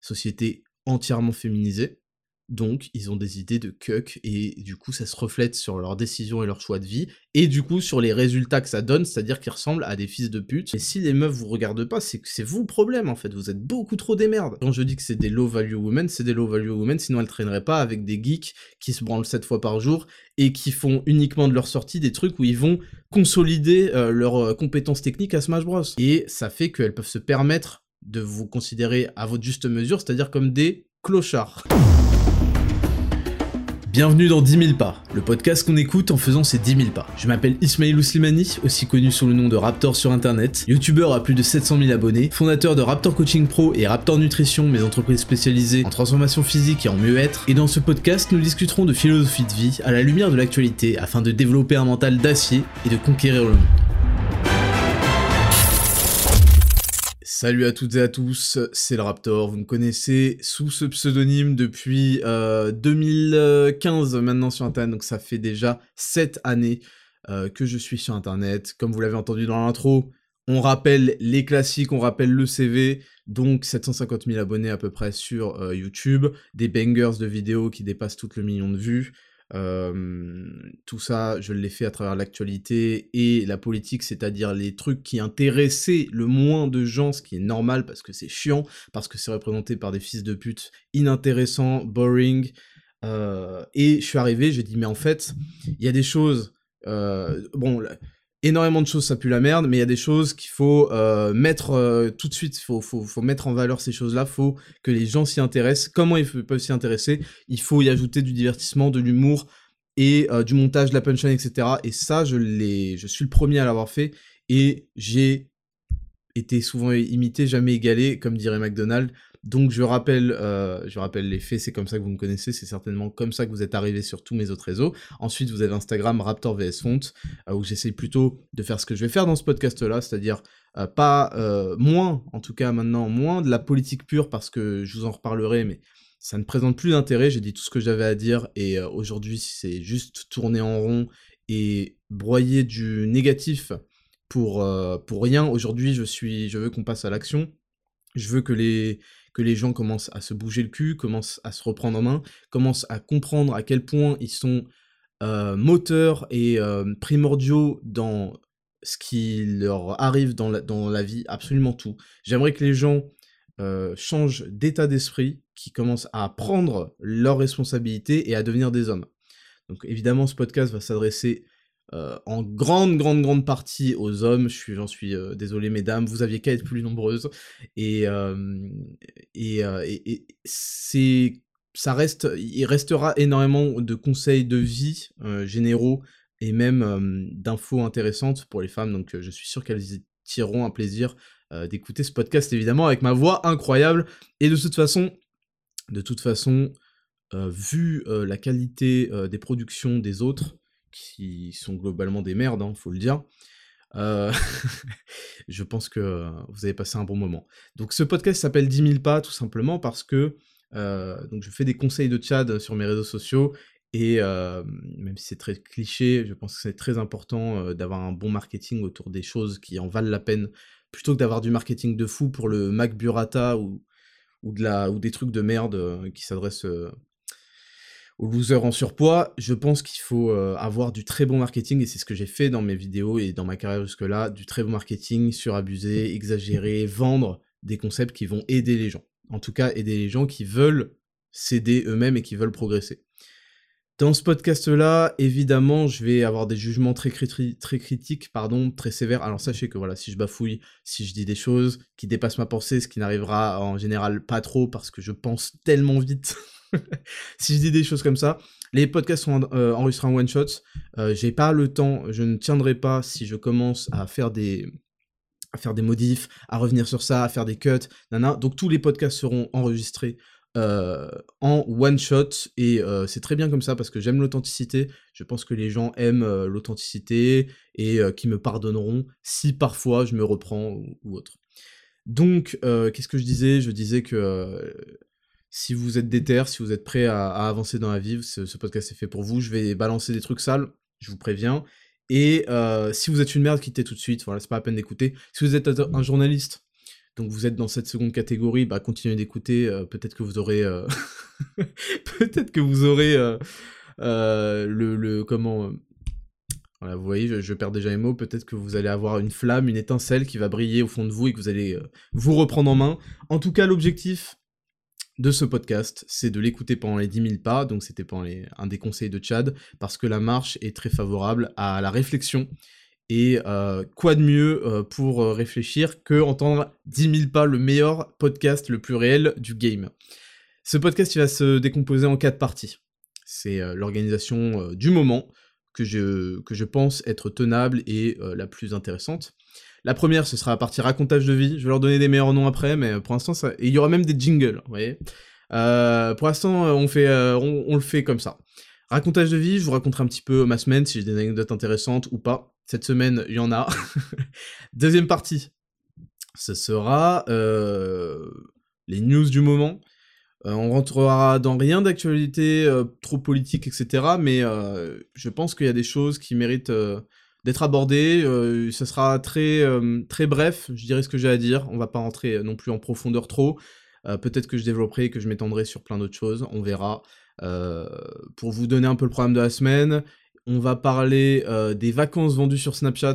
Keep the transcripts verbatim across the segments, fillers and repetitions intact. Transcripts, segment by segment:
société entièrement féminisée, donc ils ont des idées de cuck, et du coup ça se reflète sur leurs décisions et leurs choix de vie, et du coup sur les résultats que ça donne, c'est-à-dire qu'ils ressemblent à des fils de pute. Et si les meufs vous regardent pas, c'est que c'est vous le problème en fait, vous êtes beaucoup trop des merdes. Quand je dis que c'est des low value women, c'est des low value women, sinon elles traîneraient pas avec des geeks qui se branlent sept fois par jour, et qui font uniquement de leur sortie des trucs où ils vont consolider euh, leurs euh, compétences techniques à Smash Bros. Et ça fait qu'elles peuvent se permettre de vous considérer à votre juste mesure, c'est-à-dire comme des clochards. Bienvenue dans dix mille pas, le podcast qu'on écoute en faisant ses dix mille pas. Je m'appelle Ismailou Slimani, aussi connu sous le nom de Raptor sur internet, youtubeur à plus de sept cent mille abonnés, fondateur de Raptor Coaching Pro et Raptor Nutrition, mes entreprises spécialisées en transformation physique et en mieux-être. Et dans ce podcast, nous discuterons de philosophie de vie à la lumière de l'actualité afin de développer un mental d'acier et de conquérir le monde. Salut à toutes et à tous, c'est le Raptor, vous me connaissez sous ce pseudonyme depuis euh, deux mille quinze maintenant sur internet, donc ça fait déjà sept années euh, que je suis sur internet. Comme vous l'avez entendu dans l'intro, on rappelle les classiques, on rappelle le C V, donc sept cent cinquante mille abonnés à peu près sur euh, YouTube, des bangers de vidéos qui dépassent tout le million de vues. Euh, tout ça, je l'ai fait à travers l'actualité et la politique, c'est-à-dire les trucs qui intéressaient le moins de gens, ce qui est normal parce que c'est chiant, parce que c'est représenté par des fils de pute inintéressants, boring, euh, et je suis arrivé, j'ai dit mais en fait, il y a des choses, euh, bon, énormément de choses ça pue la merde, mais il y a des choses qu'il faut euh, mettre euh, tout de suite, il faut, faut, faut mettre en valeur ces choses-là, faut que les gens s'y intéressent. Comment ils peuvent s'y intéresser? Il faut y ajouter du divertissement, de l'humour, et euh, du montage, de la punchline, et cetera. Et ça, je, l'ai, je suis le premier à l'avoir fait, et j'ai été souvent imité, jamais égalé, comme dirait McDonald's. Donc je rappelle, euh, je rappelle les faits, c'est comme ça que vous me connaissez, c'est certainement comme ça que vous êtes arrivé sur tous mes autres réseaux. Ensuite, vous avez Instagram, Raptor V S Font, euh, où j'essaye plutôt de faire ce que je vais faire dans ce podcast-là, c'est-à-dire euh, pas euh, moins, en tout cas maintenant, moins de la politique pure, parce que je vous en reparlerai, mais ça ne présente plus d'intérêt, j'ai dit tout ce que j'avais à dire, et euh, aujourd'hui, c'est juste tourner en rond et broyer du négatif pour, euh, pour rien. Aujourd'hui, je suis, je veux qu'on passe à l'action. Je veux que les, que les gens commencent à se bouger le cul, commencent à se reprendre en main, commencent à comprendre à quel point ils sont euh, moteurs et euh, primordiaux dans ce qui leur arrive dans la, dans la vie, absolument tout. J'aimerais que les gens euh, changent d'état d'esprit, qui commencent à prendre leurs responsabilités et à devenir des hommes. Donc évidemment, ce podcast va s'adresser Euh, en grande, grande, grande partie aux hommes. Je suis, j'en suis euh, désolé, mesdames, vous aviez qu'à être plus nombreuses, et, euh, et, euh, et, et c'est, ça reste, il restera énormément de conseils de vie euh, généraux, et même euh, d'infos intéressantes pour les femmes, donc euh, je suis sûr qu'elles y tireront un plaisir euh, d'écouter ce podcast, évidemment, avec ma voix incroyable, et de toute façon, de toute façon, euh, vu euh, la qualité euh, des productions des autres, qui sont globalement des merdes, hein, faut le dire, euh, je pense que euh, vous avez passé un bon moment. Donc ce podcast s'appelle dix mille pas, tout simplement parce que euh, donc je fais des conseils de Tchad sur mes réseaux sociaux, et euh, même si c'est très cliché, je pense que c'est très important euh, d'avoir un bon marketing autour des choses qui en valent la peine, plutôt que d'avoir du marketing de fou pour le Mac Burrata, ou, ou, de la, ou des trucs de merde euh, qui s'adressent... Euh, aux losers en surpoids. Je pense qu'il faut euh, avoir du très bon marketing, et c'est ce que j'ai fait dans mes vidéos et dans ma carrière jusque-là, du très bon marketing, surabusé, exagéré, vendre des concepts qui vont aider les gens. En tout cas, aider les gens qui veulent s'aider eux-mêmes et qui veulent progresser. Dans ce podcast-là, évidemment, je vais avoir des jugements très, cri- très critiques, pardon, très sévères. Alors sachez que voilà, si je bafouille, si je dis des choses qui dépassent ma pensée, ce qui n'arrivera en général pas trop, parce que je pense tellement vite... si je dis des choses comme ça, les podcasts sont euh, enregistrés en one shot, euh, j'ai pas le temps, je ne tiendrai pas si je commence à faire des à faire des modifs, à revenir sur ça, à faire des cuts, nana. Donc tous les podcasts seront enregistrés euh, en one shot, et euh, c'est très bien comme ça parce que j'aime l'authenticité. Je pense que les gens aiment euh, l'authenticité, et euh, qui me pardonneront si parfois je me reprends ou, ou autre. Donc euh, qu'est-ce que je disais Je disais que euh, si vous êtes déter, si vous êtes prêt à, à avancer dans la vie, ce, ce podcast est fait pour vous. Je vais balancer des trucs sales, je vous préviens. Et euh, si vous êtes une merde, quittez tout de suite, voilà, c'est pas la peine d'écouter. Si vous êtes un journaliste, donc vous êtes dans cette seconde catégorie, bah continuez d'écouter, euh, peut-être que vous aurez... Euh... peut-être que vous aurez... Euh, euh, le, le... Comment... Euh... Voilà, vous voyez, je, je perds déjà les mots, peut-être que vous allez avoir une flamme, une étincelle qui va briller au fond de vous et que vous allez euh, vous reprendre en main. En tout cas, l'objectif de ce podcast, c'est de l'écouter pendant les dix mille pas, donc c'était pendant les... un des conseils de Tchad, parce que la marche est très favorable à la réflexion, et euh, quoi de mieux euh, pour euh, réfléchir que entendre dix mille pas, le meilleur podcast le plus réel du game. Ce podcast, il va se décomposer en quatre parties. C'est euh, l'organisation euh, du moment, que je, que je pense être tenable et euh, la plus intéressante. La première, ce sera la partie racontage de vie. Je vais leur donner des meilleurs noms après, mais pour l'instant, ça... et il y aura même des jingles, vous voyez. Euh, pour l'instant, on, fait, euh, on, on le fait comme ça. Racontage de vie, je vous raconterai un petit peu ma semaine, si j'ai des anecdotes intéressantes ou pas. Cette semaine, il y en a. Deuxième partie, ce sera euh, les news du moment. Euh, on rentrera dans rien d'actualité euh, trop politique, et cetera. Mais euh, je pense qu'il y a des choses qui méritent euh, d'être abordées. Euh, ça sera très, euh, très bref, je dirais ce que j'ai à dire. On va pas rentrer non plus en profondeur trop. Euh, peut-être que je développerai et que je m'étendrai sur plein d'autres choses. On verra. Euh, pour vous donner un peu le programme de la semaine, on va parler euh, des vacances vendues sur Snapchat.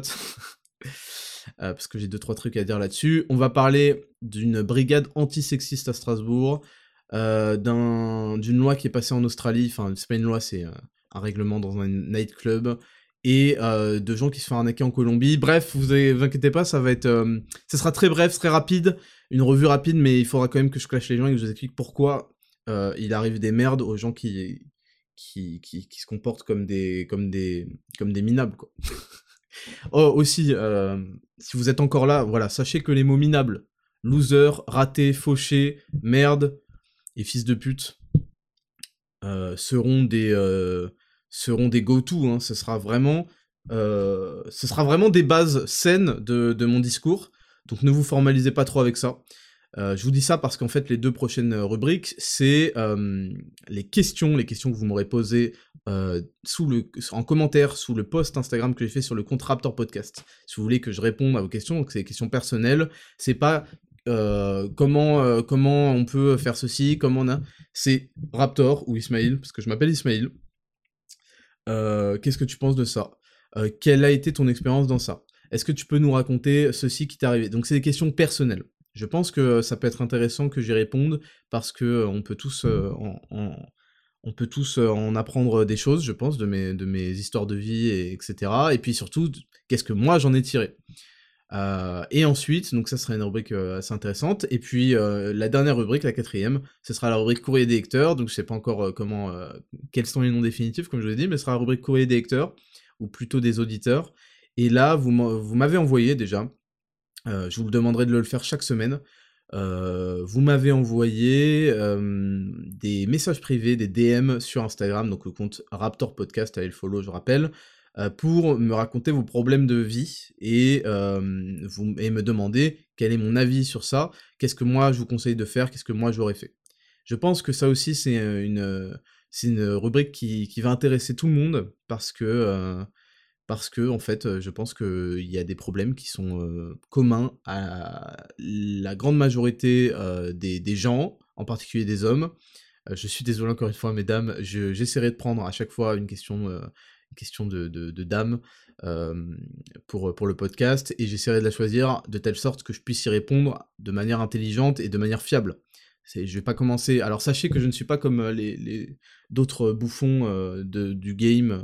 euh, parce que j'ai deux trois trucs à dire là-dessus. On va parler d'une brigade antisexiste à Strasbourg. Euh, d'un, d'une loi qui est passée en Australie, enfin c'est pas une loi, c'est euh, un règlement dans un nightclub, et euh, de gens qui se font arnaquer en Colombie. Bref, vous, avez, vous inquiétez pas, ça va être, euh, ça sera très bref, très rapide, une revue rapide, mais il faudra quand même que je clash les gens et que je vous explique pourquoi euh, il arrive des merdes aux gens qui, qui, qui, qui se comportent comme des, comme des, comme des minables, quoi. Oh, aussi, euh, si vous êtes encore là, voilà, sachez que les mots minables, loser, raté, fauché, merde, et fils de pute euh, seront des euh, seront des go-to. Hein. Ce sera vraiment euh, ce sera vraiment des bases saines de, de mon discours. Donc ne vous formalisez pas trop avec ça. Euh, je vous dis ça parce qu'en fait les deux prochaines rubriques c'est euh, les questions, les questions que vous m'aurez posées euh, sous le en commentaire sous le post Instagram que j'ai fait sur le compte Raptor Podcast. Si vous voulez que je réponde à vos questions, donc c'est des questions personnelles. C'est pas Euh, comment, euh, comment on peut faire ceci, comment on a... C'est Raptor ou Ismail, parce que je m'appelle Ismail. Euh, qu'est-ce que tu penses de ça euh, Quelle a été ton expérience dans ça Est-ce que tu peux nous raconter ceci qui t'est arrivé? Donc c'est des questions personnelles. Je pense que ça peut être intéressant que j'y réponde, parce que euh, on peut tous... Euh, en, en... On peut tous euh, en apprendre des choses, je pense, de mes, de mes histoires de vie, et, etc. Et puis surtout, qu'est-ce que moi j'en ai tiré. Euh, et ensuite, donc ça sera une rubrique euh, assez intéressante, et puis euh, la dernière rubrique, la quatrième, ce sera la rubrique courrier des lecteurs, donc je sais pas encore euh, comment, euh, quels sont les noms définitifs, comme je vous l'ai dit, mais ce sera la rubrique courrier des lecteurs, ou plutôt des auditeurs, et là, vous m'avez envoyé déjà, euh, je vous le demanderai de le faire chaque semaine, euh, vous m'avez envoyé euh, des messages privés, des D M sur Instagram, donc le compte Raptor Podcast, allez le follow, je rappelle, euh, pour me raconter vos problèmes de vie et, euh, vous, et me demander quel est mon avis sur ça, qu'est-ce que moi je vous conseille de faire, qu'est-ce que moi j'aurais fait. Je pense que ça aussi c'est une, c'est une rubrique qui, qui va intéresser tout le monde, parce que... Euh, parce que, en fait, je pense qu'il y a des problèmes qui sont euh, communs à la grande majorité euh, des, des gens, en particulier des hommes. Euh, je suis désolé encore une fois, mesdames, je, j'essaierai de prendre à chaque fois une question, euh, une question de, de, de dame euh, pour, pour le podcast, et j'essaierai de la choisir de telle sorte que je puisse y répondre de manière intelligente et de manière fiable. C'est, je vais pas commencer... Alors sachez que je ne suis pas comme les, les d'autres bouffons euh, de, du game.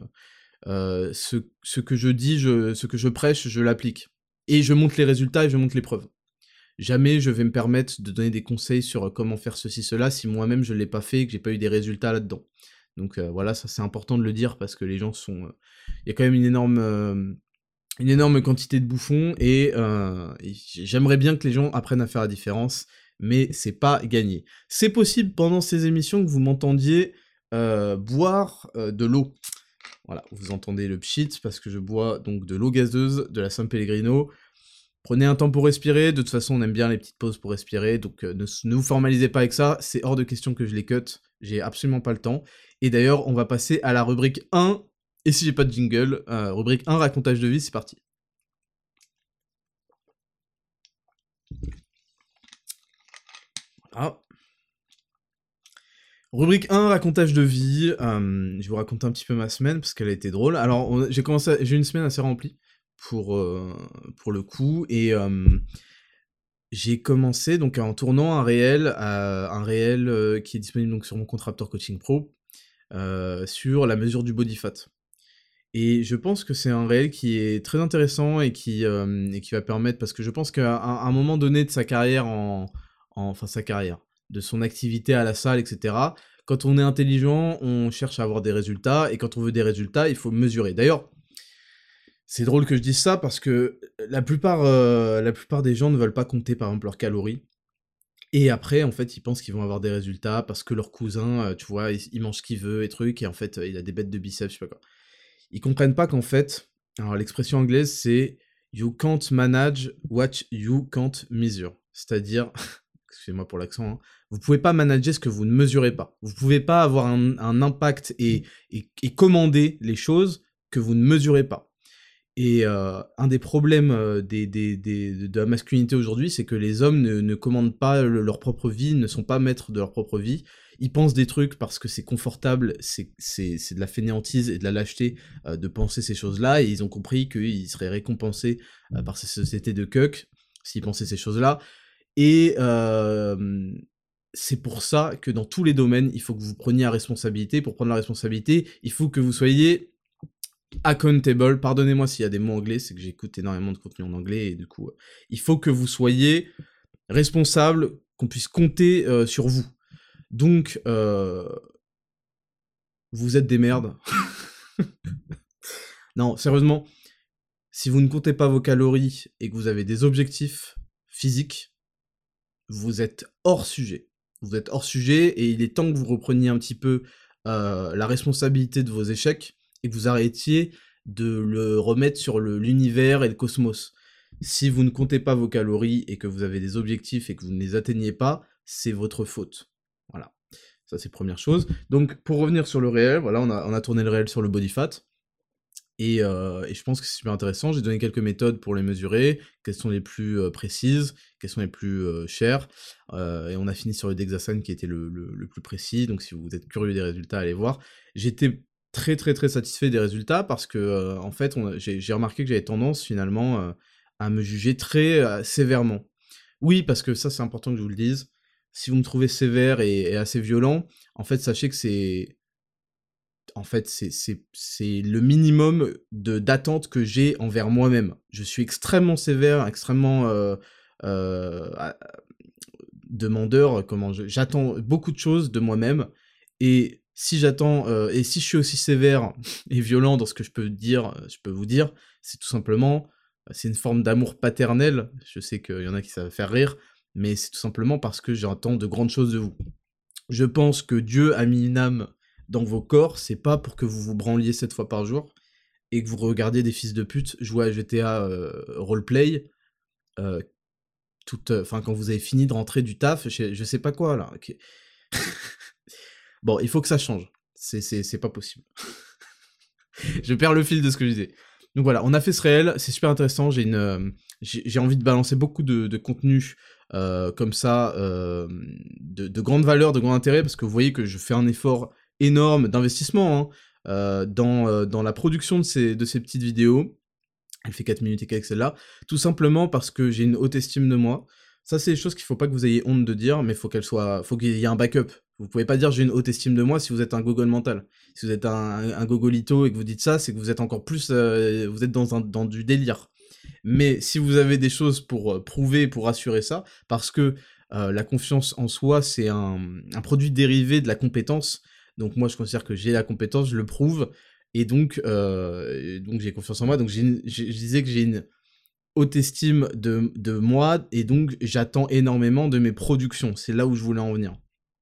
Euh, ce, ce que je dis, je, ce que je prêche, je l'applique. Et je montre les résultats et je montre les preuves. Jamais je vais me permettre de donner des conseils sur comment faire ceci, cela, si moi-même je l'ai pas fait et que j'ai pas eu des résultats là-dedans. Donc euh, voilà, ça c'est important de le dire, parce que les gens sont... Euh... Il y a quand même une énorme... Euh... une énorme quantité de bouffons, et, euh... et j'aimerais bien que les gens apprennent à faire la différence, mais c'est pas gagné. C'est possible pendant ces émissions que vous m'entendiez euh, boire euh, de l'eau. Voilà, vous entendez le pchit, parce que je bois donc de l'eau gazeuse, de la San Pellegrino. Prenez un temps pour respirer, de toute façon on aime bien les petites pauses pour respirer, donc euh, ne, ne vous formalisez pas avec ça, c'est hors de question que je les cut, j'ai absolument pas le temps. Et d'ailleurs, on va passer à la rubrique un, et si j'ai pas de jingle, euh, rubrique un, racontage de vie, c'est parti. Ah. Rubrique un, racontage de vie. Euh, je vais vous raconter un petit peu ma semaine, parce qu'elle a été drôle. Alors, on- j'ai commencé, à- j'ai eu une semaine assez remplie, pour, euh, pour le coup, et euh, j'ai commencé donc en tournant un réel, euh, un réel euh, qui est disponible donc sur mon compte Raptor Coaching Pro, euh, sur la mesure du body fat. Et je pense que c'est un réel qui est très intéressant et qui, euh, et qui va permettre, parce que je pense qu'à un, à un moment donné de sa carrière, en, en- enfin sa carrière, de son activité à la salle, et cetera, quand on est intelligent, on cherche à avoir des résultats, et quand on veut des résultats, il faut mesurer. D'ailleurs, c'est drôle que je dise ça, parce que la plupart, euh, la plupart des gens ne veulent pas compter, par exemple, leurs calories, et après, en fait, ils pensent qu'ils vont avoir des résultats, parce que leur cousin, euh, tu vois, il, il mange ce qu'il veut, et trucs, et en fait, euh, il a des bêtes de biceps, je sais pas quoi. Ils comprennent pas qu'en fait, alors l'expression anglaise c'est you can't manage what you can't measure. C'est-à-dire, excusez-moi pour l'accent, hein, vous pouvez pas manager ce que vous ne mesurez pas. Vous pouvez pas avoir un, un impact et, et, et commander les choses que vous ne mesurez pas. Et euh, un des problèmes euh, des, des, des, de la masculinité aujourd'hui, c'est que les hommes ne, ne commandent pas le- leur propre vie, ne sont pas maîtres de leur propre vie. Ils pensent des trucs parce que c'est confortable, c'est, c'est, c'est de la fainéantise et de la lâcheté euh, de penser ces choses-là, et ils ont compris qu'ils seraient récompensés euh, par ces sociétés de cuck s'ils pensaient ces choses-là. Et euh, c'est pour ça que dans tous les domaines, il faut que vous preniez la responsabilité. Pour prendre la responsabilité, il faut que vous soyez accountable. Pardonnez-moi s'il y a des mots anglais, c'est que j'écoute énormément de contenu en anglais, et du coup, euh, il faut que vous soyez responsable, qu'on puisse compter euh, sur vous. Donc, euh, vous êtes des merdes. Non, sérieusement, si vous ne comptez pas vos calories et que vous avez des objectifs physiques, vous êtes hors sujet. Vous êtes hors sujet, et il est temps que vous repreniez un petit peu euh, la responsabilité de vos échecs, et que vous arrêtiez de le remettre sur le- l'univers et le cosmos. Si vous ne comptez pas vos calories et que vous avez des objectifs et que vous ne les atteignez pas, c'est votre faute. Voilà. Ça, c'est première chose. Donc, pour revenir sur le réel, voilà, on a, on a tourné le réel sur le body fat. Et, euh, et je pense que c'est super intéressant. J'ai donné quelques méthodes pour les mesurer, quelles sont les plus euh, précises, quelles sont les plus euh, chères. Euh, et on a fini sur le Dexasan qui était le, le, le plus précis. Donc si vous êtes curieux des résultats, allez voir. J'étais très très très satisfait des résultats, parce que euh, en fait, on- j'ai j'ai remarqué que j'avais tendance finalement euh, à me juger très euh, sévèrement. Oui, parce que ça, c'est important que je vous le dise. Si vous me trouvez sévère et, et assez violent, en fait, sachez que c'est en fait, c'est c'est c'est le minimum de d'attente que j'ai envers moi-même. Je suis extrêmement sévère, extrêmement euh, euh, a- demandeur. Comment je- j'attends beaucoup de choses de moi-même, et si j'attends euh, et si je suis aussi sévère et violent dans ce que je peux dire, euh, je peux vous dire, c'est tout simplement, euh, c'est une forme d'amour paternel. Je sais qu'il y en a qui savent faire rire, mais c'est tout simplement parce que j'attends de grandes choses de vous. Je pense que Dieu a mis une âme dans vos corps, c'est pas pour que vous vous branliez sept fois par jour et que vous regardiez des fils de pute jouer à G T A euh, roleplay, euh, toute, enfin quand vous avez fini de rentrer du taf, je, je sais pas quoi là. Ok. Bon, il faut que ça change. C'est c'est c'est pas possible. Je perds le fil de ce que je disais. Donc voilà, on a fait ce réel, c'est super intéressant. J'ai une, euh, j'ai j'ai envie de balancer beaucoup de, de contenu euh, comme ça, euh, de, de grande valeur, de grand intérêt, parce que vous voyez que je fais un effort énorme d'investissement hein, euh, dans, euh, dans la production de ces, de ces petites vidéos. Elle fait quatre minutes et quelques celle-là, tout simplement parce que j'ai une haute estime de moi. Ça, c'est des choses qu'il faut pas que vous ayez honte de dire, mais faut qu'elle soit, faut qu'il y ait un backup. Vous pouvez pas dire j'ai une haute estime de moi si vous êtes un gogol mental. Si vous êtes un, un gogolito et que vous dites ça, c'est que vous êtes encore plus, euh, vous êtes dans un, dans du délire. Mais si vous avez des choses pour euh, prouver, pour assurer ça, parce que euh, la confiance en soi, c'est un, un produit dérivé de la compétence. Donc moi, je considère que j'ai la compétence, je le prouve, et donc, euh, donc j'ai confiance en moi. Donc j'ai une- j'ai- je disais que j'ai une haute estime de, de moi, et donc j'attends énormément de mes productions. C'est là où je voulais en venir.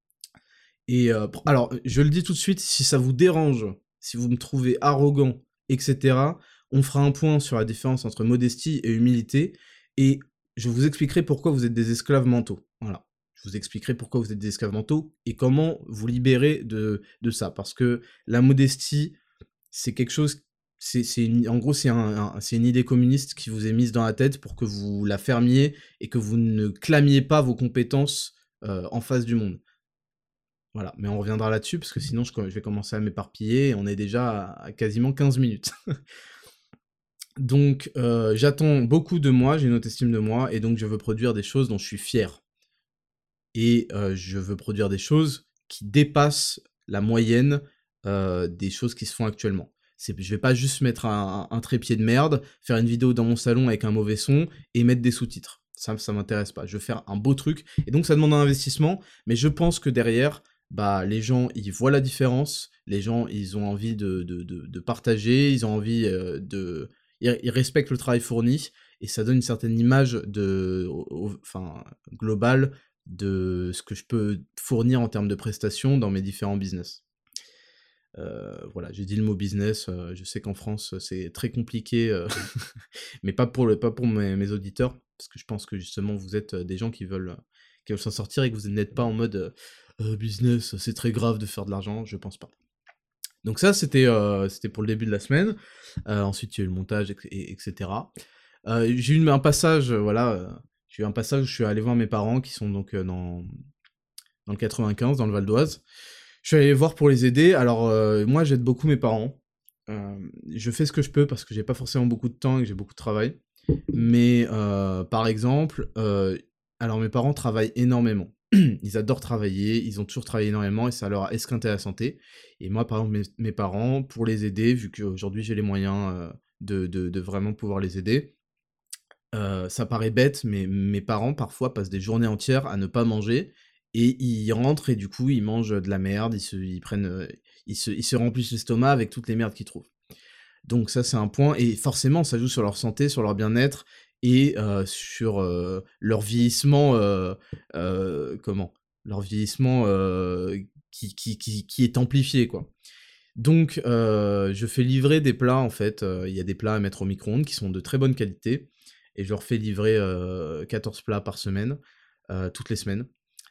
Et euh, pr- alors, je le dis tout de suite, si ça vous dérange, si vous me trouvez arrogant, et cetera, on fera un point sur la différence entre modestie et humilité, et je vous expliquerai pourquoi vous êtes des esclaves mentaux. Voilà. Je vous expliquerai pourquoi vous êtes des esclaves mentaux, et comment vous libérer de, de ça. Parce que la modestie, c'est quelque chose, c'est, c'est une- en gros, c'est un, un- c'est une idée communiste qui vous est mise dans la tête pour que vous la fermiez et que vous ne clamiez pas vos compétences euh, en face du monde. Voilà, mais on reviendra là-dessus, parce que sinon je, je vais commencer à m'éparpiller, et on est déjà à, à quasiment quinze minutes. Donc, euh, j'attends beaucoup de moi, j'ai une haute estime de moi, et donc je veux produire des choses dont je suis fier. Et euh, je veux produire des choses qui dépassent la moyenne euh, des choses qui se font actuellement. C'est, je vais pas juste mettre un, un trépied de merde, faire une vidéo dans mon salon avec un mauvais son, et mettre des sous-titres. Ça, ça m'intéresse pas. Je veux faire un beau truc, et donc ça demande un investissement, mais je pense que derrière, bah, les gens, ils voient la différence, les gens, ils ont envie de, de, de, de partager, ils ont envie euh, de... Ils, ils respectent le travail fourni, et ça donne une certaine image de, enfin, globale de ce que je peux fournir en termes de prestations dans mes différents business. Euh, voilà, j'ai dit le mot business, euh, je sais qu'en France c'est très compliqué, euh, mais pas pour, le, pas pour mes, mes auditeurs, parce que je pense que justement vous êtes des gens qui veulent, qui veulent s'en sortir et que vous n'êtes pas en mode euh, business, c'est très grave de faire de l'argent, je pense pas. Donc ça c'était euh, c'était pour le début de la semaine, euh, ensuite il y a eu le montage, et, et, etc. Euh, j'ai eu un passage, voilà, euh, j'ai eu un passage où je suis allé voir mes parents qui sont donc euh, dans, dans le quatre-vingt-quinze, dans le Val d'Oise. Je suis allé les voir pour les aider. Alors euh, moi j'aide beaucoup mes parents. Euh, je fais ce que je peux parce que j'ai pas forcément beaucoup de temps et que j'ai beaucoup de travail. Mais euh, par exemple, euh, alors mes parents travaillent énormément. Ils adorent travailler, ils ont toujours travaillé énormément et ça leur a esquinté la santé. Et moi, par exemple, mes, mes parents, pour les aider, vu qu'aujourd'hui j'ai les moyens euh, de, de, de vraiment pouvoir les aider, euh, ça paraît bête, mais mes parents parfois passent des journées entières à ne pas manger et ils rentrent et du coup ils mangent de la merde, ils se, ils prennent, euh, ils se, ils se remplissent l'estomac avec toutes les merdes qu'ils trouvent. Donc ça c'est un point et forcément ça joue sur leur santé, sur leur bien-être et euh, sur euh, leur vieillissement, euh, euh, comment, leur vieillissement euh, qui, qui, qui, qui est amplifié quoi. Donc euh, je fais livrer des plats en fait, euh, il y a des plats à mettre au micro-ondes qui sont de très bonne qualité et je leur fais livrer euh, quatorze plats par semaine, euh, toutes les semaines.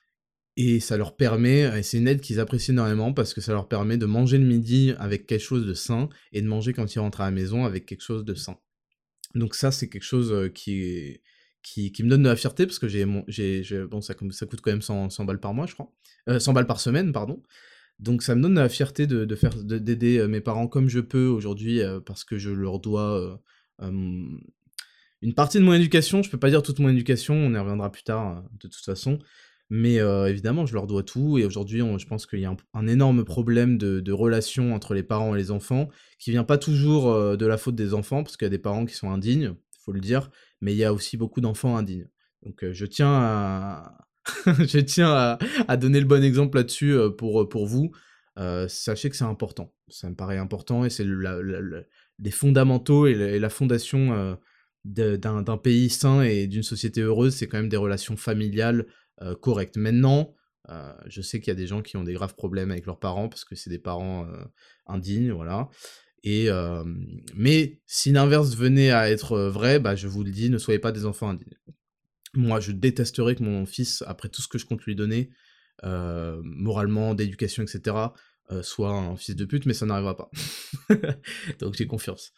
Et ça leur permet, et c'est une aide qu'ils apprécient énormément parce que ça leur permet de manger le midi avec quelque chose de sain et de manger quand ils rentrent à la maison avec quelque chose de sain. Donc ça, c'est quelque chose euh, qui, est, qui, qui me donne de la fierté parce que j'ai, mon, j'ai, j'ai bon, ça, ça coûte quand même cent, cent balles par mois, je crois. Euh, cent balles par semaine, pardon. Donc ça me donne de la fierté de, de faire, de, d'aider mes parents comme je peux aujourd'hui euh, parce que je leur dois euh, euh, une partie de mon éducation. Je peux pas dire toute mon éducation, on y reviendra plus tard euh, de toute façon. Mais euh, évidemment, je leur dois tout, et aujourd'hui, on- je pense qu'il y a un, un énorme problème de, de relation entre les parents et les enfants, qui vient pas toujours euh, de la faute des enfants, parce qu'il y a des parents qui sont indignes, faut le dire, mais il y a aussi beaucoup d'enfants indignes. Donc euh, je tiens à... je tiens à, à donner le bon exemple là-dessus euh, pour, pour vous. Euh, sachez que c'est important, ça me paraît important, et c'est la, la- la- les fondamentaux et la, et la fondation euh, de- d'un d'un pays sain et d'une société heureuse, c'est quand même des relations familiales euh, correct. Maintenant, euh, je sais qu'il y a des gens qui ont des graves problèmes avec leurs parents parce que c'est des parents euh, indignes, voilà. Et euh, mais si l'inverse venait à être vrai, bah je vous le dis, ne soyez pas des enfants indignes. Moi, je détesterais que mon fils, après tout ce que je compte lui donner, euh, moralement, d'éducation, et cetera, euh, soit un fils de pute, mais ça n'arrivera pas. Donc j'ai confiance.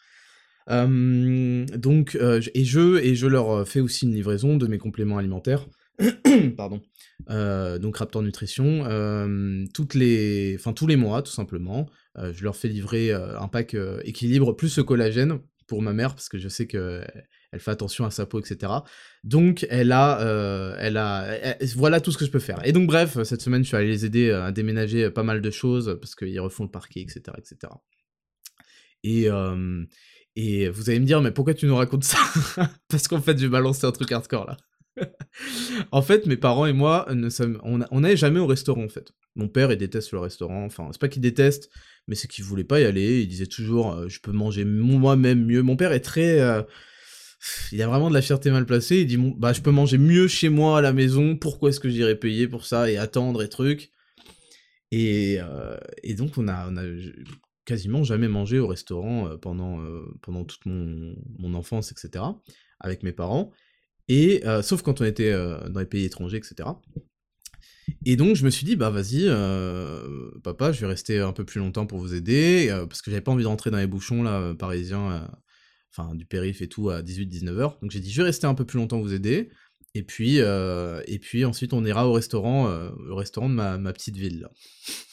Euh, donc, euh, et je et je leur fais aussi une livraison de mes compléments alimentaires. Pardon. Euh, donc Raptor Nutrition, euh, toutes les, enfin tous les mois tout simplement, euh, je leur fais livrer euh, un pack euh, équilibre plus ce collagène pour ma mère parce que je sais que elle fait attention à sa peau, et cetera. Donc elle a, euh, elle a, elle- voilà tout ce que je peux faire. Et donc bref, cette semaine je suis allé les aider à déménager pas mal de choses parce qu'ils refont le parquet, et cetera, et cetera. Et euh, et vous allez me dire, mais pourquoi tu nous racontes ça? Parce qu'en fait, j'ai balancé un truc hardcore là. En fait, mes parents et moi, ne sommes, on on n'allait jamais au restaurant, en fait. Mon père, il déteste le restaurant, enfin, c'est pas qu'il déteste, mais c'est qu'il voulait pas y aller, il disait toujours, euh, je peux manger moi-même mieux. Mon père est très... euh, il a vraiment de la fierté mal placée, il dit, bon, bah, je peux manger mieux chez moi, à la maison, pourquoi est-ce que j'irais payer pour ça, et attendre, et trucs. Et, euh, et donc, on a, on a quasiment jamais mangé au restaurant euh, pendant, euh, pendant toute mon, mon enfance, et cetera, avec mes parents. Et euh, sauf quand on était euh, dans les pays étrangers, et cetera. Et donc je me suis dit, bah vas-y, euh, papa, je vais rester un peu plus longtemps pour vous aider, euh, parce que j'avais pas envie de rentrer dans les bouchons là, euh, parisiens, euh, enfin du périph et tout, à dix-huit dix-neuf heures. Donc j'ai dit, je vais rester un peu plus longtemps vous aider, Et puis, heu, et puis ensuite on ira au restaurant, heu, au restaurant de ma ma petite ville là.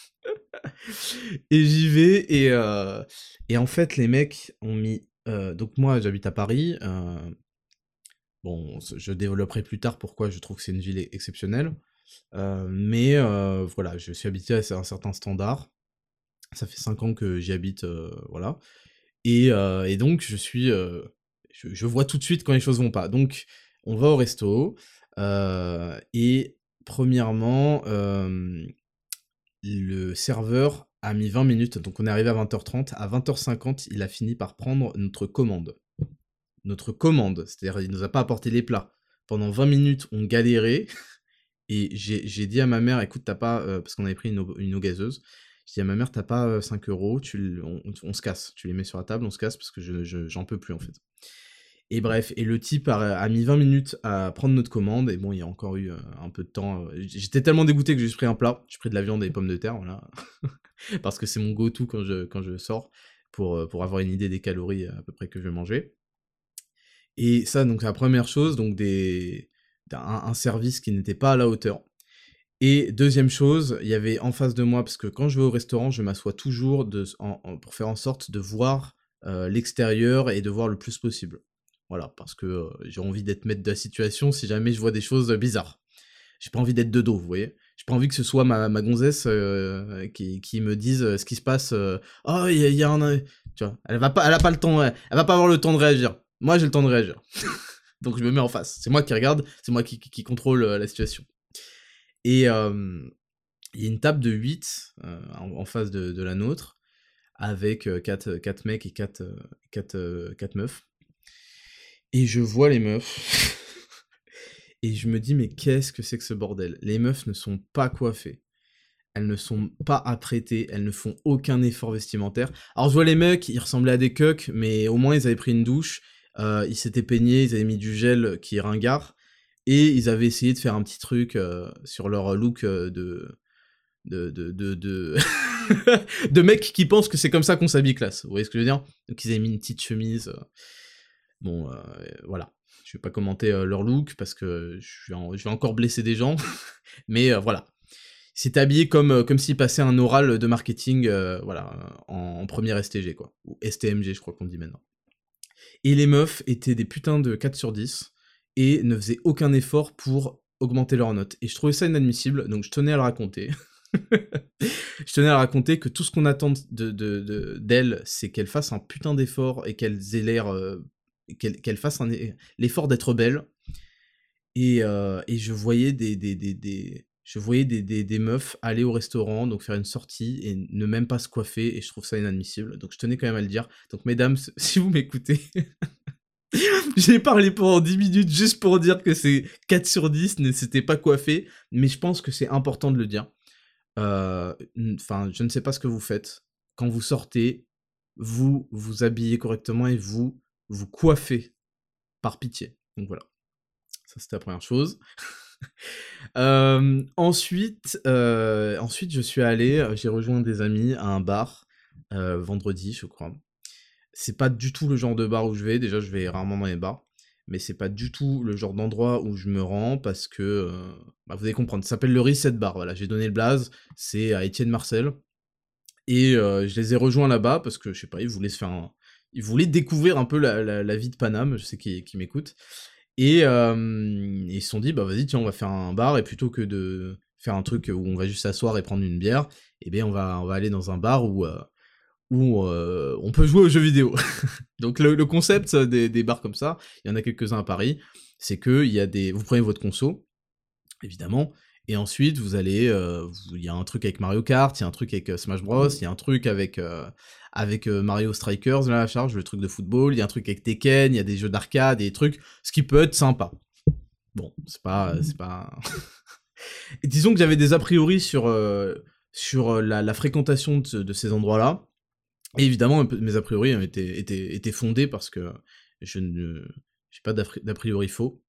Et j'y vais et heu, et en fait les mecs ont mis, heu, donc moi j'habite à Paris, heu, bon ce je développerai plus tard pourquoi je trouve que c'est une ville e exceptionnelle, heu, mais heu, voilà, je suis habitué à ce un certain standard. Ça fait cinq ans que j'y habite, heu, voilà, et heu, et donc je suis, heu, je je vois tout de suite quand les choses vont pas. Donc on va au resto, heu, et premièrement, hem, le serveur a mis vingt minutes, donc on est arrivé à vingt heures trente, à vingt heures cinquante, il a fini par prendre notre commande. Notre commande, c'est-à-dire il nous a pas apporté les plats. Pendant vingt minutes, on galérait et j'ai j'ai dit à ma mère: «Écoute, tu as pas», heu, parce qu'on avait pris une eau une eau gazeuse. J'ai dit à ma mère: «Tu as pas, heu, cinq euros, tu l on on on se casse. Tu les mets sur la table, on se casse parce que je je j'en peux plus, en fait». Et bref, et le type a a mis vingt minutes à prendre notre commande et bon, il y a encore eu, heu, un peu de temps, heu, j j'étais tellement dégoûté que j'ai juste pris un plat. J'ai pris de la viande et des pommes de terre, voilà. Parce que c'est mon go to quand je quand je sors pour, heu, pour avoir une idée des calories, heu, à peu près que je vais manger. Et ça, donc la première chose, donc des d'un un un service qui n'était pas à la hauteur. Et deuxième chose, il y avait en face de moi, parce que quand je vais au restaurant, je m'assois toujours de s en en pour faire en sorte de voir, heu, l'extérieur et de voir le plus possible. Voilà, parce que, heu, j'ai envie d'être maître de la situation si jamais je vois des choses, heu, bizarres. J'ai pas envie d'être de dos, vous voyez? J'ai pas envie que ce soit ma ma gonzesse, heu, qui qui me dise, heu, ce qui se passe, heu: «Oh, il y a il y a un in», tu vois? Elle va pas elle a pas le temps, ouais, elle va pas avoir le temps de réagir. Moi, j'ai le temps de réagir. Donc je me mets en face. C'est moi qui regarde, c'est moi qui qui qui contrôle, heu, la situation. Et hem, il y a une table de huit, heu, en en face de de la nôtre, avec, heu, quatre, heu, quatre mecs et quatre, heu, quatre, heu, quatre meufs. Et je vois les meufs et je me dis: «Mais qu'est-ce que c'est que ce bordel?» Les meufs ne sont pas coiffées, elles ne sont pas apprêtées, elles ne font aucun effort vestimentaire. Alors je vois les mecs, ils ressemblaient à des cucks, mais au moins ils avaient pris une douche, heu, ils s'étaient peignés, ils avaient mis du gel qui est ringard et ils avaient essayé de faire un petit truc, heu, sur leur look, heu, de de de de de de mecs qui pensent que c'est comme ça qu'on s'habille classe. Vous voyez ce que je veux dire? Donc ils avaient mis une petite chemise, heu, bon, heu, voilà. Je vais pas commenter, heu, leur look parce que je vais en je vais encore blesser des gens, mais heu, voilà. Ils s'étaient habillés comme, heu, comme s'ils passaient un oral de marketing, heu, voilà, heu, en en première S T G quoi, ou S T M G je crois qu'on dit maintenant. Et les meufs étaient des putains de quatre sur dix et ne faisaient aucun effort pour augmenter leurs notes. Et je trouvais ça inadmissible, donc je tenais à le raconter. Je tenais à raconter que tout ce qu'on attend de de de d'elles, c'est qu'elles fassent un putain d'effort et qu'elles aient l'air, heu, qu'elles qu'elles fassent un é l'effort d'être belles. Et heu, et je voyais des des des des je voyais des des des meufs aller au restaurant, donc faire une sortie et ne même pas se coiffer et je trouve ça inadmissible. Donc je tenais quand même à le dire. Donc mesdames, s si vous m'écoutez, j'ai parlé pendant dix minutes juste pour dire que ces quatre sur dix ne s'étaient pas coiffées, mais je pense que c'est important de le dire. Heu, n enfin, je ne sais pas ce que vous faites. Quand vous sortez, vous vous habillez correctement et vous vous coiffez, par pitié. Donc voilà, ça c'était la première chose. Hem, ensuite, heu, ensuite je suis allé, heu, j'ai rejoint des amis à un bar, heu, vendredi, je crois. C'est pas du tout le genre de bar où je vais, déjà je vais rarement dans les bars, mais c'est pas du tout le genre d'endroit où je me rends parce que, heu, bah, vous allez comprendre, ça s'appelle le Reset Bar, voilà, j'ai donné le blaze, c'est à Étienne Marcel. Et heu, je les ai rejoints là-bas parce que, je sais pas, ils voulaient se faire un ils voulaient découvrir un peu la la la vie de Paname, je sais qu'ils qu'ils m'écoutent. Et hem, ils se sont dit: «Bah, vas-y, tiens, on va faire un bar et plutôt que de faire un truc où on va juste s'asseoir et prendre une bière, et beh, on va on va aller dans un bar où, heu, où, heu, on peut jouer aux jeux vidéo». Donc le le concept des des bars comme ça, il y en a quelques-uns à Paris, c'est qu'il y a des vous prenez votre conso, évidemment, et ensuite vous allez, heu, vous il y a un truc avec Mario Kart, il y a un truc avec, heu, Smash Bros, il y a un truc avec, heu, avec, heu, Mario Strikers, là, à la charge, le truc de football, il y a un truc avec Tekken, il y a des jeux d'arcade, des trucs, ce qui peut être sympa. Bon, c'est pas, heu, c'est pas et disons que j'avais des a priori sur, heu, sur, heu, la la fréquentation de ce de ces endroits-là, et évidemment un peu mes a priori ont été étaient étaient fondés parce que je ne j'ai pas d'a fri d'a priori faux.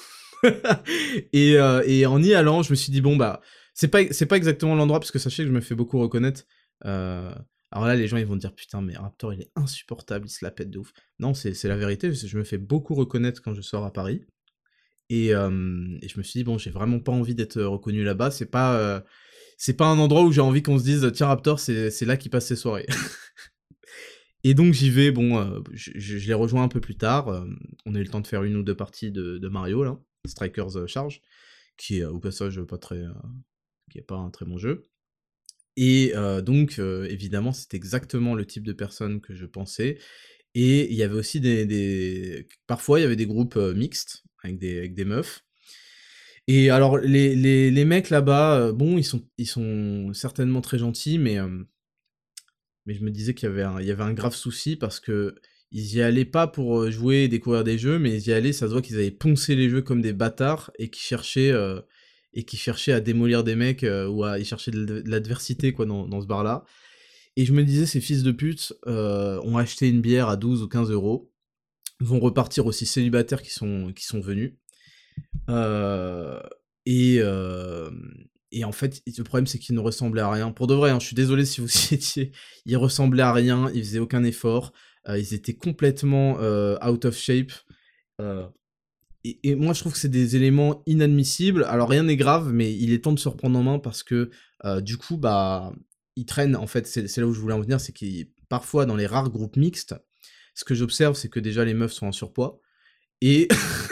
Et heu, et en y allant, je me suis dit: «Bon, bah, c'est pas c'est pas exactement l'endroit», parce que sachez que je me fais beaucoup reconnaître, heu, alors là, les gens, ils vont dire: «Putain, mais Raptor, il est insupportable, il se la pète de ouf». Non, c'est c'est la vérité, parce que je me fais beaucoup reconnaître quand je sors à Paris. Et, hem, et je me suis dit: «Bon, j'ai vraiment pas envie d'être, heu, reconnu là-bas, c'est pas, heu, c'est pas un endroit où j'ai envie qu'on se dise: "Tiens Raptor, c'est c'est là qu'il passe ses soirées"». Et donc j'y vais, bon, heu, je je je l'ai rejoint un peu plus tard, hem, on a eu le temps de faire une ou deux parties de de Mario là, Strikers, heu, Charge, qui est, heu, au passage, pas très, heu, qui est pas un très bon jeu. Et heu, donc heu, évidemment, c'est exactement le type de personne que je pensais. Et il y avait aussi des des parfois il y avait des groupes, heu, mixtes, avec des avec des meufs. Et alors les les les mecs là-bas, heu, bon, ils sont ils sont certainement très gentils, mais hem mais je me disais qu'il y avait un il y avait un grave souci parce qu'ils y allaient pas pour, heu, jouer et découvrir des jeux, mais ils y allaient, ça se voit qu'ils avaient poncé les jeux comme des bâtards et qu'ils cherchaient, heu et qu'ils cherchaient à démolir des mecs, heu, ou à ils cherchaient de l de l'adversité quoi dans dans ce bar-là. Et je me disais: «Ces fils de pute, heu, ont acheté une bière à douze ou quinze euros, vont repartir aussi célibataires qu'ils sont qu'ils sont venus». Heu et hem et en fait, le problème, c'est qu'ils ne ressemblaient à rien. Pour de vrai, hein, je suis désolé si vous y étiez, ils ressemblaient à rien, ils faisaient aucun effort, heu, ils étaient complètement, heu, out of shape, heu et et moi, je trouve que c'est des éléments inadmissibles. Alors rien n'est grave, mais il est temps de se reprendre en main parce que, heu, du coup, bah, ils traînent en fait, c'est c'est là où je voulais en venir, c'est qu'ils parfois, dans les rares groupes mixtes, ce que j'observe, c'est que déjà les meufs sont en surpoids et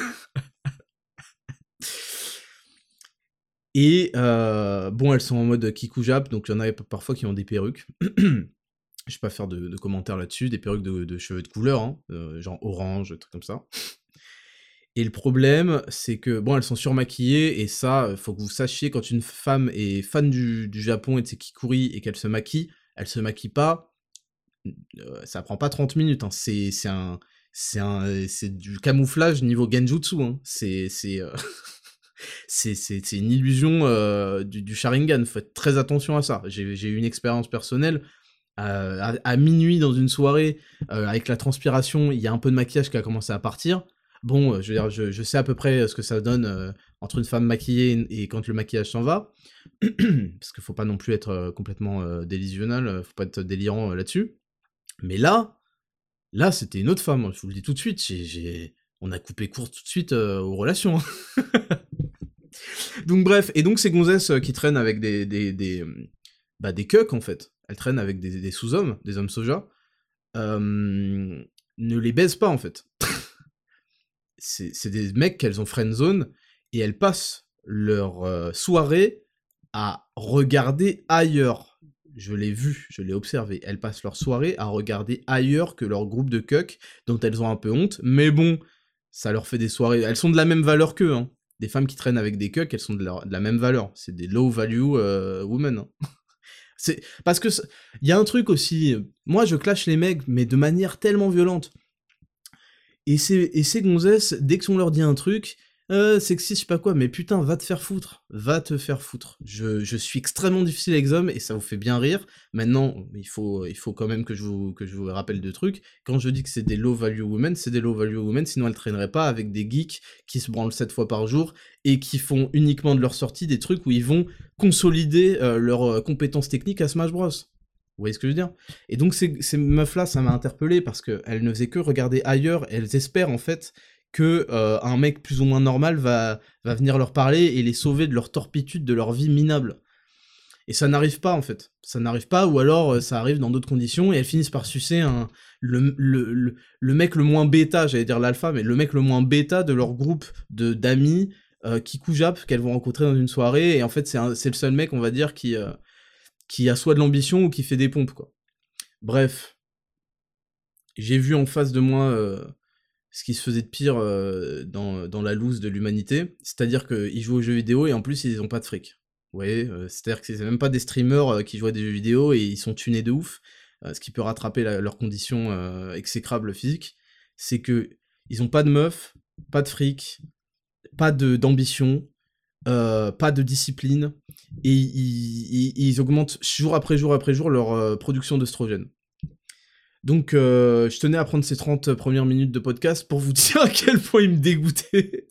et heu, bon, elles sont en mode kikou Jap, donc il y en a p parfois qui ont des perruques. Je vais pas faire de de commentaires là-dessus, des perruques de de cheveux de couleur, hein, heu, genre orange, trucs comme ça. Et le problème, c'est que, bon, elles sont surmaquillées et ça, heu, faut que vous sachiez, quand une femme est fan du du Japon et de ses kikoris et qu'elle se maquille, elle se maquille pas, mmh, heu, ça prend pas trente minutes, hein. C'est c'est un c'est un, heu, c'est du camouflage niveau Genjutsu, hein. C'est c'est, heu, c'est c'est c'est une illusion, heu, du du Sharingan. Faites très attention à ça. J'ai j'ai eu une expérience personnelle, heu, à à minuit dans une soirée, heu, avec la transpiration, il y a un peu de maquillage qui a commencé à partir. Bon, heu, je veux dire, je je sais à peu près ce que ça donne, heu, entre une femme maquillée et quand le maquillage s'en va. Parce qu'il faut pas non plus être, heu, complètement, heu, délusionnal, heu, faut pas être délirant, heu, là-dessus. Mais là, là, c'était une autre femme, je vous le dis tout de suite, j'ai j'ai on a coupé court tout de suite, heu, aux relations, hein. Donc bref, et donc ces gonzesses, heu, qui traînent avec des des des, mmh, bah, des cucks en fait, elles traînent avec des des sous-hommes, des hommes soja, hem, ne les baisent pas en fait. C'est c'est des mecs qu'elles ont friendzone et elles passent leur, heu, soirée à regarder ailleurs. Je l'ai vu, je l'ai observé. Elles passent leur soirée à regarder ailleurs que leur groupe de cucks dont elles ont un peu honte, mais bon, ça leur fait des soirées, elles sont de la même valeur qu'eux, hein. Des femmes qui traînent avec des cucks, elles sont de leur de la même valeur. C'est des low value, heu, women, hein. C'est parce que c il y a un truc aussi, heu, moi je clash les mecs, mais de manière tellement violente. Et ces et ces gonzesses, dès qu'on leur dit un truc: «Heu, sexiste, je sais pas quoi», mais putain, va te faire foutre, va te faire foutre. Je je suis extrêmement difficile avec les hommes et ça vous fait bien rire. Maintenant, il faut il faut quand même que je vous que je vous rappelle deux trucs. Quand je dis que c'est des low value women, c'est des low value women, sinon elles traîneraient pas avec des geeks qui se branlent sept fois par jour et qui font uniquement de leur sortie des trucs où ils vont consolider, heu, leurs, heu, compétences techniques à Smash Bros. Vous voyez ce que je veux dire? Et donc ces ces meufs-là, ça m'a interpellé parce qu'elles ne faisaient que regarder ailleurs, elles espèrent en fait que, heu, un mec plus ou moins normal va va venir leur parler et les sauver de leur torpitude, de leur vie minable. Et ça n'arrive pas en fait. Ça n'arrive pas, ou alors, heu, ça arrive dans d'autres conditions et elles finissent par sucer un le le le le mec le moins bêta, j'allais dire l'alpha, mais le mec le moins bêta de leur groupe de d'amis, heu, kikou Jap qu'elles vont rencontrer dans une soirée, et en fait c'est un c'est le seul mec, on va dire, qui, heu, qui a soit de l'ambition ou qui fait des pompes, quoi. Bref, j'ai vu en face de moi, heu, ce qui se faisait de pire, heu, dans dans la loose de l'humanité. C'est-à-dire qu'ils jouent aux jeux vidéo et en plus ils ont pas de fric. Vous voyez? Heu, c'est-à-dire que c'est même pas des streamers, heu, qui jouent à des jeux vidéo et ils sont tunés de ouf, heu, ce qui peut rattraper la leur condition, heu, exécrable physique. C'est qu'ils ont pas de meufs, pas de fric, pas de d'ambition, heu, pas de discipline, et ils ils ils augmentent jour après jour après jour leur, heu, production d'œstrogène. Donc, heu, je tenais à prendre ces trente premières minutes de podcast pour vous dire à quel point il me dégoûtait.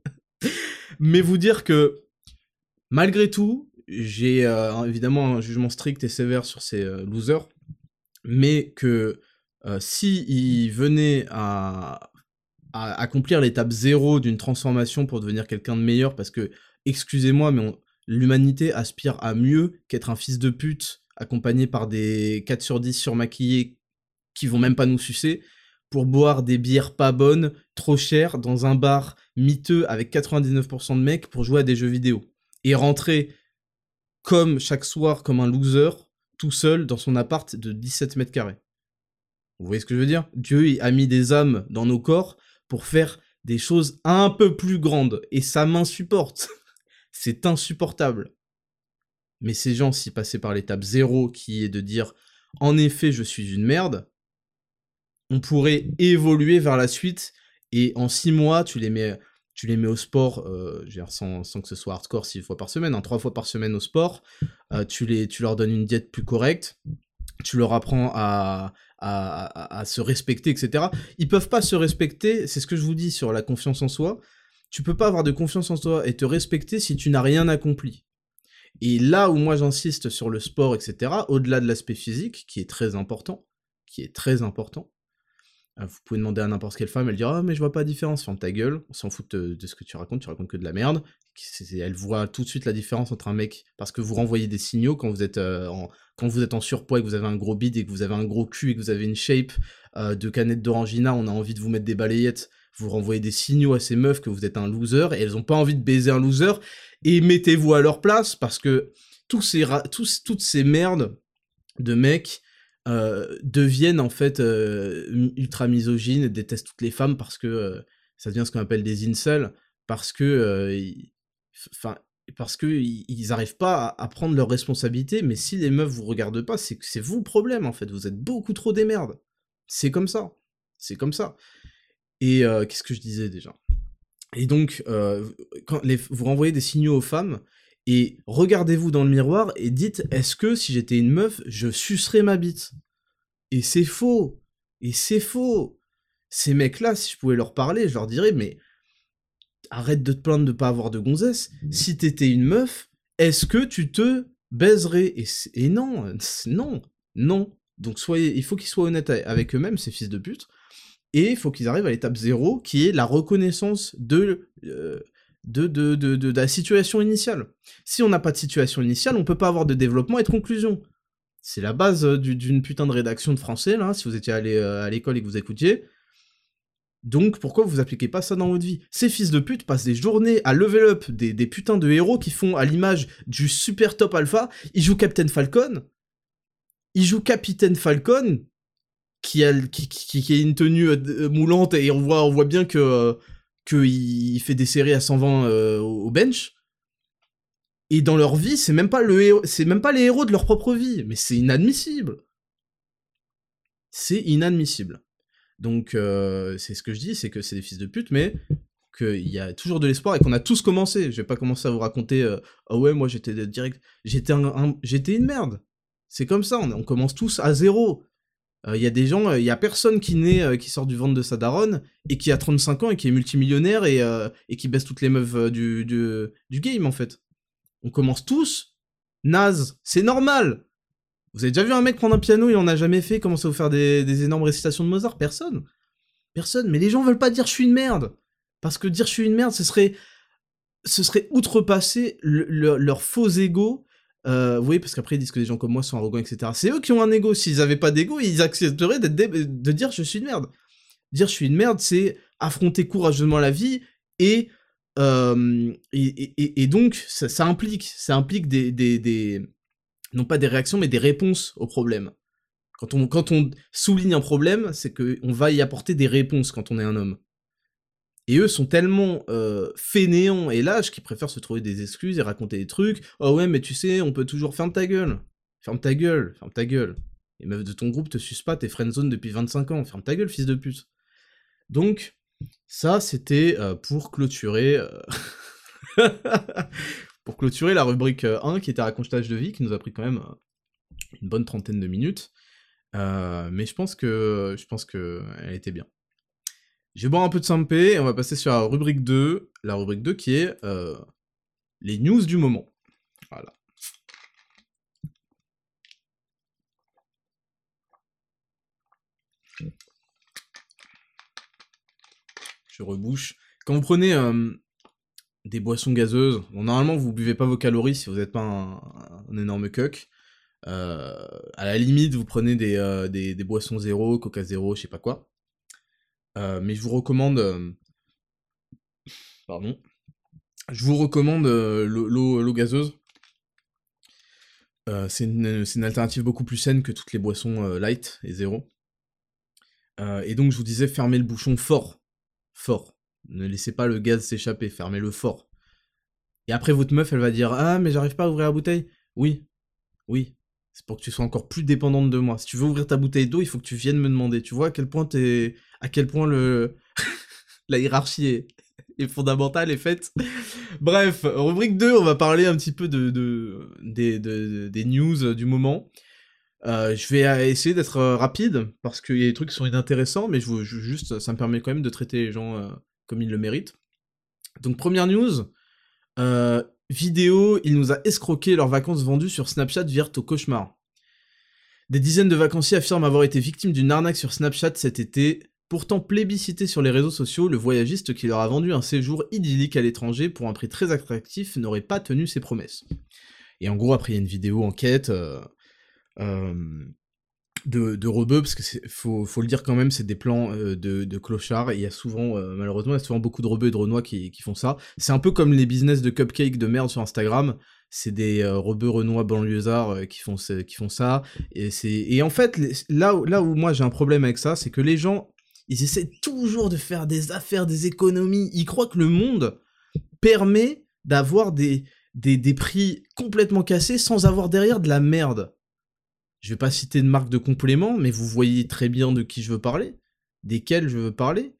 Mais vous dire que, malgré tout, j'ai, heu, évidemment un jugement strict et sévère sur ces, heu, losers, mais que, heu, si ils venaient à à accomplir l'étape zéro d'une transformation pour devenir quelqu'un de meilleur, parce que, excusez-moi, mais on l'humanité aspire à mieux qu'être un fils de pute, accompagné par des quatre sur dix surmaquillés qui vont même pas nous sucer, pour boire des bières pas bonnes, trop chères, dans un bar miteux avec quatre-vingt-dix-neuf pour cent de mecs pour jouer à des jeux vidéo. Et rentrer comme chaque soir, comme un loser, tout seul dans son appart de dix-sept mètres carrés. Vous voyez ce que je veux dire? Dieu a mis des âmes dans nos corps pour faire des choses un peu plus grandes, et ça m'insupporte. C'est insupportable. Mais ces gens, s'ils passaient par l'étape zéro, qui est de dire « En effet, je suis une merde », on pourrait évoluer vers la suite, et en six mois, tu les mets, tu les mets au sport, euh, je veux dire, sans, sans que ce soit hardcore six fois par semaine, hein, trois fois par semaine au sport, euh, tu, les, tu leur donnes une diète plus correcte, tu leur apprends à, à, à, à se respecter, et cetera. Ils peuvent pas se respecter, c'est ce que je vous dis sur la confiance en soi, tu peux pas avoir de confiance en toi et te respecter si tu n'as rien accompli. Et là où moi j'insiste sur le sport, et cetera, au-delà de l'aspect physique, qui est très important, qui est très important, vous pouvez demander à n'importe quelle femme, elle dira « Ah, mais je vois pas la différence, ferme ta gueule, on s'en fout de, de ce que tu racontes, tu racontes que de la merde. » Elle voit tout de suite la différence entre un mec, parce que vous renvoyez des signaux quand vous êtes, euh, en, quand vous êtes en surpoids et que vous avez un gros bide et que vous avez un gros cul et que vous avez une shape euh, de canette d'orangina, on a envie de vous mettre des balayettes, vous renvoyez des signaux à ces meufs que vous êtes un loser, et elles ont pas envie de baiser un loser, et mettez-vous à leur place, parce que tous ces tous, toutes ces merdes de mecs Euh, deviennent en fait euh, ultra misogynes, détestent toutes les femmes parce que euh, ça devient ce qu'on appelle des incels, parce que enfin euh, parce que ils, ils arrivent pas à, à prendre leurs responsabilités, mais si les meufs vous regardent pas, c'est que c'est vous le problème en fait, vous êtes beaucoup trop des merdes. C'est comme ça. C'est comme ça. Et euh, qu'est-ce que je disais déjà? Et donc, euh, quand les, vous renvoyez des signaux aux femmes, et regardez-vous dans le miroir et dites, est-ce que si j'étais une meuf, je sucerais ma bite? Et c'est faux. Et c'est faux. Ces mecs-là, si je pouvais leur parler, je leur dirais, mais arrête de te plaindre de pas avoir de gonzesse. Si t'étais une meuf, est-ce que tu te baiserais? Et, et non, non, non. Donc soyez, il faut qu'ils soient honnêtes avec eux-mêmes, ces fils de pute, et il faut qu'ils arrivent à l'étape zéro, qui est la reconnaissance de, euh, de, de, de, de, de la situation initiale. Si on n'a pas de situation initiale, on peut pas avoir de développement et de conclusion. C'est la base euh, d'une putain de rédaction de français, là, si vous étiez allé euh, à l'école et que vous écoutiez. Donc, pourquoi vous appliquez pas ça dans votre vie? Ces fils de pute passent des journées à level up des, des putains de héros qui font à l'image du super top alpha. Ils jouent Captain Falcon. Ils jouent Capitaine Falcon, qui a, qui, qui, qui a une tenue euh, moulante, et on voit, on voit bien que euh, qu'il fait des séries à cent vingt euh, au bench. Et dans leur vie, c'est même pas le héros, c'est même pas les héros de leur propre vie, mais c'est inadmissible. C'est inadmissible. Donc, euh, c'est ce que je dis, c'est que c'est des fils de pute, mais qu'il y a toujours de l'espoir et qu'on a tous commencé. Je vais pas commencer à vous raconter, euh, ah ouais, moi j'étais direct, j'étais un, un, j'étais une merde. C'est comme ça, on, on commence tous à zéro. Il euh, y a des gens, il euh, y a personne qui naît, euh, qui sort du ventre de sa daronne, et qui a trente-cinq ans et qui est multimillionnaire et, euh, et qui baisse toutes les meufs euh, du, du, du game, en fait. On commence tous naze, c'est normal. Vous avez déjà vu un mec prendre un piano, il en a jamais fait, commencer à vous faire des, des énormes récitations de Mozart? Personne. Personne. Mais les gens veulent pas dire je suis une merde. Parce que dire je suis une merde, ce serait, ce serait outrepasser le, le, leur faux ego. Euh, vous voyez, parce qu'après ils disent que les gens comme moi sont arrogants, et cetera. C'est eux qui ont un ego. S'ils avaient pas d'ego, ils accepteraient d'être dé- de dire je suis une merde. Dire je suis une merde, c'est affronter courageusement la vie, et, euh, et, et, et donc ça, ça implique, ça implique des, des, des, non pas des réactions, mais des réponses aux problèmes. Quand on, quand on souligne un problème, c'est qu'on va y apporter des réponses quand on est un homme. Et eux sont tellement euh, fainéants et lâches qu'ils préfèrent se trouver des excuses et raconter des trucs. Oh ouais, mais tu sais, on peut toujours... Ferme ta gueule. Ferme ta gueule. Ferme ta gueule. Les meufs de ton groupe te sucent pas, t'es friendzone depuis vingt-cinq ans. Ferme ta gueule, fils de pute. Donc, ça, c'était euh, pour clôturer... Euh... pour clôturer la rubrique un, qui était racontage de vie, qui nous a pris quand même euh, une bonne trentaine de minutes. Euh, mais je pense que... Je pense que elle était bien. Je vais boire un peu de Sampé et on va passer sur la rubrique deux, la rubrique deux qui est euh, les news du moment. Voilà. je rebouche. Quand vous prenez euh, des boissons gazeuses, bon, normalement vous buvez pas vos calories si vous n'êtes pas un, un énorme cuck. Euh, à la limite, vous prenez des, euh, des, des boissons zéro, Coca zéro, je sais pas quoi. Euh, mais je vous recommande... euh, pardon. Je vous recommande euh, l'eau, l'eau l'eau gazeuse. Euh, c'est une, c'est une alternative beaucoup plus saine que toutes les boissons euh, light et zéro. Euh, et donc je vous disais, fermez le bouchon fort. Fort. Ne laissez pas le gaz s'échapper, fermez-le fort. Et après votre meuf, elle va dire « Ah, mais j'arrive pas à ouvrir la bouteille ». Oui, oui. C'est pour que tu sois encore plus dépendante de moi. Si tu veux ouvrir ta bouteille d'eau, il faut que tu viennes me demander. Tu vois à quel point t'es... à quel point le... la hiérarchie est... est fondamentale, est faite. Bref, rubrique deux, on va parler un petit peu de, de, des, de, des news du moment. Euh, je vais essayer d'être euh, rapide, parce qu'il y a des trucs qui sont inintéressants, mais je veux, je, juste, ça me permet quand même de traiter les gens euh, comme ils le méritent. Donc première news, euh, vidéo, il nous a escroqué leurs vacances vendues sur Snapchat virent au cauchemar. Des dizaines de vacanciers affirment avoir été victimes d'une arnaque sur Snapchat cet été. Pourtant plébiscité sur les réseaux sociaux, le voyagiste qui leur a vendu un séjour idyllique à l'étranger pour un prix très attractif n'aurait pas tenu ses promesses. Et en gros, après, il y a une vidéo enquête euh, euh, de, de rebeux, parce que c'est, faut, faut le dire quand même, c'est des plans euh, de, de clochards, et il y a souvent, euh, malheureusement, il y a souvent beaucoup de rebeux et de renois qui, qui font ça. C'est un peu comme les business de cupcakes de merde sur Instagram, c'est des euh, rebeux renois banlieusards euh, qui, font, qui font ça, et, c'est... et en fait, les, là, où, là où moi j'ai un problème avec ça, c'est que les gens, ils essaient toujours de faire des affaires, des économies. Ils croient que le monde permet d'avoir des, des, des prix complètement cassés sans avoir derrière de la merde. Je vais pas citer de marque de complément, mais vous voyez très bien de qui je veux parler, desquels je veux parler.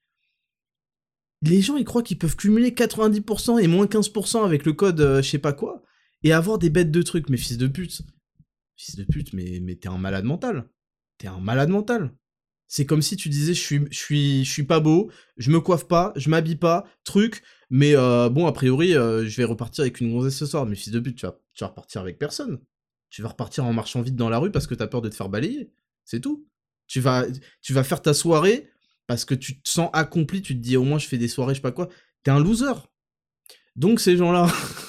Les gens, ils croient qu'ils peuvent cumuler quatre-vingt-dix pour cent et moins quinze pour cent avec le code euh, je sais pas quoi, et avoir des bêtes de trucs. Mais fils de pute, fils de pute, mais, mais t'es un malade mental. T'es un malade mental. C'est comme si tu disais, je suis, je suis, je suis pas beau, je me coiffe pas, je m'habille pas, truc, mais euh, bon, a priori, euh, je vais repartir avec une gonzesse ce soir. Mais fils de pute, tu vas, tu vas repartir avec personne. Tu vas repartir en marchant vite dans la rue parce que t'as peur de te faire balayer. C'est tout. Tu vas, tu vas faire ta soirée parce que tu te sens accompli, tu te dis, au moins, je fais des soirées, je sais pas quoi. T'es un loser. Donc, ces gens-là...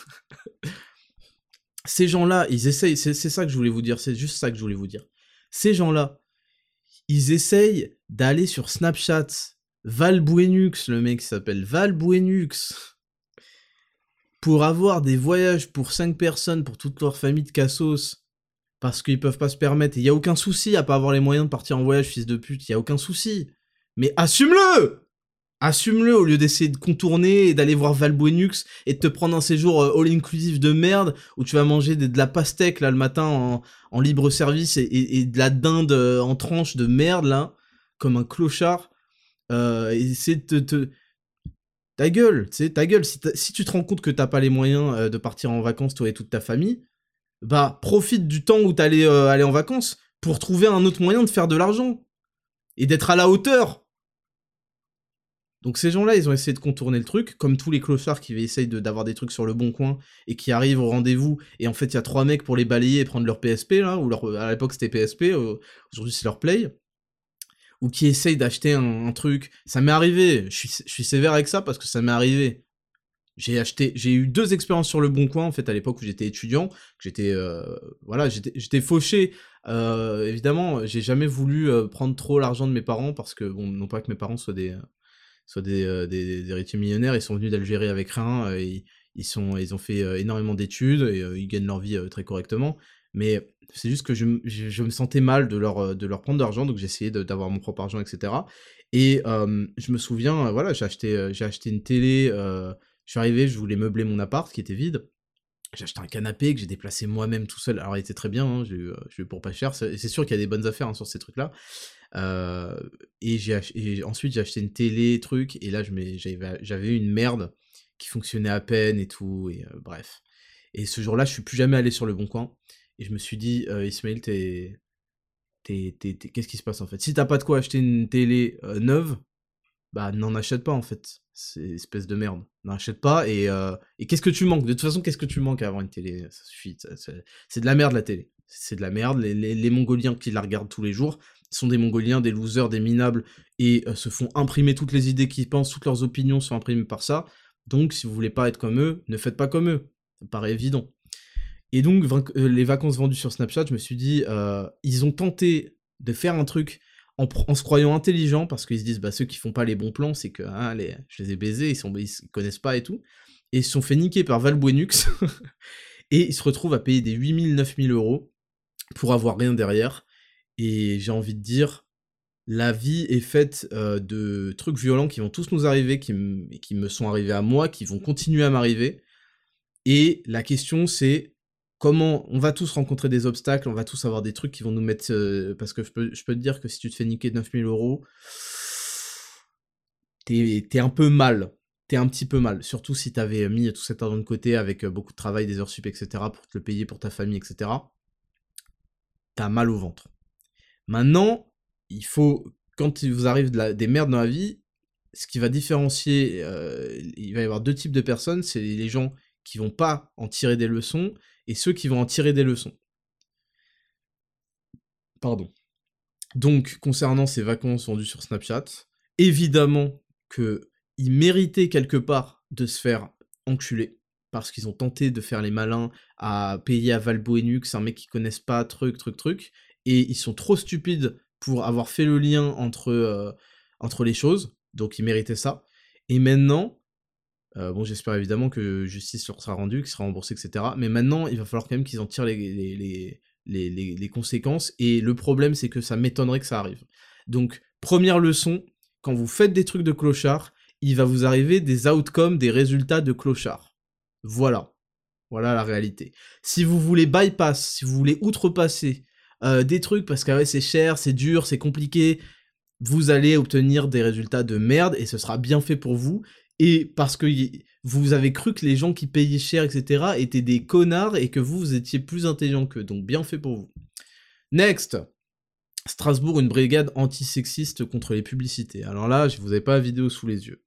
ces gens-là, ils essayent... C'est, c'est ça que je voulais vous dire, c'est juste ça que je voulais vous dire. Ces gens-là, ils essayent d'aller sur Snapchat. Val Buenux, le mec s'appelle Val Buenux, pour avoir des voyages pour cinq personnes, pour toute leur famille de cassos, parce qu'ils peuvent pas se permettre. Et y a aucun souci à pas avoir les moyens de partir en voyage, fils de pute, y a aucun souci. Mais assume-le! Assume-le au lieu d'essayer de contourner et d'aller voir Val Buenux et de te prendre un séjour all-inclusive de merde où tu vas manger de, de la pastèque là le matin en, en libre service et, et, et de la dinde en tranche de merde là, comme un clochard. Euh, et c'est te, te... Ta gueule, tu sais, ta gueule. Si, si tu te rends compte que t'as pas les moyens euh, de partir en vacances toi et toute ta famille, bah profite du temps où t'allais euh, aller en vacances pour trouver un autre moyen de faire de l'argent et d'être à la hauteur. Donc ces gens-là, ils ont essayé de contourner le truc, comme tous les clochards qui essayent de, d'avoir des trucs sur le bon coin, et qui arrivent au rendez-vous, et en fait il y a trois mecs pour les balayer et prendre leur P S P, là, ou leur, à l'époque c'était P S P, euh, aujourd'hui c'est leur Play, ou qui essayent d'acheter un, un truc. Ça m'est arrivé, je suis, je suis sévère avec ça parce que ça m'est arrivé. J'ai acheté, j'ai eu deux expériences sur le bon coin, en fait, à l'époque où j'étais étudiant, que j'étais, euh, voilà, j'étais, j'étais fauché. Euh, évidemment, j'ai jamais voulu euh, prendre trop l'argent de mes parents, parce que, bon, non pas que mes parents soient des... soit des, euh, des, des héritiers millionnaires, ils sont venus d'Algérie avec rien, euh, ils, ils, sont, ils ont fait euh, énormément d'études, et euh, ils gagnent leur vie euh, très correctement, mais c'est juste que je, je, je me sentais mal de leur, de leur prendre de l'argent, donc j'ai essayé de, d'avoir mon propre argent, et cetera. Et euh, je me souviens, euh, voilà, j'ai acheté, euh, j'ai acheté une télé, euh, je suis arrivé, je voulais meubler mon appart, qui était vide, j'ai acheté un canapé que j'ai déplacé moi-même tout seul, alors il était très bien, hein, j'ai eu, j'ai eu pour pas cher, c'est, c'est sûr qu'il y a des bonnes affaires hein, sur ces trucs-là, euh, et, j'ai ach- et ensuite j'ai acheté une télé, truc, et là je m'ai- j'avais, j'avais une merde qui fonctionnait à peine et tout, et euh, bref. Et ce jour-là, je suis plus jamais allé sur le bon coin, et je me suis dit, euh, Ismaël, t'es, t'es, t'es, t'es- qu'est-ce qui se passe en fait? Si t'as pas de quoi acheter une télé euh, neuve, bah n'en achète pas en fait, c'est espèce de merde. N'en achète pas, et, euh, et qu'est-ce que tu manques? De toute façon, qu'est-ce que tu manques à avoir une télé? Ça suffit, ça- ça- c'est de la merde la télé. c'est de la merde, les, les, les Mongoliens qui la regardent tous les jours sont des Mongoliens, des losers, des minables, et euh, se font imprimer toutes les idées qu'ils pensent, toutes leurs opinions sont imprimées par ça, donc si vous voulez pas être comme eux, ne faites pas comme eux, ça paraît évident. Et donc, euh, les vacances vendues sur Snapchat, je me suis dit, euh, ils ont tenté de faire un truc en, en se croyant intelligents, parce qu'ils se disent, bah ceux qui font pas les bons plans, c'est que hein, les, je les ai baisés, ils, sont, ils, ils connaissent pas et tout, et ils se sont fait niquer par Valbuenux, et ils se retrouvent à payer des huit mille, neuf mille euros pour avoir rien derrière, et j'ai envie de dire, la vie est faite euh, de trucs violents qui vont tous nous arriver, qui, qui me sont arrivés à moi, qui vont continuer à m'arriver, et la question c'est, comment, on va tous rencontrer des obstacles, on va tous avoir des trucs qui vont nous mettre, euh, parce que je peux, je peux te dire que si tu te fais niquer neuf mille euros, t'es, t'es un peu mal, t'es un petit peu mal, surtout si t'avais mis tout cet argent de côté avec beaucoup de travail, des heures sup, et cetera, pour te le payer pour ta famille, et cetera, t'as mal au ventre. Maintenant, il faut, quand il vous arrive de la, des merdes dans la vie, ce qui va différencier, euh, il va y avoir deux types de personnes, c'est les gens qui vont pas en tirer des leçons, et ceux qui vont en tirer des leçons. Pardon. Donc, concernant ces vacances vendues sur Snapchat, évidemment qu'ils méritaient quelque part de se faire enculer, parce qu'ils ont tenté de faire les malins à payer à Valbuenux, un mec qu'ils connaissent pas, truc, truc, truc, et ils sont trop stupides pour avoir fait le lien entre, euh, entre les choses, donc ils méritaient ça. Et maintenant, euh, bon, j'espère évidemment que justice leur sera rendue, qu'il sera remboursé, et cetera. Mais maintenant, il va falloir quand même qu'ils en tirent les, les, les, les, les, les conséquences, et le problème, c'est que ça m'étonnerait que ça arrive. Donc, première leçon, quand vous faites des trucs de clochard, il va vous arriver des outcomes, des résultats de clochard. Voilà. Voilà la réalité. Si vous voulez bypass, si vous voulez outrepasser euh, des trucs parce que ouais, c'est cher, c'est dur, c'est compliqué, vous allez obtenir des résultats de merde et ce sera bien fait pour vous. Et parce que y, vous avez cru que les gens qui payaient cher, et cetera étaient des connards et que vous, vous étiez plus intelligent qu'eux. Donc bien fait pour vous. Next. Strasbourg, une brigade antisexiste contre les publicités. Alors là, je vous avais pas la vidéo sous les yeux.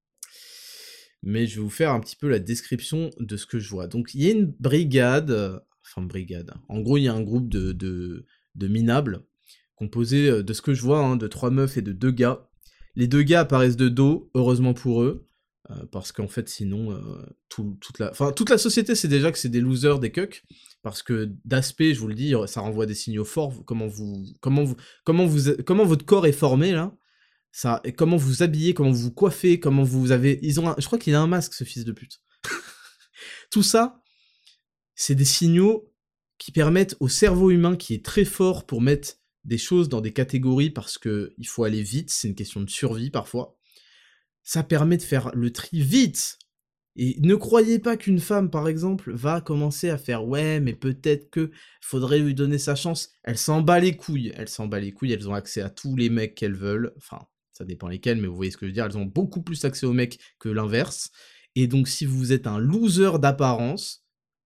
Mais je vais vous faire un petit peu la description de ce que je vois. Donc il y a une brigade, euh, enfin brigade, en gros il y a un groupe de, de, de minables, composé de ce que je vois, hein, de trois meufs et de deux gars. Les deux gars apparaissent de dos, heureusement pour eux, euh, parce qu'en fait sinon, euh, tout, toute, la... enfin, toute la société sait déjà que c'est des losers, des cucks, parce que d'aspect, je vous le dis, ça renvoie des signaux forts, comment vous, comment vous, comment vous, comment votre corps est formé là. Ça, et comment vous habillez, comment vous coiffez, comment vous avez... Ils ont un... Je crois qu'il a un masque, ce fils de pute. Tout ça, c'est des signaux qui permettent au cerveau humain, qui est très fort pour mettre des choses dans des catégories parce que il faut aller vite, c'est une question de survie parfois. Ça permet de faire le tri vite. Et ne croyez pas qu'une femme, par exemple, va commencer à faire « Ouais, mais peut-être que faudrait lui donner sa chance. » Elle s'en bat les couilles. Elle s'en bat les couilles, elles ont accès à tous les mecs qu'elles veulent. Enfin... ça dépend lesquelles, mais vous voyez ce que je veux dire, elles ont beaucoup plus accès aux mecs que l'inverse, et donc si vous êtes un loser d'apparence,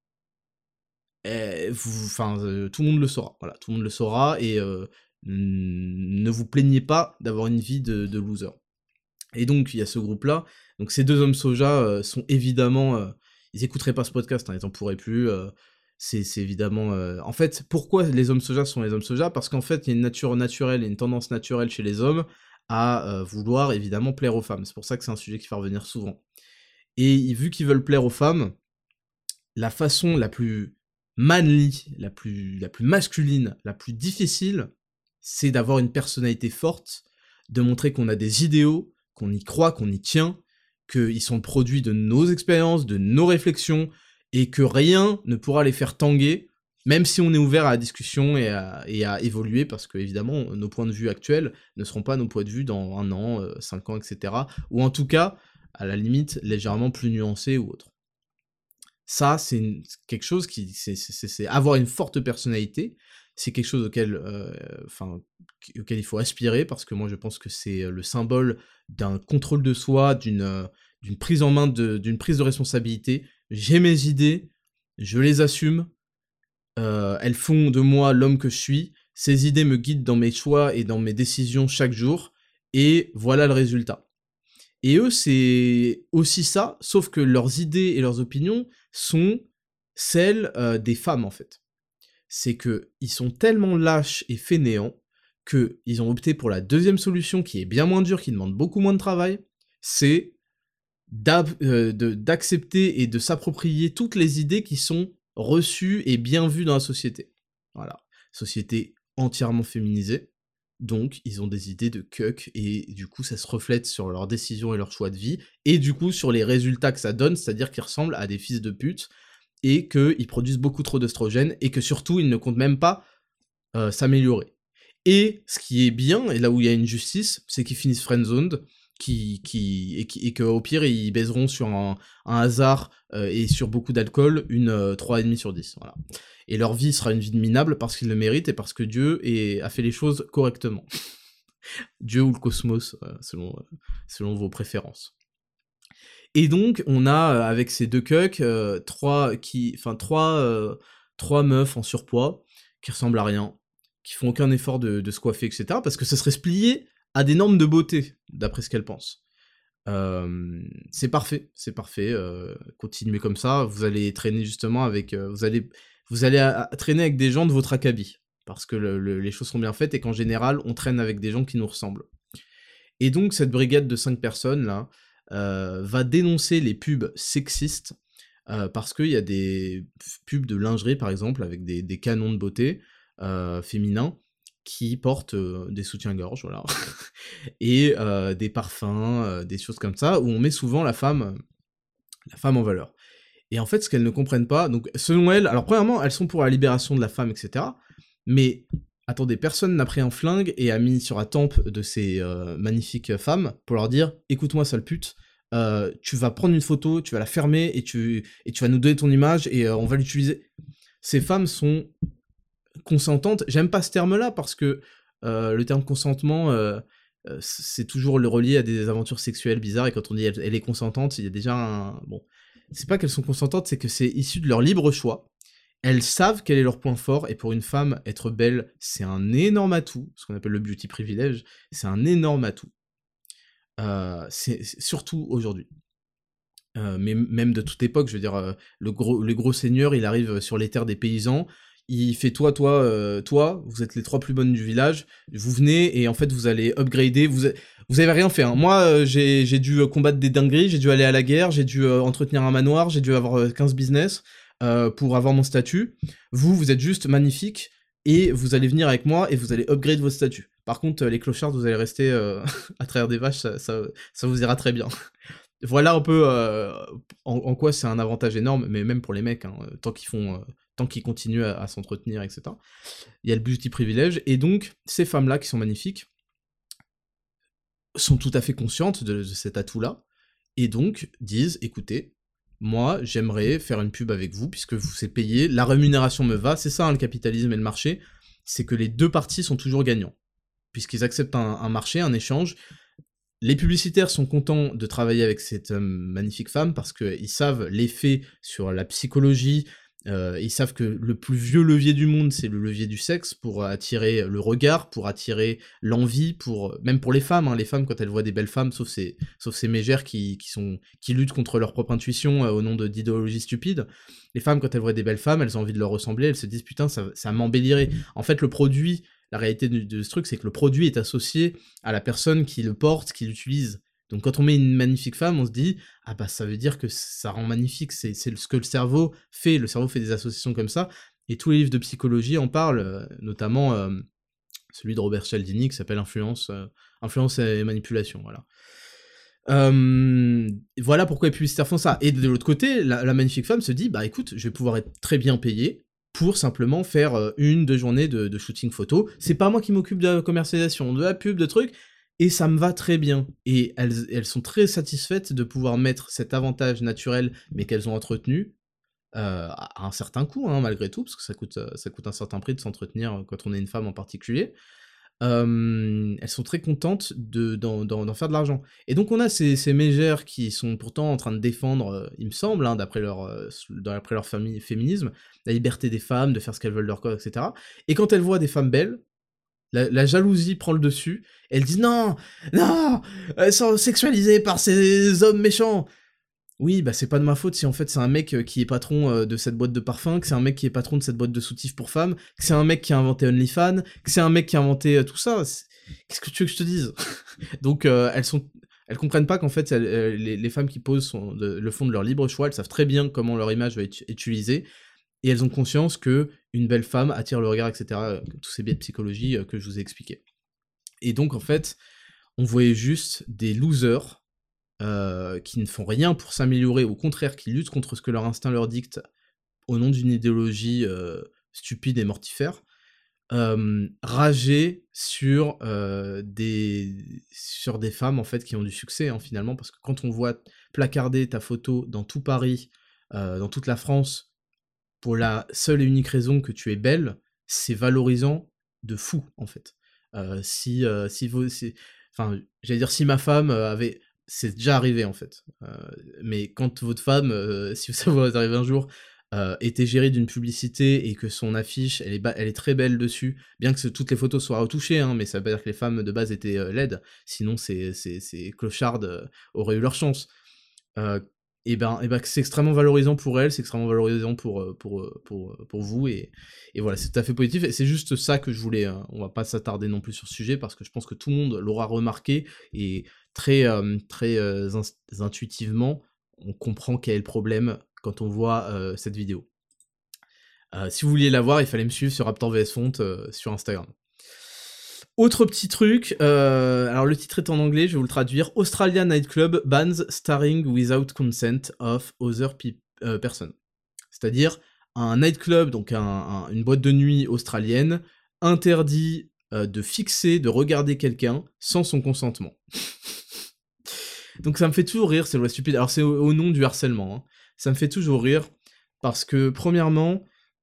eh, vous, enfin, euh, tout le monde le saura, voilà, tout le monde le saura, et euh, ne vous plaignez pas d'avoir une vie de, de loser. Et donc, il y a ce groupe-là, donc ces deux hommes soja euh, sont évidemment, euh, ils écouteraient pas ce podcast, hein, ils en pourraient plus, euh, c'est évidemment... Euh... En fait, pourquoi les hommes soja sont les hommes soja? Parce qu'en fait, il y a une nature naturelle et une tendance naturelle chez les hommes à euh, vouloir évidemment plaire aux femmes. C'est pour ça que c'est un sujet qui va revenir souvent. Et vu qu'ils veulent plaire aux femmes, la façon la plus manly, la plus, la plus masculine, la plus difficile, c'est d'avoir une personnalité forte, de montrer qu'on a des idéaux, qu'on y croit, qu'on y tient, qu'ils sont le produit de nos expériences, de nos réflexions, et que rien ne pourra les faire tanguer, même si on est ouvert à la discussion et à, et à évoluer, parce que évidemment nos points de vue actuels ne seront pas nos points de vue dans un an, euh, cinq ans, et cetera. Ou en tout cas, à la limite, légèrement plus nuancés ou autre. Ça, c'est quelque chose qui... c'est avoir une forte personnalité, c'est quelque chose auquel, euh, enfin, auquel il faut aspirer, parce que moi je pense que c'est le symbole d'un contrôle de soi, d'une euh, d'une prise en main, d'une prise de responsabilité. J'ai mes idées, je les assume, euh, elles font de moi l'homme que je suis, ces idées me guident dans mes choix et dans mes décisions chaque jour, et voilà le résultat. Et eux, c'est aussi ça, sauf que leurs idées et leurs opinions sont celles euh, des femmes, en fait. c'est que ils sont tellement lâches et fainéants qu'ils ont opté pour la deuxième solution, qui est bien moins dure, qui demande beaucoup moins de travail, c'est d'ab- euh, de- d'accepter et de s'approprier toutes les idées qui sont reçues et bien vues dans la société. Voilà. Société entièrement féminisée, donc ils ont des idées de cuck, et du coup ça se reflète sur leurs décisions et leurs choix de vie, et du coup sur les résultats que ça donne, c'est-à-dire qu'ils ressemblent à des fils de pute, et qu'ils produisent beaucoup trop d'œstrogènes, et que surtout ils ne comptent même pas euh, s'améliorer. Et ce qui est bien, et là où il y a une justice, c'est qu'ils finissent friendzoned, qui, qui, et, qui, et qu'au pire, ils baiseront sur un, un hasard euh, et sur beaucoup d'alcool une euh, trois virgule cinq sur dix. Voilà. Et leur vie sera une vie de minable parce qu'ils le méritent et parce que Dieu est, a fait les choses correctement. Dieu ou le cosmos, euh, selon, euh, selon vos préférences. Et donc, on a, euh, avec ces deux cucks, euh, trois, qui, enfin, trois, euh, trois meufs en surpoids, qui ressemblent à rien, qui font aucun effort de, de se coiffer, et cetera, parce que ça serait se plier à des normes de beauté, d'après ce qu'elles pensent. Euh, c'est parfait, c'est parfait, euh, continuez comme ça, vous allez traîner justement avec... euh, vous allez, vous allez à- à traîner avec des gens de votre acabit, parce que le- le- les choses sont bien faites, et qu'en général, on traîne avec des gens qui nous ressemblent. Et donc, cette brigade de cinq personnes, là, euh, va dénoncer les pubs sexistes, euh, parce qu'il y a des pubs de lingerie, par exemple, avec des, des canons de beauté euh, féminins, qui portent euh, des soutiens-gorge, voilà, et euh, des parfums, euh, des choses comme ça, où on met souvent la femme, la femme en valeur. Et en fait, ce qu'elles ne comprennent pas, donc selon elles, alors premièrement, elles sont pour la libération de la femme, et cetera, mais attendez, personne n'a pris un flingue et a mis sur la tempe de ces euh, magnifiques femmes pour leur dire « Écoute-moi, sale pute, euh, tu vas prendre une photo, tu vas la fermer, et tu, et tu vas nous donner ton image, et euh, on va l'utiliser. » Ces femmes sont consentantes. J'aime pas ce terme-là, parce que euh, le terme consentement, euh, euh, c'est toujours le relié à des aventures sexuelles bizarres, et quand on dit elle, elle est consentante, il y a déjà un... Bon, c'est pas qu'elles sont consentantes, c'est que c'est issu de leur libre choix. Elles savent quel est leur point fort, et pour une femme, être belle, c'est un énorme atout, ce qu'on appelle le beauty privilège, c'est un énorme atout. Euh, c'est c'est surtout aujourd'hui. Euh, mais même de toute époque, je veux dire, euh, le gros, le gros seigneur, il arrive sur les terres des paysans, il fait toi, toi, euh, toi, vous êtes les trois plus bonnes du village, vous venez et en fait vous allez upgrader, vous, a- vous avez rien fait. Hein. Moi, euh, j'ai j'ai dû euh, combattre des dingueries, j'ai dû aller à la guerre, j'ai dû euh, entretenir un manoir, j'ai dû avoir euh, quinze business euh, pour avoir mon statut. Vous, vous êtes juste magnifique et vous allez venir avec moi et vous allez upgrade votre statut. Par contre, euh, les clochards, vous allez rester euh, à travers des vaches, ça, ça, ça vous ira très bien. Voilà un peu euh, en, en quoi c'est un avantage énorme, mais même pour les mecs, hein, tant qu'ils font, euh, tant qu'ils continuent à, à s'entretenir, et cetera. Il y a le beauty privilège, et donc ces femmes-là qui sont magnifiques sont tout à fait conscientes de, de cet atout-là, et donc disent, écoutez, moi j'aimerais faire une pub avec vous, puisque vous c'est payé, la rémunération me va, c'est ça hein, le capitalisme et le marché, c'est que les deux parties sont toujours gagnants, puisqu'ils acceptent un, un marché, un échange. Les publicitaires sont contents de travailler avec cette euh, magnifique femme parce qu'ils savent l'effet sur la psychologie, euh, ils savent que le plus vieux levier du monde, c'est le levier du sexe, pour attirer le regard, pour attirer l'envie, pour même pour les femmes, hein, les femmes quand elles voient des belles femmes, sauf ces, sauf ces mégères qui, qui, sont, qui luttent contre leur propre intuition euh, au nom de, d'idéologies stupides, les femmes quand elles voient des belles femmes, elles ont envie de leur ressembler, elles se disent putain ça, ça m'embellirait. En fait le produit, la réalité de, de ce truc, c'est que le produit est associé à la personne qui le porte, qui l'utilise. Donc quand on met une magnifique femme, on se dit « Ah bah ça veut dire que ça rend magnifique, c'est c'est ce que le cerveau fait, le cerveau fait des associations comme ça ». Et tous les livres de psychologie en parlent, euh, notamment euh, celui de Robert Cialdini qui s'appelle Influence, euh, Influence et manipulation, voilà. Euh, voilà pourquoi les publicitaires font ça. Et de l'autre côté, la, la magnifique femme se dit « Bah écoute, je vais pouvoir être très bien payée pour simplement faire euh, une, deux journées de, de shooting photo. C'est pas moi qui m'occupe de la commercialisation, de la pub, de trucs, et ça me va très bien. » Et elles, elles sont très satisfaites de pouvoir mettre cet avantage naturel, mais qu'elles ont entretenu, euh, à un certain coût, hein, malgré tout, parce que ça coûte, euh, ça coûte un certain prix de s'entretenir quand on est une femme en particulier. Euh, elles sont très contentes de, d'en, d'en, d'en faire de l'argent. Et donc on a ces, ces mégères qui sont pourtant en train de défendre, euh, il me semble, hein, d'après leur, euh, d'après leur famille, féminisme, la liberté des femmes, de faire ce qu'elles veulent de leur corps, et cetera. Et quand elles voient des femmes belles, la, la jalousie prend le dessus, elles disent non, non, elles sont sexualisées par ces hommes méchants. Oui, bah, c'est pas de ma faute si en fait c'est un mec, heu, qui est patron, heu, de cette boîte de parfum, que c'est un mec qui est patron de cette boîte de soutifs pour femmes, que c'est un mec qui a inventé OnlyFans, que c'est un mec qui a inventé, heu, tout ça. C Qu'est-ce que tu veux que je te dise? Donc heu, elles sont elles comprennent pas qu'en fait elles, heu, les les femmes qui posent sont de le font de leur libre choix, elles savent très bien comment leur image va être utilisée et elles ont conscience que une belle femme attire le regard et cetera, heu, tous ces biais de psychologie, heu, que je vous ai expliqués. Et donc en fait, on voyait juste des losers, heu, qui ne font rien pour s'améliorer, au contraire qui luttent contre ce que leur instinct leur dicte, au nom d'une idéologie, heu, stupide et mortifère, hem, rager sur, heu, des sur des femmes, en fait, qui ont du succès, hein, finalement. Parce que quand on voit placarder ta photo dans tout Paris, heu, dans toute la France, pour la seule et unique raison que tu es belle, c'est valorisant de fou, en fait. Heu, si, heu, si vous si enfin, j'allais dire si ma femme, heu, avait c'est déjà arrivé, en fait, heu, mais quand votre femme, heu, si ça vous arrive un jour, heu, est égérie d'une publicité et que son affiche, elle est ba elle est très belle dessus, bien que ce toutes les photos soient retouchées, hein, mais ça veut pas dire que les femmes de base étaient, heu, laides, sinon ces ces ces clochards, heu, auraient eu leur chance. Heu et ben et ben que c'est extrêmement valorisant pour elle, c'est extrêmement valorisant pour, heu, pour, heu, pour, heu, pour vous et et voilà, c'est tout à fait positif et c'est juste ça que je voulais, heu, on va pas s'attarder non plus sur ce sujet parce que je pense que tout le monde l'aura remarqué et très, hem, très, heu, ins intuitivement, on comprend quel est le problème quand on voit, heu, cette vidéo. Heu, si vous vouliez la voir, il fallait me suivre sur Raptor V S Font, heu, sur Instagram. Autre petit truc, heu, alors le titre est en anglais, je vais vous le traduire. Australian nightclub bans starring without consent of other peop heu, person. C'est-à-dire un nightclub, donc un un une boîte de nuit australienne, interdit, heu, de fixer, de regarder quelqu'un sans son consentement. Donc ça me fait toujours rire ces lois stupides. Alors c'est au au nom du harcèlement, hein. Ça me fait toujours rire parce que premièrement,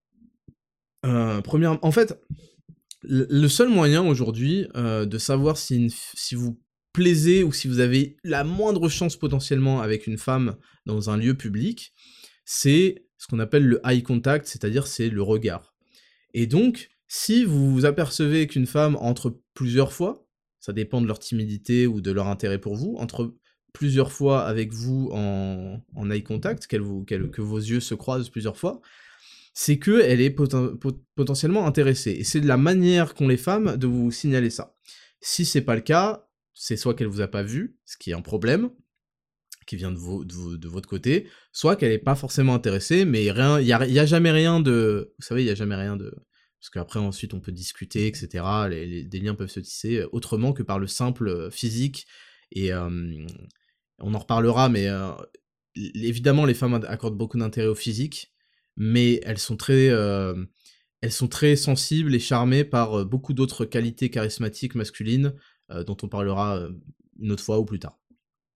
heu, première en fait, le le seul moyen aujourd'hui, heu, de savoir si une f si vous plaisez ou si vous avez la moindre chance potentiellement avec une femme dans un lieu public, c'est ce qu'on appelle le eye contact, c'est-à-dire c'est le regard. Et donc, si vous vous apercevez qu'une femme entre plusieurs fois, ça dépend de leur timidité ou de leur intérêt pour vous, entre plusieurs fois avec vous en en eye contact, qu'elle vous qu'elle que vos yeux se croisent plusieurs fois, c'est qu'elle est poten pot potentiellement intéressée et c'est de la manière qu'ont les femmes de vous signaler ça. Si c'est pas le cas, c'est soit qu'elle vous a pas vu, ce qui est un problème, qui vient de vo de vo de votre côté, soit qu'elle est pas forcément intéressée, mais rien il y a il y a jamais rien de vous savez, il y a jamais rien de parce qu'après ensuite on peut discuter et cetera, les les des liens peuvent se tisser, heu, autrement que par le simple, heu, physique et hem, on en reparlera, mais heu, l évidemment les femmes ad accordent beaucoup d'intérêt au physique, mais elles sont très, hem, elles sont très sensibles et charmées par, heu, beaucoup d'autres qualités charismatiques masculines, heu, dont on parlera, heu, une autre fois ou plus tard.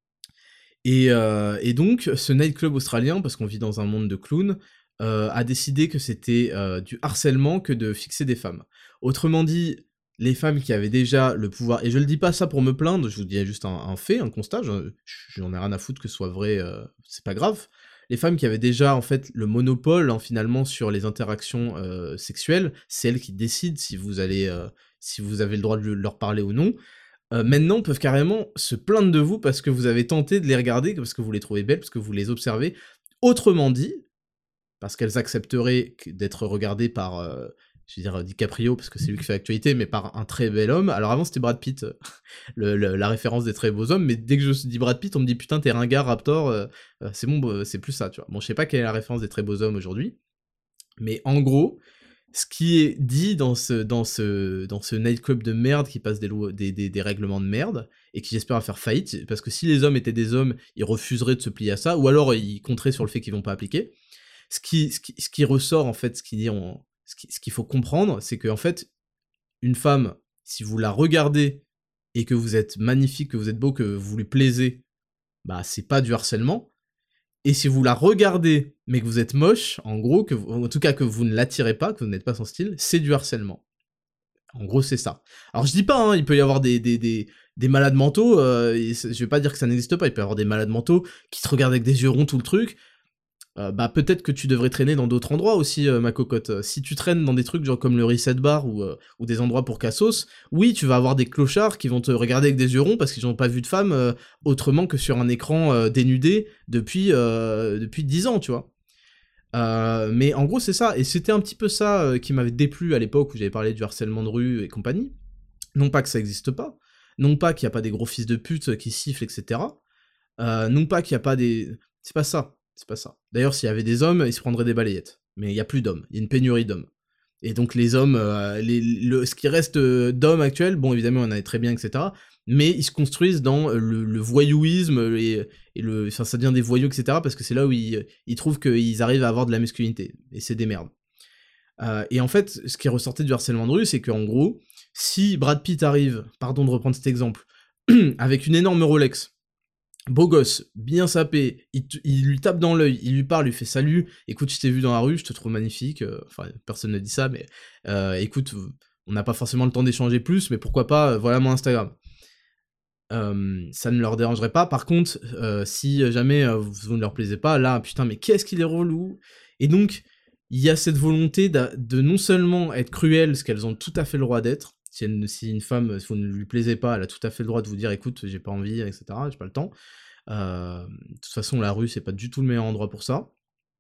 Et heu et donc ce nightclub australien, parce qu'on vit dans un monde de clowns, heu, a décidé que c'était, heu, du harcèlement que de fixer des femmes. Autrement dit, les femmes qui avaient déjà le pouvoir et je le dis pas ça pour me plaindre, je vous dis juste un un fait, un constat, je j'en ai rien à foutre que ce soit vrai, heu, c'est pas grave. Les femmes qui avaient déjà, en fait, le monopole, hein, finalement, sur les interactions, heu, sexuelles, c'est elles qui décident si vous allez, heu, si vous avez le droit de le leur parler ou non. Heu, maintenant peuvent carrément se plaindre de vous parce que vous avez tenté de les regarder, parce que vous les trouvez belles, parce que vous les observez. Autrement dit, parce qu'elles accepteraient que d'être regardées par, heu, je vais dire, heu, DiCaprio parce que c'est lui qui fait l'actualité, mais par un très bel homme. Alors avant c'était Brad Pitt, heu, le le la référence des très beaux hommes, mais dès que je dis Brad Pitt, on me dit: «Putain, tu es ringard Raptor», heu heu, c'est bon, b c'est plus ça, tu vois? Bon, je sais pas quelle est la référence des très beaux hommes aujourd'hui, mais en gros, ce qui est dit dans ce dans ce dans ce nightclub de merde qui passe des lois des des des règlements de merde et qui j'espère va faire faillite, parce que si les hommes étaient des hommes, ils refuseraient de se plier à ça ou alors ils compteraient sur le fait qu'ils vont pas appliquer. Ce qui ce qui ce qui ressort en fait, ce qui dit on ce qui ce qu'il faut comprendre, c'est qu'en fait, une femme, si vous la regardez et que vous êtes magnifique, que vous êtes beau, que vous lui plaisez, bah, c'est pas du harcèlement. Et si vous la regardez, mais que vous êtes moche, en gros, que vous en tout cas que vous ne l'attirez pas, que vous n'êtes pas son style, c'est du harcèlement. En gros, c'est ça. Alors je dis pas, hein, il peut y avoir des des des des malades mentaux, heu, et c'est je vais pas dire que ça n'existe pas, il peut y avoir des malades mentaux qui te regardent avec des yeux ronds tout le truc, euh, bah peut-être que tu devrais traîner dans d'autres endroits aussi, euh, ma cocotte. Si tu traînes dans des trucs genre comme le Reset Bar ou, euh, ou des endroits pour cassos, oui, tu vas avoir des clochards qui vont te regarder avec des yeux ronds parce qu'ils n'ont pas vu de femme euh, autrement que sur un écran euh, dénudé depuis, euh, depuis dix ans, tu vois. Euh, mais en gros, c'est ça, et c'était un petit peu ça euh, qui m'avait déplu à l'époque où j'avais parlé du harcèlement de rue et compagnie. Non pas que ça existe pas, non pas qu'il y a pas des gros fils de pute qui sifflent, et cetera. Euh, non pas qu'il y a pas des... C'est pas ça, c'est pas ça. D'ailleurs, s'il y avait des hommes, ils se prendraient des balayettes. Mais il y a plus d'hommes, il y a une pénurie d'hommes. Et donc les hommes, euh, les, le, ce qui reste euh, d'hommes actuels, bon évidemment on en est très bien, et cetera. Mais ils se construisent dans le, le voyouisme et, et le, enfin, ça devient des voyous, et cetera. Parce que c'est là où ils, ils trouvent qu'ils arrivent à avoir de la masculinité. Et c'est des merdes. Euh, et en fait, ce qui ressortait du harcèlement de rue, c'est qu'en gros, si Brad Pitt arrive, pardon de reprendre cet exemple, avec une énorme Rolex, beau gosse, bien sapé, il, il lui tape dans l'œil, il lui parle, lui fait salut, écoute, je t'ai vu dans la rue, je te trouve magnifique, euh, enfin, personne ne dit ça, mais euh, écoute, on n'a pas forcément le temps d'échanger plus, mais pourquoi pas, euh, voilà mon Instagram. Euh, ça ne leur dérangerait pas, par contre, euh, si jamais euh, vous, vous ne leur plaisez pas, là, putain, mais qu'est-ce qu'il est relou. Et donc, il y a cette volonté de, de non seulement être cruelle, ce qu'elles ont tout à fait le droit d'être, si, elle, si une femme, si vous ne lui plaisez pas, elle a tout à fait le droit de vous dire, écoute, j'ai pas envie, et cetera, j'ai pas le temps. Euh, de toute façon, la rue, c'est pas du tout le meilleur endroit pour ça.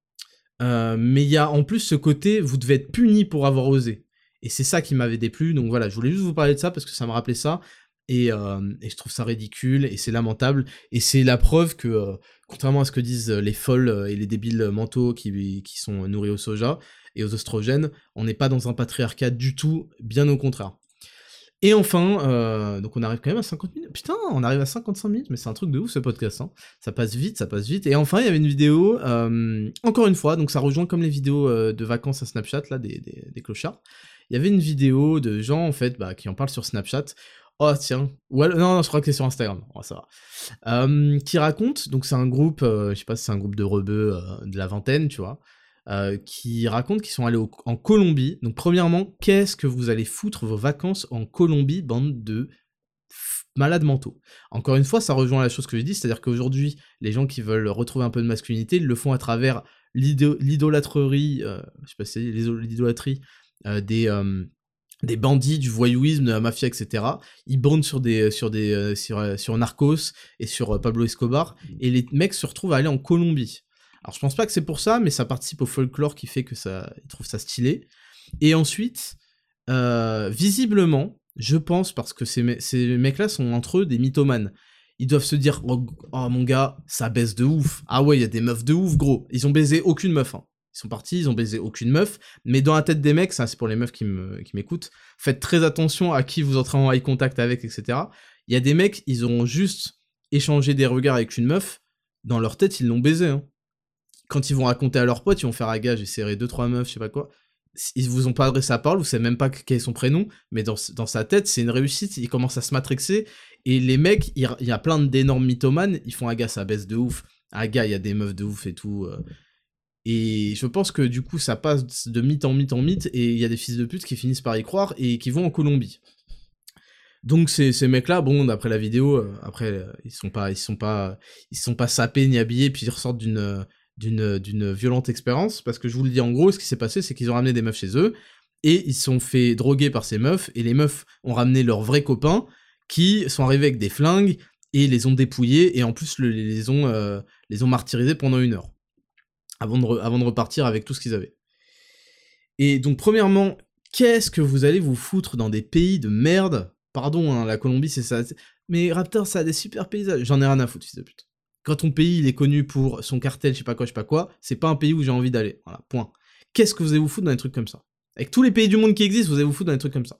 Euh, mais il y a en plus ce côté, vous devez être puni pour avoir osé. Et c'est ça qui m'avait déplu, donc voilà, je voulais juste vous parler de ça, parce que ça me rappelait ça, et, euh, et je trouve ça ridicule, et c'est lamentable, et c'est la preuve que, euh, contrairement à ce que disent les folles et les débiles mentaux qui, qui sont nourris au soja et aux oestrogènes, on n'est pas dans un patriarcat du tout, bien au contraire. Et enfin, euh, donc on arrive quand même à cinquante minutes. Putain, on arrive à cinquante-cinq minutes, mais c'est un truc de ouf ce podcast. Hein. Ça passe vite, ça passe vite. Et enfin, il y avait une vidéo, euh, encore une fois, donc ça rejoint comme les vidéos euh, de vacances à Snapchat, là, des, des, des clochards. Il y avait une vidéo de gens, en fait, bah, qui en parlent sur Snapchat. Oh, tiens. Ouais, non, non, je crois que c'est sur Instagram. Oh, ça va. Euh, qui raconte, donc c'est un groupe, euh, je sais pas si c'est un groupe de rebeux euh, de la vingtaine, tu vois. Euh, qui racontent qu'ils sont allés au, en Colombie. Donc premièrement, qu'est-ce que vous allez foutre vos vacances en Colombie, bande de malades mentaux. Encore une fois, ça rejoint la chose que j'ai dit, c'est-à-dire qu'aujourd'hui, les gens qui veulent retrouver un peu de masculinité, ils le font à travers l'idolâtrerie, euh, je sais pas si c'est l'idolâtrerie euh, des... Euh, des bandits, du voyouisme, de la mafia, et cetera. Ils bandent sur des, sur des, euh, sur, euh, sur Narcos et sur euh, Pablo Escobar, et les mecs se retrouvent à aller en Colombie. Alors je pense pas que c'est pour ça, mais ça participe au folklore qui fait que ça, ils trouvent ça stylé. Et ensuite, euh, visiblement, je pense, parce que ces, me ces mecs-là sont entre eux des mythomanes. Ils doivent se dire, oh, oh mon gars, ça baise de ouf. Ah ouais, il y a des meufs de ouf, gros. Ils ont baisé aucune meuf, hein. Ils sont partis, ils ont baisé aucune meuf, mais dans la tête des mecs, ça c'est pour les meufs qui me, qui m'écoutent, faites très attention à qui vous entrez en eye contact avec, et cetera. Il y a des mecs, ils auront juste échangé des regards avec une meuf, dans leur tête, ils l'ont baisé, hein. Quand ils vont raconter à leurs potes, ils vont faire à gage, j'ai serré deux trois meufs, je sais pas quoi. Ils vous ont pas adressé la parole, vous savez même pas quel est son prénom, mais dans, dans sa tête, c'est une réussite, il commence à se matrixer, et les mecs, il y a plein d'énormes mythomanes, ils font, ah gars, ça baisse de ouf, ah gars, il y a des meufs de ouf et tout, euh. Et je pense que du coup, ça passe de mythe en mythe en mythe, et il y a des fils de pute qui finissent par y croire, et qui vont en Colombie. Donc ces, ces mecs-là, bon, d'après la vidéo, euh, après, euh, ils sont pas, ils sont pas, ils sont pas sapés ni habillés, puis ils ressortent d'une... d'une d'une violente expérience, parce que je vous le dis en gros, ce qui s'est passé, c'est qu'ils ont ramené des meufs chez eux, et ils se sont fait droguer par ces meufs, et les meufs ont ramené leurs vrais copains, qui sont arrivés avec des flingues, et les ont dépouillés, et en plus le, les, ont, euh, les ont martyrisés pendant une heure, avant de, re, avant de repartir avec tout ce qu'ils avaient. Et donc premièrement, qu'est-ce que vous allez vous foutre dans des pays de merde? Pardon, hein, la Colombie c'est ça, mais Raptor ça a des super paysages, j'en ai rien à foutre, fils de pute. Quand ton pays il est connu pour son cartel, je sais pas quoi, je sais pas quoi, c'est pas un pays où j'ai envie d'aller. Voilà, point. Qu'est-ce que vous allez vous foutre dans des trucs comme ça? Avec tous les pays du monde qui existent, vous allez vous foutre dans des trucs comme ça.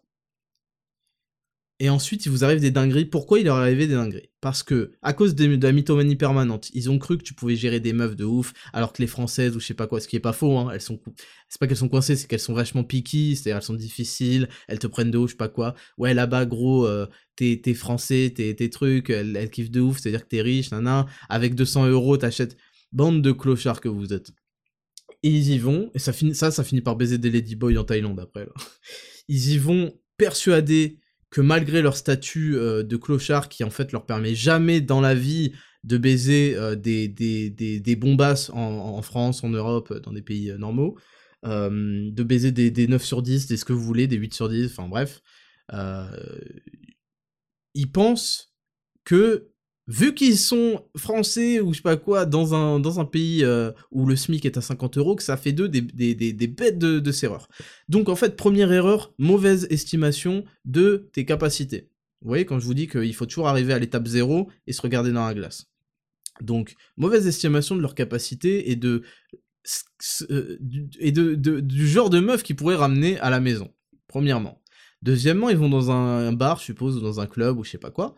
Et ensuite, il vous arrive des dingueries. Pourquoi il leur est arrivé des dingueries? Parce que, à cause de, de la mythomanie permanente, ils ont cru que tu pouvais gérer des meufs de ouf, alors que les françaises, ou je sais pas quoi, ce qui est pas faux, hein, elles sont, c'est pas qu'elles sont coincées, c'est qu'elles sont vachement picky, c'est-à-dire elles sont difficiles, elles te prennent de ouf, je sais pas quoi. Ouais, là-bas, gros, euh, t'es, t'es français, t'es, t'es trucs, elles, elles kiffent de ouf, c'est-à-dire que t'es riche, nana, avec deux cents euros, t'achètes. Bande de clochards que vous êtes. Et ils y vont, et ça finit, ça, ça finit par baiser des ladyboys en Thaïlande après, là. Ils y vont persuadés que malgré leur statut euh, de clochard qui en fait leur permet jamais dans la vie de baiser euh, des, des, des, des bombasses en, en France, en Europe, dans des pays euh, normaux, euh, de baiser des, des neuf sur dix, des ce que vous voulez, des huit sur dix, enfin bref, euh, ils pensent que, vu qu'ils sont français ou je sais pas quoi, dans un, dans un pays euh, où le SMIC est à cinquante euros, que ça fait d'eux des, des, des, des bêtes de, de serreurs. Donc en fait, première erreur, mauvaise estimation de tes capacités. Vous voyez, quand je vous dis qu'il faut toujours arriver à l'étape zéro et se regarder dans la glace. Donc, mauvaise estimation de leurs capacités et de et de, de, du genre de meuf qu'ils pourraient ramener à la maison, premièrement. Deuxièmement, ils vont dans un bar, je suppose, ou dans un club, ou je sais pas quoi.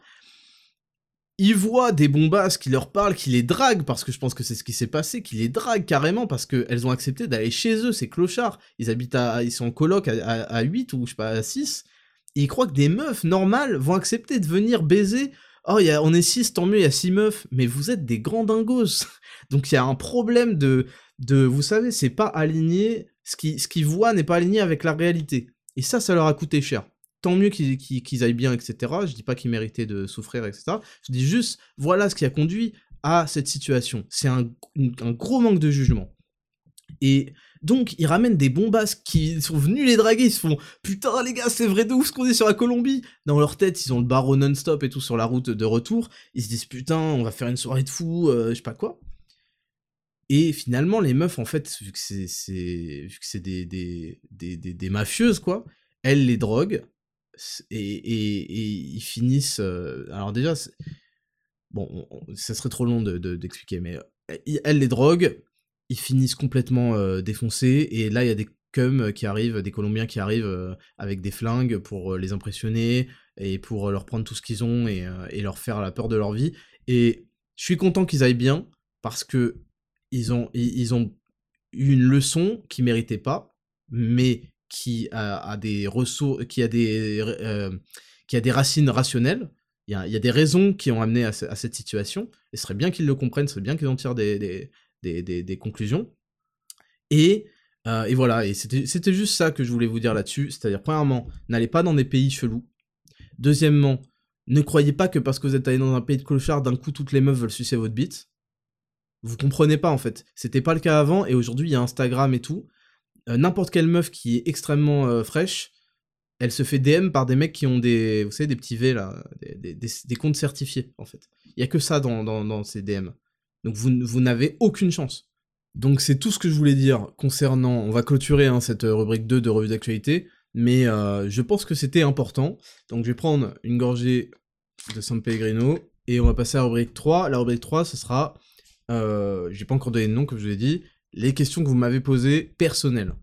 Ils voient des bombasses qui leur parlent, qui les draguent, parce que je pense que c'est ce qui s'est passé, qui les draguent carrément, parce qu'elles ont accepté d'aller chez eux, ces clochards. Ils habitent à, ils sont en coloc à, à, à huit, ou je sais pas, à six, et ils croient que des meufs normales vont accepter de venir baiser. Oh, y a, on est six, tant mieux, il y a six meufs, mais vous êtes des grands dingos. Donc il y a un problème de, de vous savez, c'est pas aligné, ce qu'ils ce qu'ils voient n'est pas aligné avec la réalité. Et ça, ça leur a coûté cher. Tant mieux qu'ils qu'ils, qu'ils aillent bien, et cetera. Je dis pas qu'ils méritaient de souffrir, et cetera. Je dis juste, voilà ce qui a conduit à cette situation. C'est un, un gros manque de jugement. Et donc, ils ramènent des bombasses qui sont venus les draguer, ils se font « Putain, les gars, c'est vrai de ouf ce qu'on est sur la Colombie !» Dans leur tête, ils ont le barreau non-stop et tout sur la route de retour. Ils se disent « Putain, on va faire une soirée de fou, euh, je sais pas quoi. » Et finalement, les meufs, en fait, vu que c'est, c'est... Vu que c'est des, des, des, des, des mafieuses, quoi, elles les droguent, et, et, et ils finissent... Euh... Alors déjà, c'est... bon, on, on, ça serait trop long de, de, d'expliquer, mais euh, elles les droguent, ils finissent complètement euh, défoncés, et là, il y a des cums qui arrivent, des Colombiens qui arrivent euh, avec des flingues pour euh, les impressionner, et pour euh, leur prendre tout ce qu'ils ont, et, euh, et leur faire la peur de leur vie. Et je suis content qu'ils aillent bien, parce que ils ont, ils, ils ont eu une leçon qu'ils méritaient pas, mais qui a, a des ressources, qui a des, euh, qui a des racines rationnelles. Il y a, il y a des raisons qui ont amené à, ce, à cette situation, et ce serait bien qu'ils le comprennent, ce serait bien qu'ils en tirent des, des, des, des, des conclusions. Et, euh, et voilà, et c'était, c'était juste ça que je voulais vous dire là-dessus, c'est-à-dire, premièrement, n'allez pas dans des pays chelous. Deuxièmement, ne croyez pas que parce que vous êtes allé dans un pays de clochards, d'un coup, toutes les meufs veulent sucer votre bite. Vous comprenez pas, en fait. C'était pas le cas avant, et aujourd'hui, il y a Instagram et tout. Euh, n'importe quelle meuf qui est extrêmement euh, fraîche, elle se fait D M par des mecs qui ont des, vous savez, des petits V, là, des, des, des, des comptes certifiés, en fait. Il y a que ça dans, dans, dans ces D M. Donc vous, vous n'avez aucune chance. Donc c'est tout ce que je voulais dire concernant... On va clôturer hein, cette rubrique deux de revue d'actualité, mais euh, je pense que c'était important. Donc je vais prendre une gorgée de San Pellegrino, et on va passer à la rubrique trois. La rubrique trois, ce sera... Euh, j'ai pas encore donné de nom, comme je vous l'ai dit, les questions que vous m'avez posées personnelles.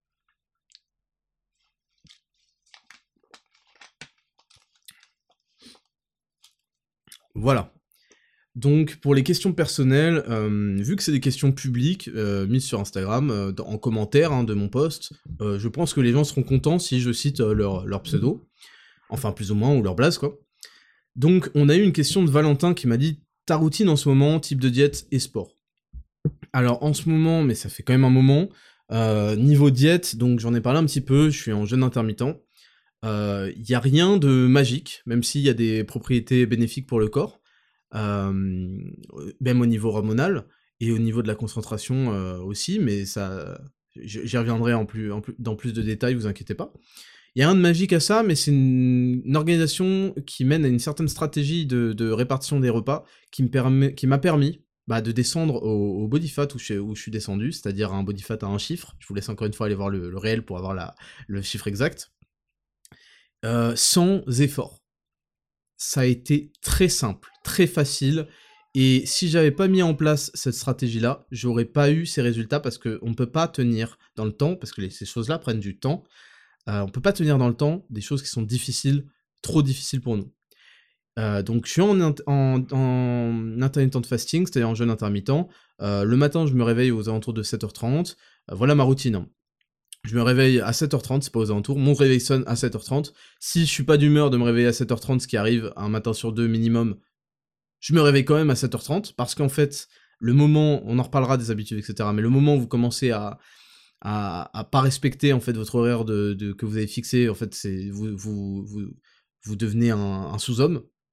Voilà. Donc, pour les questions personnelles, euh, vu que c'est des questions publiques, euh, mises sur Instagram, euh, dans, en commentaire hein, de mon post, euh, je pense que les gens seront contents si je cite euh, leur, leur pseudo, enfin plus ou moins, ou leur blase, quoi. Donc, on a eu une question de Valentin qui m'a dit « Ta routine en ce moment, type de diète et sport ?» Alors, en ce moment, mais ça fait quand même un moment, euh, niveau diète, donc j'en ai parlé un petit peu, je suis en jeûne intermittent. Il euh, n'y a rien de magique, même s'il y a des propriétés bénéfiques pour le corps, euh, même au niveau hormonal, et au niveau de la concentration euh, aussi, mais ça, j'y reviendrai en plus, en plus, dans plus de détails, vous inquiétez pas. Il y a rien de magique à ça, mais c'est une, une organisation qui mène à une certaine stratégie de, de répartition des repas qui me permet, qui m'a permis bah, de descendre au, au body fat où je, où je suis descendu, c'est-à-dire un body fat à un chiffre. Je vous laisse encore une fois aller voir le, le réel pour avoir la, le chiffre exact. Euh, sans effort. Ça a été très simple, très facile, et si j'avais pas mis en place cette stratégie-là, j'aurais pas eu ces résultats parce qu'on ne peut pas tenir dans le temps, parce que les, ces choses-là prennent du temps. Euh, on peut pas tenir dans le temps des choses qui sont difficiles, trop difficiles pour nous. Euh, donc je suis en, en, en intermittent fasting, c'est-à-dire en jeûne intermittent. Euh, le matin, je me réveille aux alentours de sept heures trente. Euh, voilà ma routine. Je me réveille à sept heures trente, c'est pas aux alentours. Mon réveil sonne à sept heures trente. Si je suis pas d'humeur de me réveiller à sept heures trente, ce qui arrive un matin sur deux minimum, je me réveille quand même à sept heures trente, parce qu'en fait, le moment, on en reparlera des habitudes, et cetera, mais le moment où vous commencez à, à, à pas respecter en fait votre horaire de, de, que vous avez fixé, en fait, c'est vous, vous, vous, vous devenez un, un sous-homme,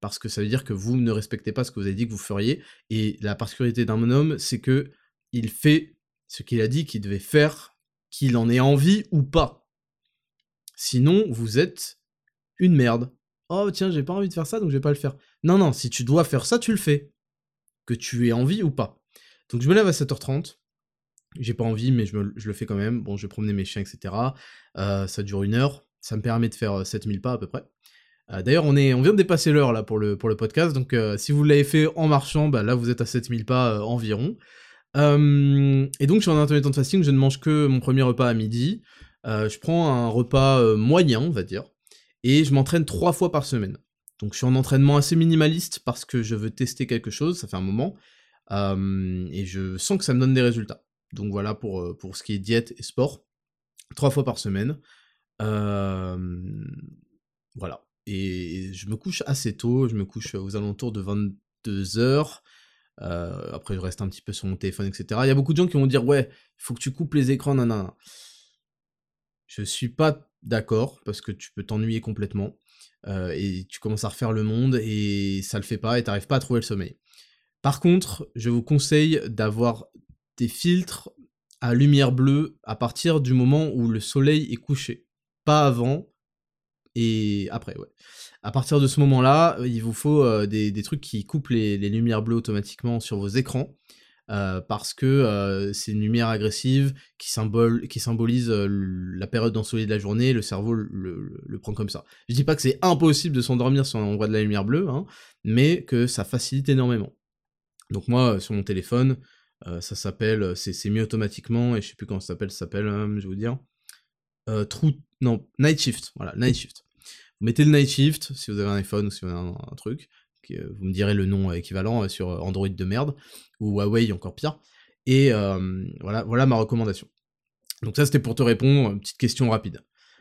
parce que ça veut dire que vous ne respectez pas ce que vous avez dit que vous feriez, et la particularité d'un homme, c'est que il fait ce qu'il a dit qu'il devait faire, qu'il en ait envie ou pas. Sinon, vous êtes une merde. Oh tiens, j'ai pas envie de faire ça, donc je vais pas le faire. Non, non, si tu dois faire ça, tu le fais. Que tu aies envie ou pas. Donc je me lève à sept heures trente, j'ai pas envie, mais je, me, je le fais quand même. Bon, je vais promener mes chiens, et cetera. Euh, ça dure une heure, ça me permet de faire sept mille pas à peu près. Euh, D'ailleurs, on, est, on vient de dépasser l'heure là pour le, pour le podcast, donc euh, si vous l'avez fait en marchant, bah, là vous êtes à sept mille pas euh, environ. Euh, et donc je suis en intermittent fasting, je ne mange que mon premier repas à midi. Euh, je prends un repas euh, moyen, on va dire, et je m'entraîne trois fois par semaine. Donc je suis en entraînement assez minimaliste parce que je veux tester quelque chose, ça fait un moment, euh, et je sens que ça me donne des résultats. Donc voilà pour, euh, pour ce qui est diète et sport, trois fois par semaine. Euh, voilà. Et je me couche assez tôt, je me couche aux alentours de vingt-deux heures. Euh, après je reste un petit peu sur mon téléphone, et cetera. Il y a beaucoup de gens qui vont dire « Ouais, il faut que tu coupes les écrans, nanana ». Je suis pas d'accord, parce que tu peux t'ennuyer complètement, euh, et tu commences à refaire le monde, et ça le fait pas, et t'arrives pas à trouver le sommeil. Par contre, je vous conseille d'avoir des filtres à lumière bleue à partir du moment où le soleil est couché. Pas avant, et après, ouais. À partir de ce moment-là, il vous faut euh, des, des trucs qui coupent les, les lumières bleues automatiquement sur vos écrans, euh, parce que euh, c'est une lumière agressive qui, symbole, qui symbolise euh, la période d'ensoleillé de la journée, le cerveau le, le, le prend comme ça. Je dis pas que c'est impossible de s'endormir si on voit de la lumière bleue, hein, mais que ça facilite énormément. Donc moi, sur mon téléphone, euh, ça s'appelle, c'est mis automatiquement, et je sais plus comment ça s'appelle, ça s'appelle, euh, je vais vous dire, euh, True, non, Night Shift, voilà, Night Shift. Vous mettez le Night Shift, si vous avez un iPhone ou si vous avez un, un truc, qui, euh, vous me direz le nom équivalent euh, sur Android de merde, ou Huawei encore pire, et euh, voilà, voilà ma recommandation. Donc ça c'était pour te répondre, une petite question rapide.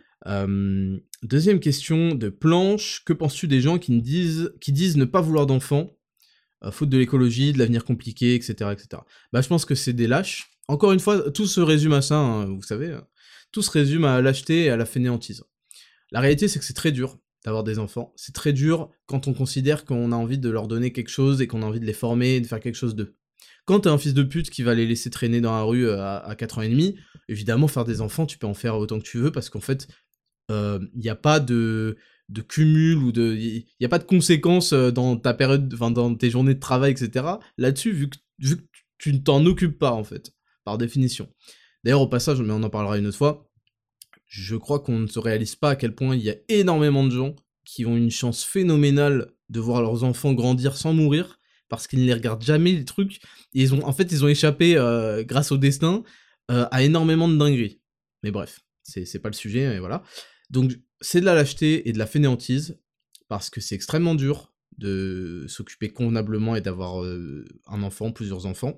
Euh, deuxième question de Planche, que penses-tu des gens qui, ne disent, qui disent ne pas vouloir d'enfants, euh, faute de l'écologie, de l'avenir compliqué, et cetera, et cetera. Bah je pense que c'est des lâches. Encore une fois, tout se résume à ça, hein, vous savez, tout se résume à lâcheté et à la fainéantise. La réalité, c'est que c'est très dur d'avoir des enfants. C'est très dur quand on considère qu'on a envie de leur donner quelque chose et qu'on a envie de les former et de faire quelque chose d'eux. Quand t'es un fils de pute qui va les laisser traîner dans la rue à, à quatre ans et demi, évidemment, faire des enfants, tu peux en faire autant que tu veux, parce qu'en fait, il euh, n'y a pas de, de cumul ou de... Il n'y a pas de conséquences dans ta période, enfin, dans tes journées de travail, et cetera. Là-dessus, vu que, vu que tu ne t'en occupes pas, en fait, par définition. D'ailleurs, au passage, mais on en parlera une autre fois, je crois qu'on ne se réalise pas à quel point il y a énormément de gens qui ont une chance phénoménale de voir leurs enfants grandir sans mourir, parce qu'ils ne les regardent jamais, les trucs, et ils ont, en fait, ils ont échappé, euh, grâce au destin, euh, à énormément de dingueries. Mais bref, c'est pas le sujet, et voilà. Donc, c'est de la lâcheté et de la fainéantise, parce que c'est extrêmement dur de s'occuper convenablement et d'avoir euh, un enfant, plusieurs enfants.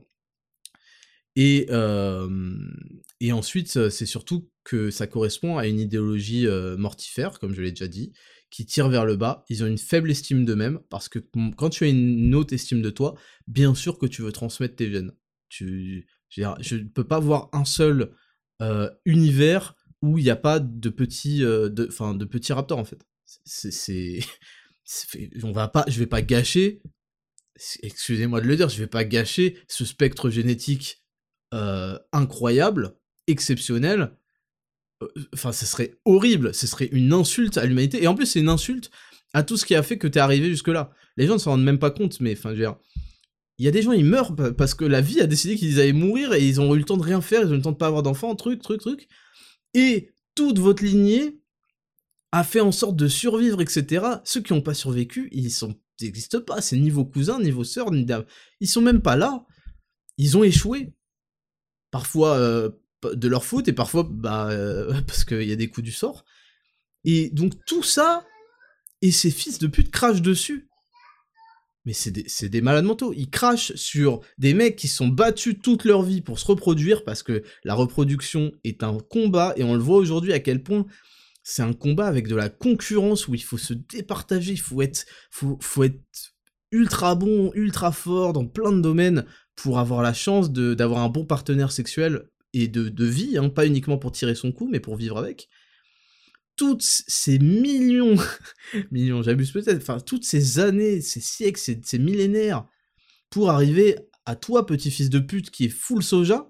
Et, euh, et ensuite, c'est surtout que ça correspond à une idéologie euh, mortifère, comme je l'ai déjà dit, qui tire vers le bas. Ils ont une faible estime d'eux-mêmes, parce que quand tu as une haute estime de toi, bien sûr que tu veux transmettre tes gènes. Tu, je ne peux pas voir un seul euh, univers où il n'y a pas de petits, euh, de, enfin, de petits raptors, en fait. C'est... On va pas, je vais pas gâcher, excusez-moi de le dire, je vais pas gâcher ce spectre génétique Euh, incroyable, exceptionnel, enfin, euh, ce serait horrible, ce serait une insulte à l'humanité, et en plus, c'est une insulte à tout ce qui a fait que t'es arrivé jusque-là. Les gens ne s'en rendent même pas compte, mais, enfin, je veux dire, il y a des gens, ils meurent parce que la vie a décidé qu'ils allaient mourir, et ils ont eu le temps de rien faire, ils ont eu le temps de pas avoir d'enfants, truc, truc, truc, et toute votre lignée a fait en sorte de survivre, et cetera. Ceux qui n'ont pas survécu, ils sont, ils n'existent pas, c'est ni vos cousins, ni vos sœurs, ni... ils sont même pas là, ils ont échoué. Parfois euh, de leur faute, et parfois bah, euh, parce qu'il y a des coups du sort. Et donc tout ça, et ces fils de pute crachent dessus. Mais c'est des, c'est des malades mentaux. Ils crachent sur des mecs qui se sont battus toute leur vie pour se reproduire, parce que la reproduction est un combat, et on le voit aujourd'hui à quel point c'est un combat avec de la concurrence, où il faut se départager, il faut être, faut, faut être ultra bon, ultra fort dans plein de domaines, pour avoir la chance d'avoir un bon partenaire sexuel et de, de vie, hein, pas uniquement pour tirer son coup, mais pour vivre avec. toutes ces millions, millions, j'abuse peut-être, enfin, toutes ces années, ces siècles, ces, ces millénaires, pour arriver à toi, petit fils de pute, qui est full soja,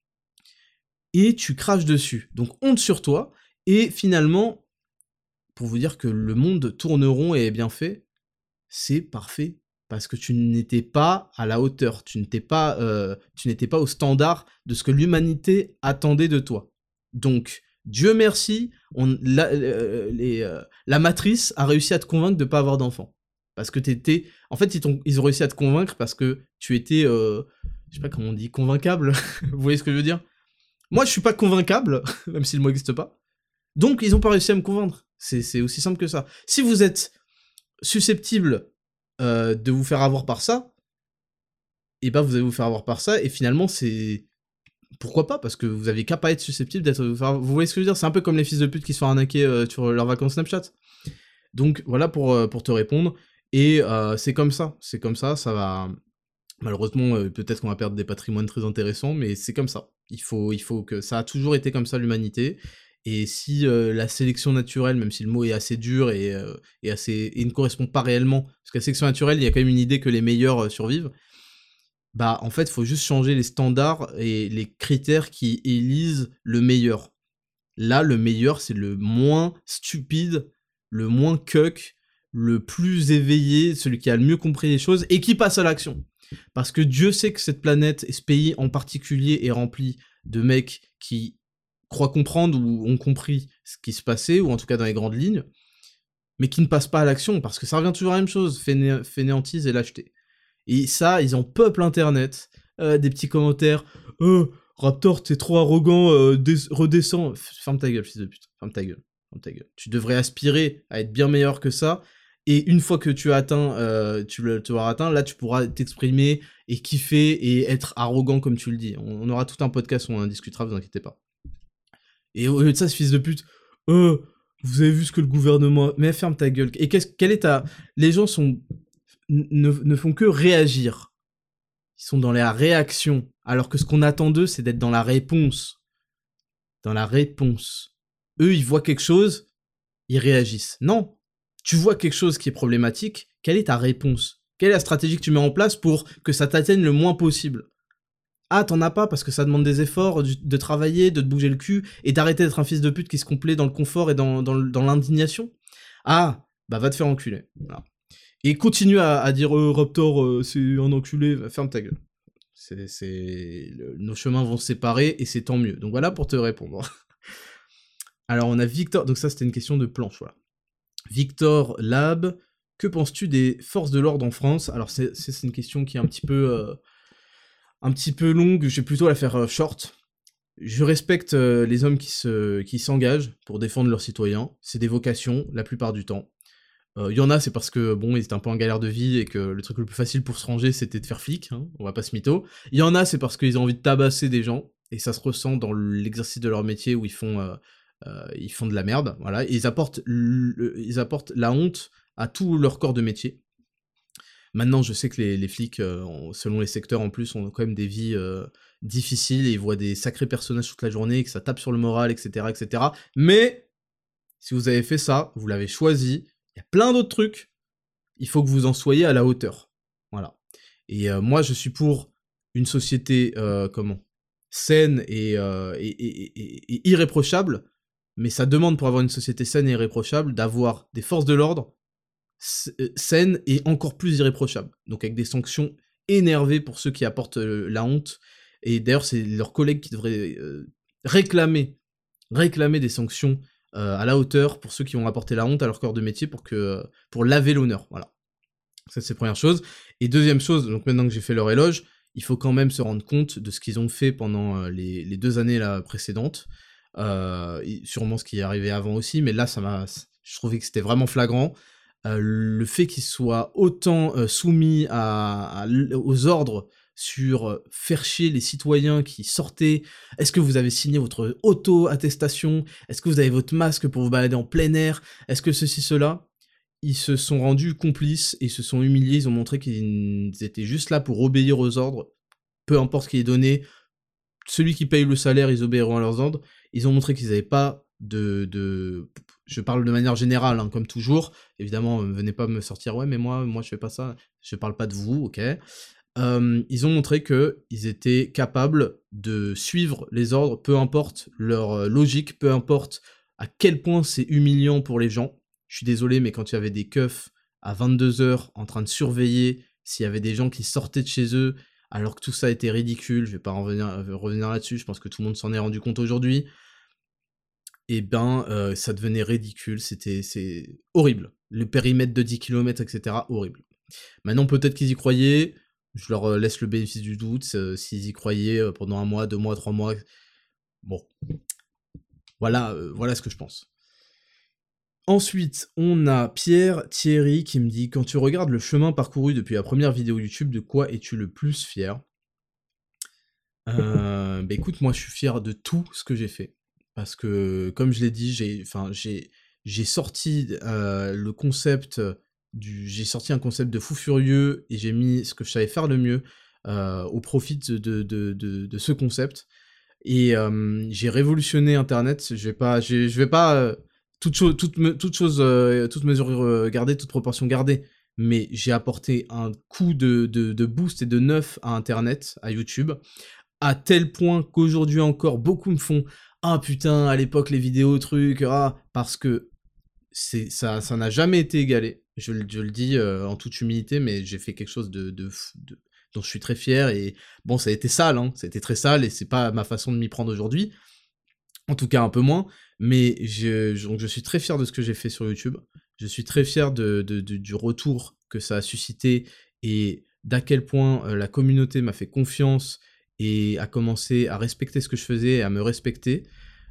et tu craches dessus. Donc, honte sur toi, et finalement, pour vous dire que le monde tourne rond et est bien fait, c'est parfait. Parce que tu n'étais pas à la hauteur, tu n'étais pas, euh, tu n'étais pas au standard de ce que l'humanité attendait de toi. Donc, Dieu merci, on, la, euh, les, euh, la matrice a réussi à te convaincre de ne pas avoir d'enfant. Parce que t'étais... En fait, ils, ont, ils ont réussi à te convaincre parce que tu étais... Euh, je sais pas comment on dit, convaincable. Vous voyez ce que je veux dire? Moi, je suis pas convaincable, même si le mot n'existe pas. Donc, ils ont pas réussi à me convaincre. C'est, c'est aussi simple que ça. Si vous êtes susceptible euh, de vous faire avoir par ça, et ben vous allez vous faire avoir par ça, et finalement, c'est... Pourquoi pas? Parce que vous avez qu'à pas être susceptible d'être... Vous voyez ce que je veux dire? C'est un peu comme les fils de pute qui se font arnaquer euh, sur leurs vacances Snapchat. Donc, voilà pour, euh, pour te répondre. Et euh, c'est comme ça. C'est comme ça, ça va... Malheureusement, euh, peut-être qu'on va perdre des patrimoines très intéressants, mais c'est comme ça. Il faut, il faut que... Ça a toujours été comme ça, l'humanité. Et si euh, la sélection naturelle, même si le mot est assez dur et, euh, et, assez, et ne correspond pas réellement, parce que la sélection naturelle, il y a quand même une idée que les meilleurs euh, survivent, bah en fait, il faut juste changer les standards et les critères qui élisent le meilleur. Là, le meilleur, c'est le moins stupide, le moins cuck, le plus éveillé, celui qui a le mieux compris les choses, et qui passe à l'action. Parce que Dieu sait que cette planète, et ce pays en particulier, est rempli de mecs qui croient comprendre ou ont compris ce qui se passait, ou en tout cas dans les grandes lignes, mais qui ne passent pas à l'action, parce que ça revient toujours à la même chose, fainé- fainéantise et lâcheté. Et ça, ils en peuplent Internet, euh, des petits commentaires, « Oh, Raptor, t'es trop arrogant, euh, des- redescends !» Ferme ta gueule, fils de pute, ferme ta gueule, ferme ta gueule. Tu devrais aspirer à être bien meilleur que ça, et une fois que tu as atteint, euh, tu l'auras atteint, là tu pourras t'exprimer et kiffer et être arrogant comme tu le dis. On, on aura tout un podcast où on en discutera, vous inquiétez pas. Et au lieu de ça, ce fils de pute, oh, vous avez vu ce que le gouvernement... Mais ferme ta gueule. Et qu'est-ce, quel est ta... Les gens sont... Ne, ne font que réagir. Ils sont dans la réaction. Alors que ce qu'on attend d'eux, c'est d'être dans la réponse. Dans la réponse. Eux, ils voient quelque chose, ils réagissent. Non. Tu vois quelque chose qui est problématique, quelle est ta réponse? Quelle est la stratégie que tu mets en place pour que ça t'atteigne le moins possible? Ah, t'en as pas parce que ça demande des efforts, de travailler, de te bouger le cul, et d'arrêter d'être un fils de pute qui se complaît dans le confort et dans, dans, dans l'indignation. Ah, bah va te faire enculer. Voilà. Et continue à, à dire euh, Raptor, euh, c'est un enculé, ferme ta gueule. C'est, c'est... Le, nos chemins vont se séparer et c'est tant mieux. Donc voilà pour te répondre. Alors on a Victor, donc ça c'était une question de planche, voilà. Victor Lab, que penses-tu des forces de l'ordre en France? Alors c'est, c'est une question qui est un petit peu... Euh, un petit peu longue, je vais plutôt la faire euh, short. Je respecte euh, les hommes qui se, qui s'engagent pour défendre leurs citoyens. C'est des vocations, la plupart du temps. Il euh, y en a, c'est parce que, bon, ils étaient un peu en galère de vie et que le truc le plus facile pour se ranger, c'était de faire flic, hein, on va pas se mytho. Il y en a, c'est parce qu'ils ont envie de tabasser des gens, et ça se ressent dans l'exercice de leur métier où ils font, euh, euh, ils font de la merde, voilà. Et ils apportent, le, ils apportent la honte à tout leur corps de métier. Maintenant, je sais que les, les flics, euh, selon les secteurs en plus, ont quand même des vies euh, difficiles, et ils voient des sacrés personnages toute la journée, que ça tape sur le moral, et cetera, et cetera. Mais, si vous avez fait ça, vous l'avez choisi, il y a plein d'autres trucs, il faut que vous en soyez à la hauteur. Voilà. Et euh, moi, je suis pour une société, euh, comment, saine et, euh, et, et, et, et irréprochable, mais ça demande, pour avoir une société saine et irréprochable, d'avoir des forces de l'ordre saine et encore plus irréprochable. Donc avec des sanctions énervées pour ceux qui apportent euh, la honte. Et d'ailleurs, c'est leurs collègues qui devraient euh, réclamer, réclamer des sanctions euh, à la hauteur pour ceux qui vont apporter la honte à leur corps de métier pour, que, pour laver l'honneur. Voilà. Ça, c'est la première chose. Et deuxième chose, donc maintenant que j'ai fait leur éloge, il faut quand même se rendre compte de ce qu'ils ont fait pendant euh, les, les deux années là, précédentes. Euh, sûrement ce qui est arrivé avant aussi, mais là, ça m'a, je trouvais que c'était vraiment flagrant. Euh, le fait qu'ils soient autant euh, soumis à, à, aux ordres sur euh, faire chier les citoyens qui sortaient, est-ce que vous avez signé votre auto-attestation, est-ce que vous avez votre masque pour vous balader en plein air, est-ce que ceci, cela, ils se sont rendus complices et ils se sont humiliés, ils ont montré qu'ils étaient juste là pour obéir aux ordres, peu importe ce qui est donné, celui qui paye le salaire, ils obéiront à leurs ordres, ils ont montré qu'ils n'avaient pas de... de je parle de manière générale, hein, comme toujours. Évidemment, euh, venez pas me sortir, ouais, mais moi, moi, je fais pas ça. Je parle pas de vous, ok. Euh, ils ont montré que ils étaient capables de suivre les ordres, peu importe leur euh, logique, peu importe à quel point c'est humiliant pour les gens. Je suis désolé, mais quand il y avait des keufs à vingt-deux heures en train de surveiller s'il y avait des gens qui sortaient de chez eux, alors que tout ça était ridicule, je vais pas revenir, euh, revenir là-dessus, je pense que tout le monde s'en est rendu compte aujourd'hui, et ben euh, ça devenait ridicule, c'était c'est horrible. Le périmètre de dix kilomètres, et cetera, horrible. Maintenant, peut-être qu'ils y croyaient, je leur euh, laisse le bénéfice du doute, euh, s'ils y croyaient euh, pendant un mois, deux mois, trois mois, bon, voilà, euh, voilà ce que je pense. Ensuite, on a Pierre Thierry qui me dit « Quand tu regardes le chemin parcouru depuis la première vidéo YouTube, de quoi es-tu le plus fier ?» euh, Bah écoute, moi je suis fier de tout ce que j'ai fait. Parce que, comme je l'ai dit, j'ai, enfin, j'ai, j'ai sorti euh, le concept du, j'ai sorti un concept de fou furieux et j'ai mis ce que je savais faire le mieux euh, au profit de, de, de, de, de ce concept. Et euh, j'ai révolutionné Internet. Je vais pas, je vais pas euh, toute chose, toute, me, toute chose, euh, toute mesure euh, gardée, toute proportion gardée. Mais j'ai apporté un coup de, de, de boost et de neuf à Internet, à YouTube, à tel point qu'aujourd'hui encore, beaucoup me font « Ah putain, à l'époque, les vidéos, trucs, ah », parce que c'est, ça, ça n'a jamais été égalé. Je, je le dis euh, en toute humilité, mais j'ai fait quelque chose de, de, de, dont je suis très fier, et bon, ça a été sale, hein, ça a été très sale, et c'est pas ma façon de m'y prendre aujourd'hui, en tout cas un peu moins, mais je, je, donc je suis très fier de ce que j'ai fait sur YouTube, je suis très fier de, de, de, du retour que ça a suscité, et d'à quel point euh, la communauté m'a fait confiance, et a commencé à respecter ce que je faisais, et à me respecter.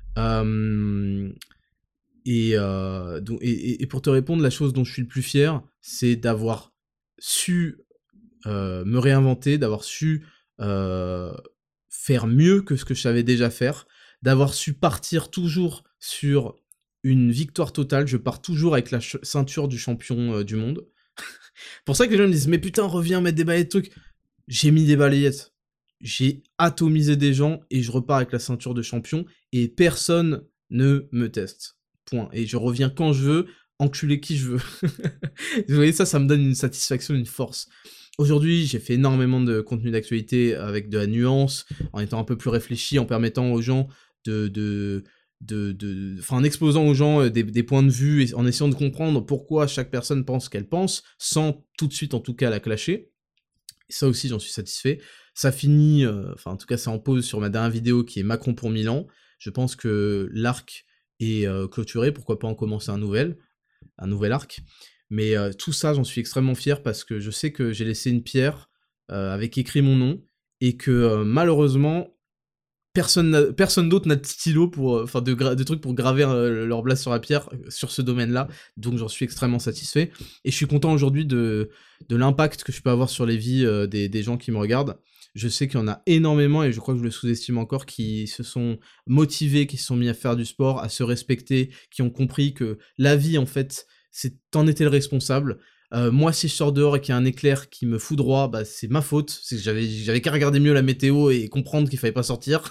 Euh, et, euh, donc, et, et pour te répondre, la chose dont je suis le plus fier, c'est d'avoir su euh, me réinventer, d'avoir su euh, faire mieux que ce que je savais déjà faire, d'avoir su partir toujours sur une victoire totale. Je pars toujours avec la ceinture du champion euh, du monde. Pour ça que les gens me disent « Mais putain, reviens mettre des balayettes, trucs !» J'ai mis des balayettes. J'ai atomisé des gens et je repars avec la ceinture de champion et personne ne me teste. Point. Et je reviens quand je veux, enculer qui je veux. Vous voyez, ça, ça me donne une satisfaction, une force. Aujourd'hui, j'ai fait énormément de contenu d'actualité avec de la nuance, en étant un peu plus réfléchi, en permettant aux gens de... de de, de, enfin, en exposant aux gens des, des points de vue et en essayant de comprendre pourquoi chaque personne pense ce qu'elle pense, sans tout de suite, en tout cas, la clasher. Et ça aussi, j'en suis satisfait. Ça finit, euh, enfin, en tout cas, c'est en pause sur ma dernière vidéo qui est Macron pour Milan. Je pense que l'arc est euh, clôturé, pourquoi pas en commencer un nouvel, un nouvel arc. Mais euh, tout ça, j'en suis extrêmement fier parce que je sais que j'ai laissé une pierre euh, avec écrit mon nom et que euh, malheureusement, personne, personne d'autre n'a de stylo pour, enfin, de, de trucs pour graver euh, leur blase sur la pierre euh, sur ce domaine-là. Donc j'en suis extrêmement satisfait. Et je suis content aujourd'hui de, de l'impact que je peux avoir sur les vies euh, des, des gens qui me regardent. Je sais qu'il y en a énormément, et je crois que je le sous-estime encore, qui se sont motivés, qui se sont mis à faire du sport, à se respecter, qui ont compris que la vie, en fait, c'est t'en étais le responsable. Euh, moi, si je sors dehors et qu'il y a un éclair qui me foudroie, bah, c'est ma faute. C'est que j'avais, j'avais qu'à regarder mieux la météo et comprendre qu'il fallait pas sortir.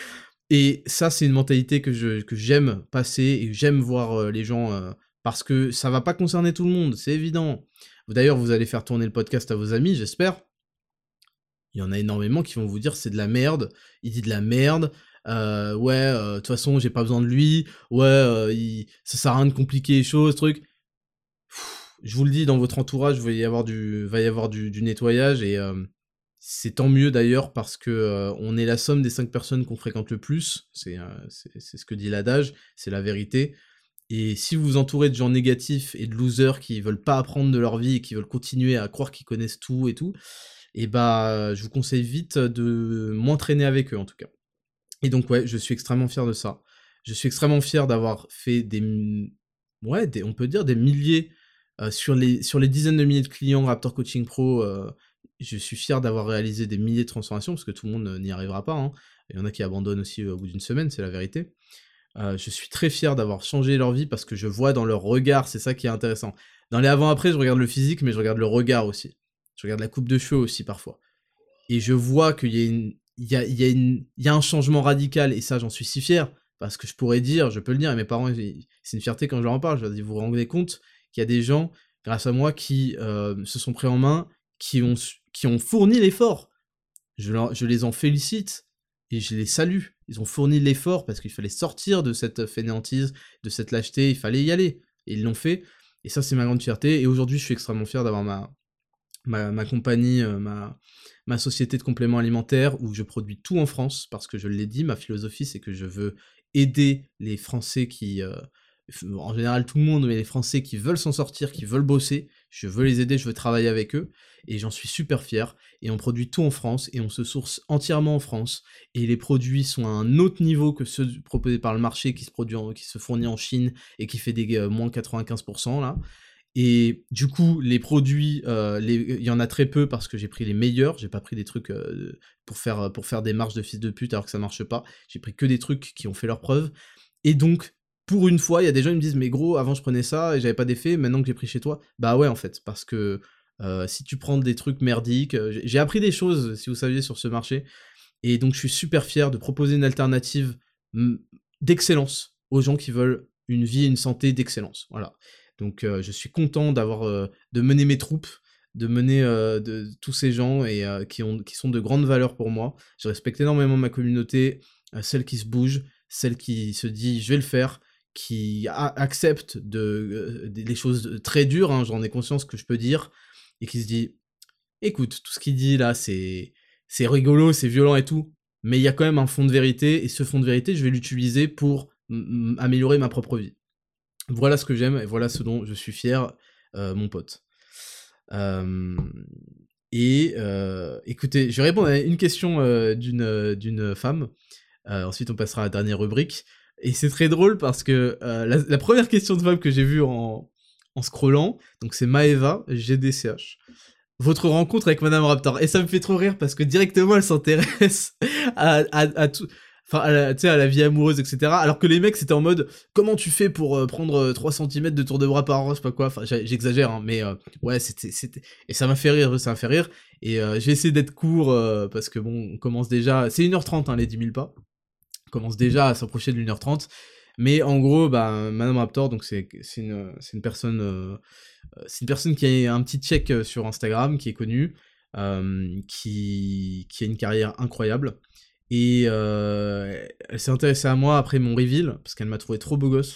Et ça, c'est une mentalité que je, que j'aime passer et j'aime voir euh, les gens, euh, parce que ça va pas concerner tout le monde, c'est évident. D'ailleurs, vous allez faire tourner le podcast à vos amis, j'espère. Il y en a énormément qui vont vous dire c'est de la merde, il dit de la merde, euh, ouais, euh, de toute façon, j'ai pas besoin de lui, ouais, euh, il, ça sert à rien de compliquer les choses, truc. Je vous le dis, dans votre entourage, il va y avoir du, va y avoir du, du nettoyage, et euh, c'est tant mieux d'ailleurs, parce que euh, on est la somme des cinq personnes qu'on fréquente le plus, c'est euh, c'est ce que dit l'adage, c'est la vérité, et si vous vous entourez de gens négatifs et de losers qui veulent pas apprendre de leur vie et qui veulent continuer à croire qu'ils connaissent tout et tout, et bah je vous conseille vite de moins traîner avec eux en tout cas. Et donc ouais, je suis extrêmement fier de ça, je suis extrêmement fier d'avoir fait des, ouais, des, on peut dire des milliers, Euh, sur, les, sur les dizaines de milliers de clients Raptor Coaching Pro, euh, je suis fier d'avoir réalisé des milliers de transformations, parce que tout le monde n'y arrivera pas, hein. Il y en a qui abandonnent aussi au bout d'une semaine, c'est la vérité. Euh, je suis très fier d'avoir changé leur vie, parce que je vois dans leur regard, c'est ça qui est intéressant. Dans les avant-après, je regarde le physique, mais je regarde le regard aussi. Je regarde la coupe de cheveux aussi, parfois. Et je vois qu'il y a, une, il y a, il y a, une, il y a un changement radical, et ça, j'en suis si fier, parce que je pourrais dire, je peux le dire, et mes parents, ils- c'est une fierté quand je leur en parle, je leur dis, vous vous rendez compte qu'il y a des gens, grâce à moi, qui euh, se sont pris en main, qui ont, su- qui ont fourni l'effort. Je, leur- je les en félicite, et je les salue. Ils ont fourni l'effort, parce qu'il fallait sortir de cette fainéantise, de cette lâcheté, il fallait y aller. Et ils l'ont fait, et ça c'est ma grande fierté, et aujourd'hui je suis extrêmement fier d'avoir ma, ma, ma compagnie, euh, ma, ma société de compléments alimentaires où je produis tout en France, parce que je l'ai dit, ma philosophie c'est que je veux aider les Français qui, euh, f- en général tout le monde, mais les Français qui veulent s'en sortir, qui veulent bosser, je veux les aider, je veux travailler avec eux, et j'en suis super fier, et on produit tout en France, et on se source entièrement en France, et les produits sont à un autre niveau que ceux proposés par le marché qui se, produit en- qui se fournit en Chine, et qui fait des euh, moins quatre-vingt-quinze pour cent là, et du coup, les produits, euh, les- il y en a très peu parce que j'ai pris les meilleurs. J'ai pas pris des trucs euh, pour faire pour faire des marges de fils de pute alors que ça marche pas. J'ai pris que des trucs qui ont fait leurs preuves. Et donc, pour une fois, il y a des gens qui me disent mais gros, avant je prenais ça et j'avais pas d'effet. Maintenant que j'ai pris chez toi, bah ouais en fait, parce que euh, si tu prends des trucs merdiques, euh, j'ai j'ai appris des choses si vous saviez sur ce marché. Et donc, je suis super fier de proposer une alternative mm, d'excellence aux gens qui veulent une vie et une santé d'excellence. Voilà. Donc, euh, je suis content d'avoir, euh, de mener mes troupes, de mener euh, de, tous ces gens et euh, qui ont, qui sont de grandes valeurs pour moi. Je respecte énormément ma communauté, euh, celle qui se bouge, celle qui se dit je vais le faire, qui a- accepte de, euh, des des choses très dures, hein, j'en ai conscience que je peux dire, et qui se dit écoute, tout ce qu'il dit là, c'est c'est rigolo, c'est violent et tout, mais il y a quand même un fond de vérité, et ce fond de vérité, je vais l'utiliser pour m- m- améliorer ma propre vie. Voilà ce que j'aime, et voilà ce dont je suis fier, euh, mon pote. Euh, et euh, écoutez, je vais répondre à une question euh, d'une euh, d'une femme. Euh, ensuite, on passera à la dernière rubrique. Et c'est très drôle parce que euh, la, la première question de femme que j'ai vue en, en scrollant, donc c'est Maeva, G D C H. Votre rencontre avec Madame Raptor. Et ça me fait trop rire parce que directement elle s'intéresse à, à, à tout. Enfin, à la, tu sais, à la vie amoureuse, et cetera. Alors que les mecs, c'était en mode, comment tu fais pour euh, prendre euh, trois centimètres de tour de bras par an, je sais pas quoi. Enfin, j'ai- j'exagère, hein, mais euh, ouais, c'était, c'était. Et ça m'a fait rire, ça m'a fait rire. Et euh, j'ai essayé d'être court euh, parce que bon, on commence déjà. C'est une heure trente, hein, les dix mille pas. On commence déjà à s'approcher de une heure trente. Mais en gros, bah, Madame Raptor, donc c'est c'est une, c'est une personne. Euh, euh, c'est une personne qui a un petit check euh, sur Instagram, qui est connue, euh, qui, qui a une carrière incroyable. Et euh, elle s'est intéressée à moi après mon reveal, parce qu'elle m'a trouvé trop beau gosse.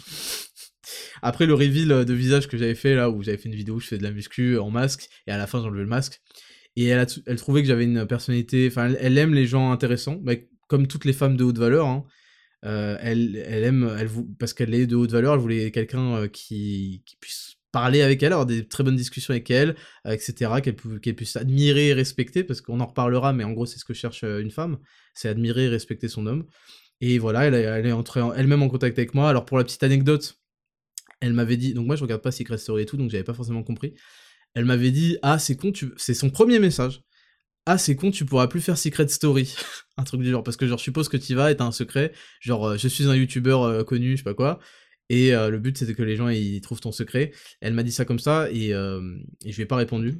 Après le reveal de visage que j'avais fait là, où j'avais fait une vidéo où je fais de la muscu en masque, et à la fin j'enlevais le masque. Et elle, a elle trouvait que j'avais une personnalité, enfin elle, elle aime les gens intéressants, bah, comme toutes les femmes de haute valeur, hein. Euh, elle, elle aime, elle vou- parce qu'elle est de haute valeur, elle voulait quelqu'un euh, qui, qui puisse parler avec elle, avoir des très bonnes discussions avec elle, euh, et cetera, qu'elle pu- qu'elle puisse admirer et respecter, parce qu'on en reparlera, mais en gros c'est ce que cherche euh, une femme, c'est admirer et respecter son homme. Et voilà, elle, est- elle est entrée en- elle-même en contact avec moi. Alors pour la petite anecdote, elle m'avait dit, donc moi je regarde pas Secret Story et tout, donc j'avais pas forcément compris. Elle m'avait dit, ah c'est con, tu... c'est son premier message. Ah c'est con, tu pourras plus faire Secret Story. Un truc du genre, parce que genre je suppose que tu vas et t'as un secret, genre euh, je suis un youtubeur euh, connu, je sais pas quoi, et euh, le but c'était que les gens ils trouvent ton secret. Elle m'a dit ça comme ça, et, euh, et je lui ai pas répondu.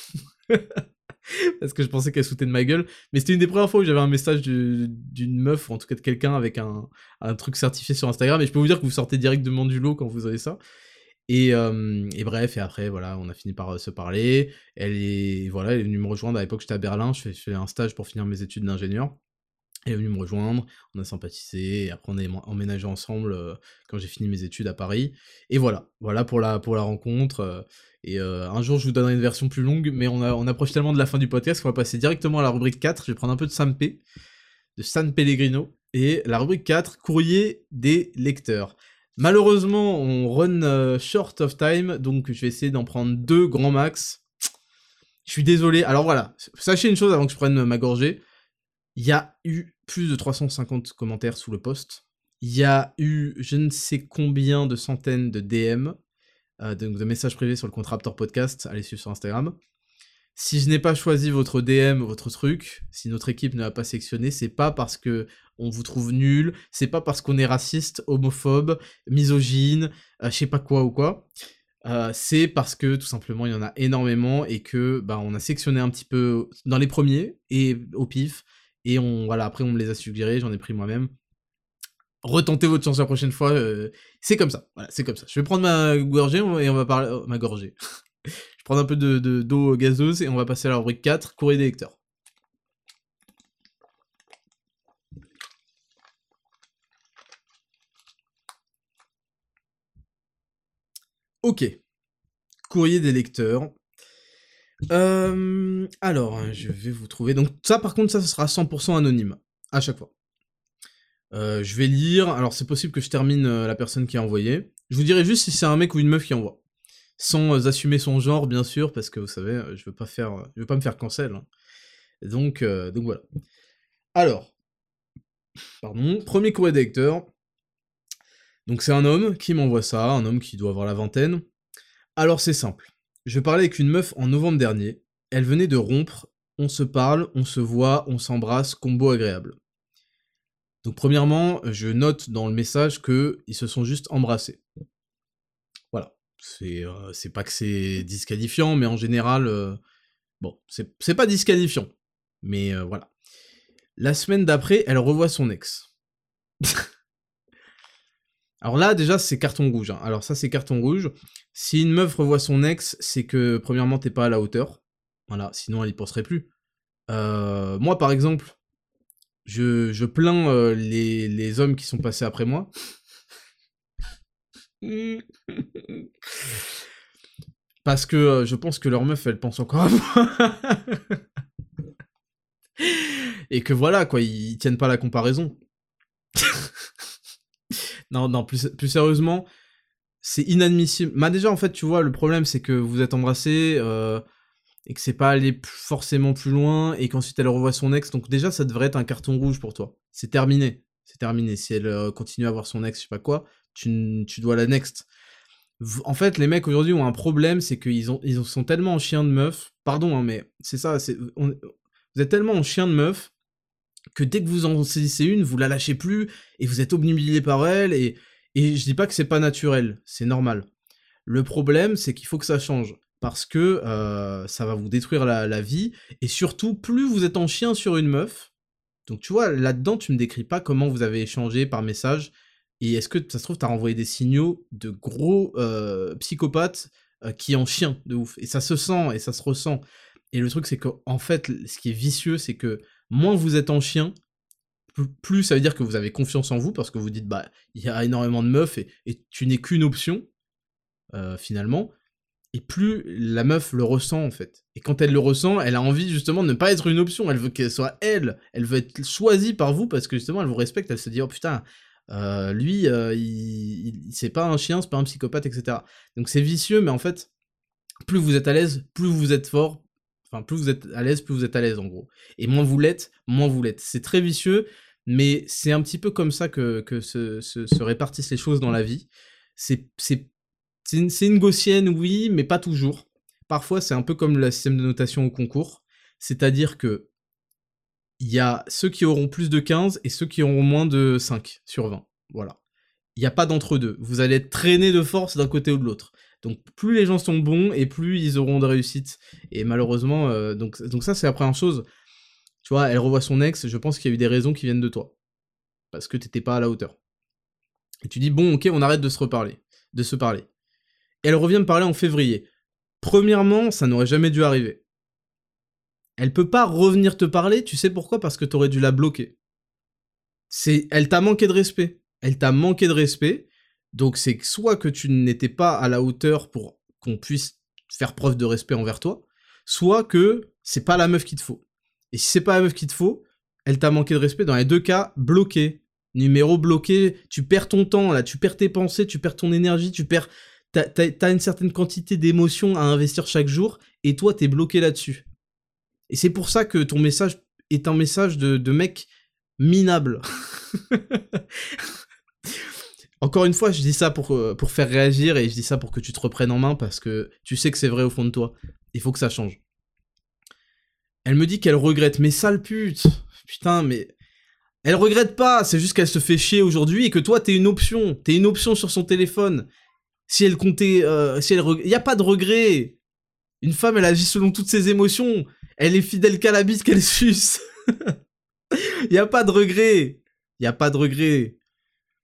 Parce que je pensais qu'elle sautait de ma gueule, mais c'était une des premières fois où j'avais un message de- d'une meuf, ou en tout cas de quelqu'un avec un, un truc certifié sur Instagram, et je peux vous dire que vous sortez directement du lot quand vous avez ça. Et, euh, et bref, et après, voilà, on a fini par euh, se parler. Elle est, voilà, elle est venue me rejoindre. À l'époque, j'étais à Berlin, je fais, je fais un stage pour finir mes études d'ingénieur. Elle est venue me rejoindre, on a sympathisé, et après on est emménagé ensemble euh, quand j'ai fini mes études à Paris. Et voilà, voilà pour la, pour la rencontre. euh, et euh, un jour, je vous donnerai une version plus longue, mais on, a, on approche tellement de la fin du podcast qu'on va passer directement à la rubrique quatre. Je vais prendre un peu de Sampé, de San Pellegrino. Et la rubrique quatre, courrier des lecteurs. Malheureusement, on run euh, short of time, donc je vais essayer d'en prendre deux grand max. Je suis désolé. Alors voilà, sachez une chose avant que je prenne ma gorgée. Il y a eu plus de trois cent cinquante commentaires sous le post. Il y a eu je ne sais combien de centaines de D M, euh, donc de messages privés sur le compte Raptor Podcast. Allez suivre sur Instagram. Si je n'ai pas choisi votre D M, votre truc, si notre équipe ne l'a pas sélectionné, c'est pas parce que on vous trouve nul, c'est pas parce qu'on est raciste, homophobe, misogyne, euh, je sais pas quoi ou quoi. Euh, c'est parce que tout simplement il y en a énormément et que bah on a sélectionné un petit peu dans les premiers et au pif, et on voilà, après on me les a suggérés, j'en ai pris moi-même. retentez votre chance la prochaine fois, euh, c'est comme ça, voilà, c'est comme ça. Je vais prendre ma gorgée et on va parler... Oh, ma gorgée. Je vais prendre un peu de, de, d'eau gazeuse et on va passer à la rubrique quatre, courrier des lecteurs. Ok, courrier des lecteurs. Euh, alors, je vais vous trouver... Donc ça, par contre, ça, ce sera cent pour cent anonyme, à chaque fois. Euh, je vais lire, alors c'est possible que je termine euh, la personne qui a envoyé. Je vous dirai juste si c'est un mec ou une meuf qui envoie. Sans euh, assumer son genre, bien sûr, parce que vous savez, euh, je veux pas faire, euh, je veux pas me faire cancel. Hein. Donc, euh, donc voilà. Alors, pardon, premier courrier des lecteurs. Donc c'est un homme qui m'envoie ça, un homme qui doit avoir la vingtaine. Alors c'est simple. Je parlais avec une meuf en novembre dernier. Elle venait de rompre. On se parle, on se voit, on s'embrasse, combo agréable. Donc premièrement, je note dans le message que ils se sont juste embrassés. Voilà. C'est euh, c'est pas que c'est disqualifiant, mais en général, euh, bon, c'est c'est pas disqualifiant. Mais euh, voilà. La semaine d'après, elle revoit son ex. Alors là, déjà, c'est carton rouge. Hein. Alors ça, c'est carton rouge. Si une meuf revoit son ex, c'est que, premièrement, t'es pas à la hauteur. Voilà, sinon elle y penserait plus. Euh, moi, par exemple, je, je plains euh, les, les hommes qui sont passés après moi. Parce que euh, je pense que leur meuf, elle pense encore à moi. Et que voilà, quoi, ils tiennent pas la comparaison. non, non, plus, plus sérieusement, c'est inadmissible. Bah déjà, en fait, tu vois, le problème, c'est que vous êtes embrassés, euh, et que c'est pas allé p- forcément plus loin, et qu'ensuite elle revoit son ex, donc déjà, ça devrait être un carton rouge pour toi. C'est terminé. C'est terminé. Si elle euh, continue à voir son ex, je sais pas quoi, tu, n- tu dois la next. V- En fait, les mecs aujourd'hui ont un problème, c'est qu'ils ont, ils sont tellement en chien de meuf, pardon, hein, mais c'est ça, c'est, on- vous êtes tellement en chien de meuf, que dès que vous en saisissez une, vous la lâchez plus, et vous êtes obnubilé par elle, et, et je dis pas que c'est pas naturel, c'est normal. Le problème, c'est qu'il faut que ça change, parce que euh, ça va vous détruire la, la vie, et surtout, plus vous êtes en chien sur une meuf, donc tu vois, là-dedans, tu me décris pas comment vous avez échangé par message, et est-ce que, ça se trouve, t'as renvoyé des signaux de gros euh, psychopathes euh, qui en chien, de ouf, et ça se sent, et ça se ressent. Et le truc, c'est qu'en fait, ce qui est vicieux, c'est que moins vous êtes en chien, plus, plus ça veut dire que vous avez confiance en vous, parce que vous dites, bah, il y a énormément de meufs, et, et tu n'es qu'une option, euh, finalement, et plus la meuf le ressent, en fait. Et quand elle le ressent, elle a envie, justement, de ne pas être une option, elle veut qu'elle soit elle, elle veut être choisie par vous, parce que, justement, elle vous respecte, elle se dit, oh putain, euh, lui, euh, il, il- c'est pas un chien, c'est pas un psychopathe, et cetera. Donc c'est vicieux, mais en fait, plus vous êtes à l'aise, plus vous êtes fort, enfin, plus vous êtes à l'aise, plus vous êtes à l'aise, en gros. Et moins vous l'êtes, moins vous l'êtes. C'est très vicieux, mais c'est un petit peu comme ça que, que se, se, se répartissent les choses dans la vie. C'est, c'est, c'est, une, c'est une gaussienne, oui, mais pas toujours. Parfois, c'est un peu comme le système de notation au concours, c'est-à-dire que il y a ceux qui auront plus de quinze et ceux qui auront moins de cinq sur vingt. Voilà. Il n'y a pas d'entre-deux. Vous allez être traîné de force d'un côté ou de l'autre. Donc plus les gens sont bons et plus ils auront de réussite. Et malheureusement, euh, donc, donc ça c'est la première chose. Tu vois, elle revoit son ex, je pense qu'il y a eu des raisons qui viennent de toi. Parce que t'étais pas à la hauteur. Et tu dis, bon ok, on arrête de se reparler. De se parler. Et elle revient me parler en février. Premièrement, ça n'aurait jamais dû arriver. Elle peut pas revenir te parler, tu sais pourquoi? Parce que t'aurais dû la bloquer. C'est, elle t'a manqué de respect. Elle t'a manqué de respect. Donc c'est que soit que tu n'étais pas à la hauteur pour qu'on puisse faire preuve de respect envers toi, soit que c'est pas la meuf qu'il te faut. Et si c'est pas la meuf qu'il te faut, elle t'a manqué de respect. Dans les deux cas, bloqué. Numéro bloqué, tu perds ton temps, là, tu perds tes pensées, tu perds ton énergie, tu perds... T'as, t'as, t'as une certaine quantité d'émotions à investir chaque jour, et toi, t'es bloqué là-dessus. Et c'est pour ça que ton message est un message de, de mec minable. Encore une fois, je dis ça pour, euh, pour faire réagir, et je dis ça pour que tu te reprennes en main, parce que tu sais que c'est vrai au fond de toi. Il faut que ça change. Elle me dit qu'elle regrette, mais sale pute. Putain, mais... Elle regrette pas, c'est juste qu'elle se fait chier aujourd'hui, et que toi, t'es une option. T'es une option sur son téléphone. Si elle comptait... Euh, si elle reg... Y a pas de regret. Une femme, elle agit selon toutes ses émotions. Elle est fidèle qu'à la bise qu'elle suce. Y a pas de regret. Y a pas de regret.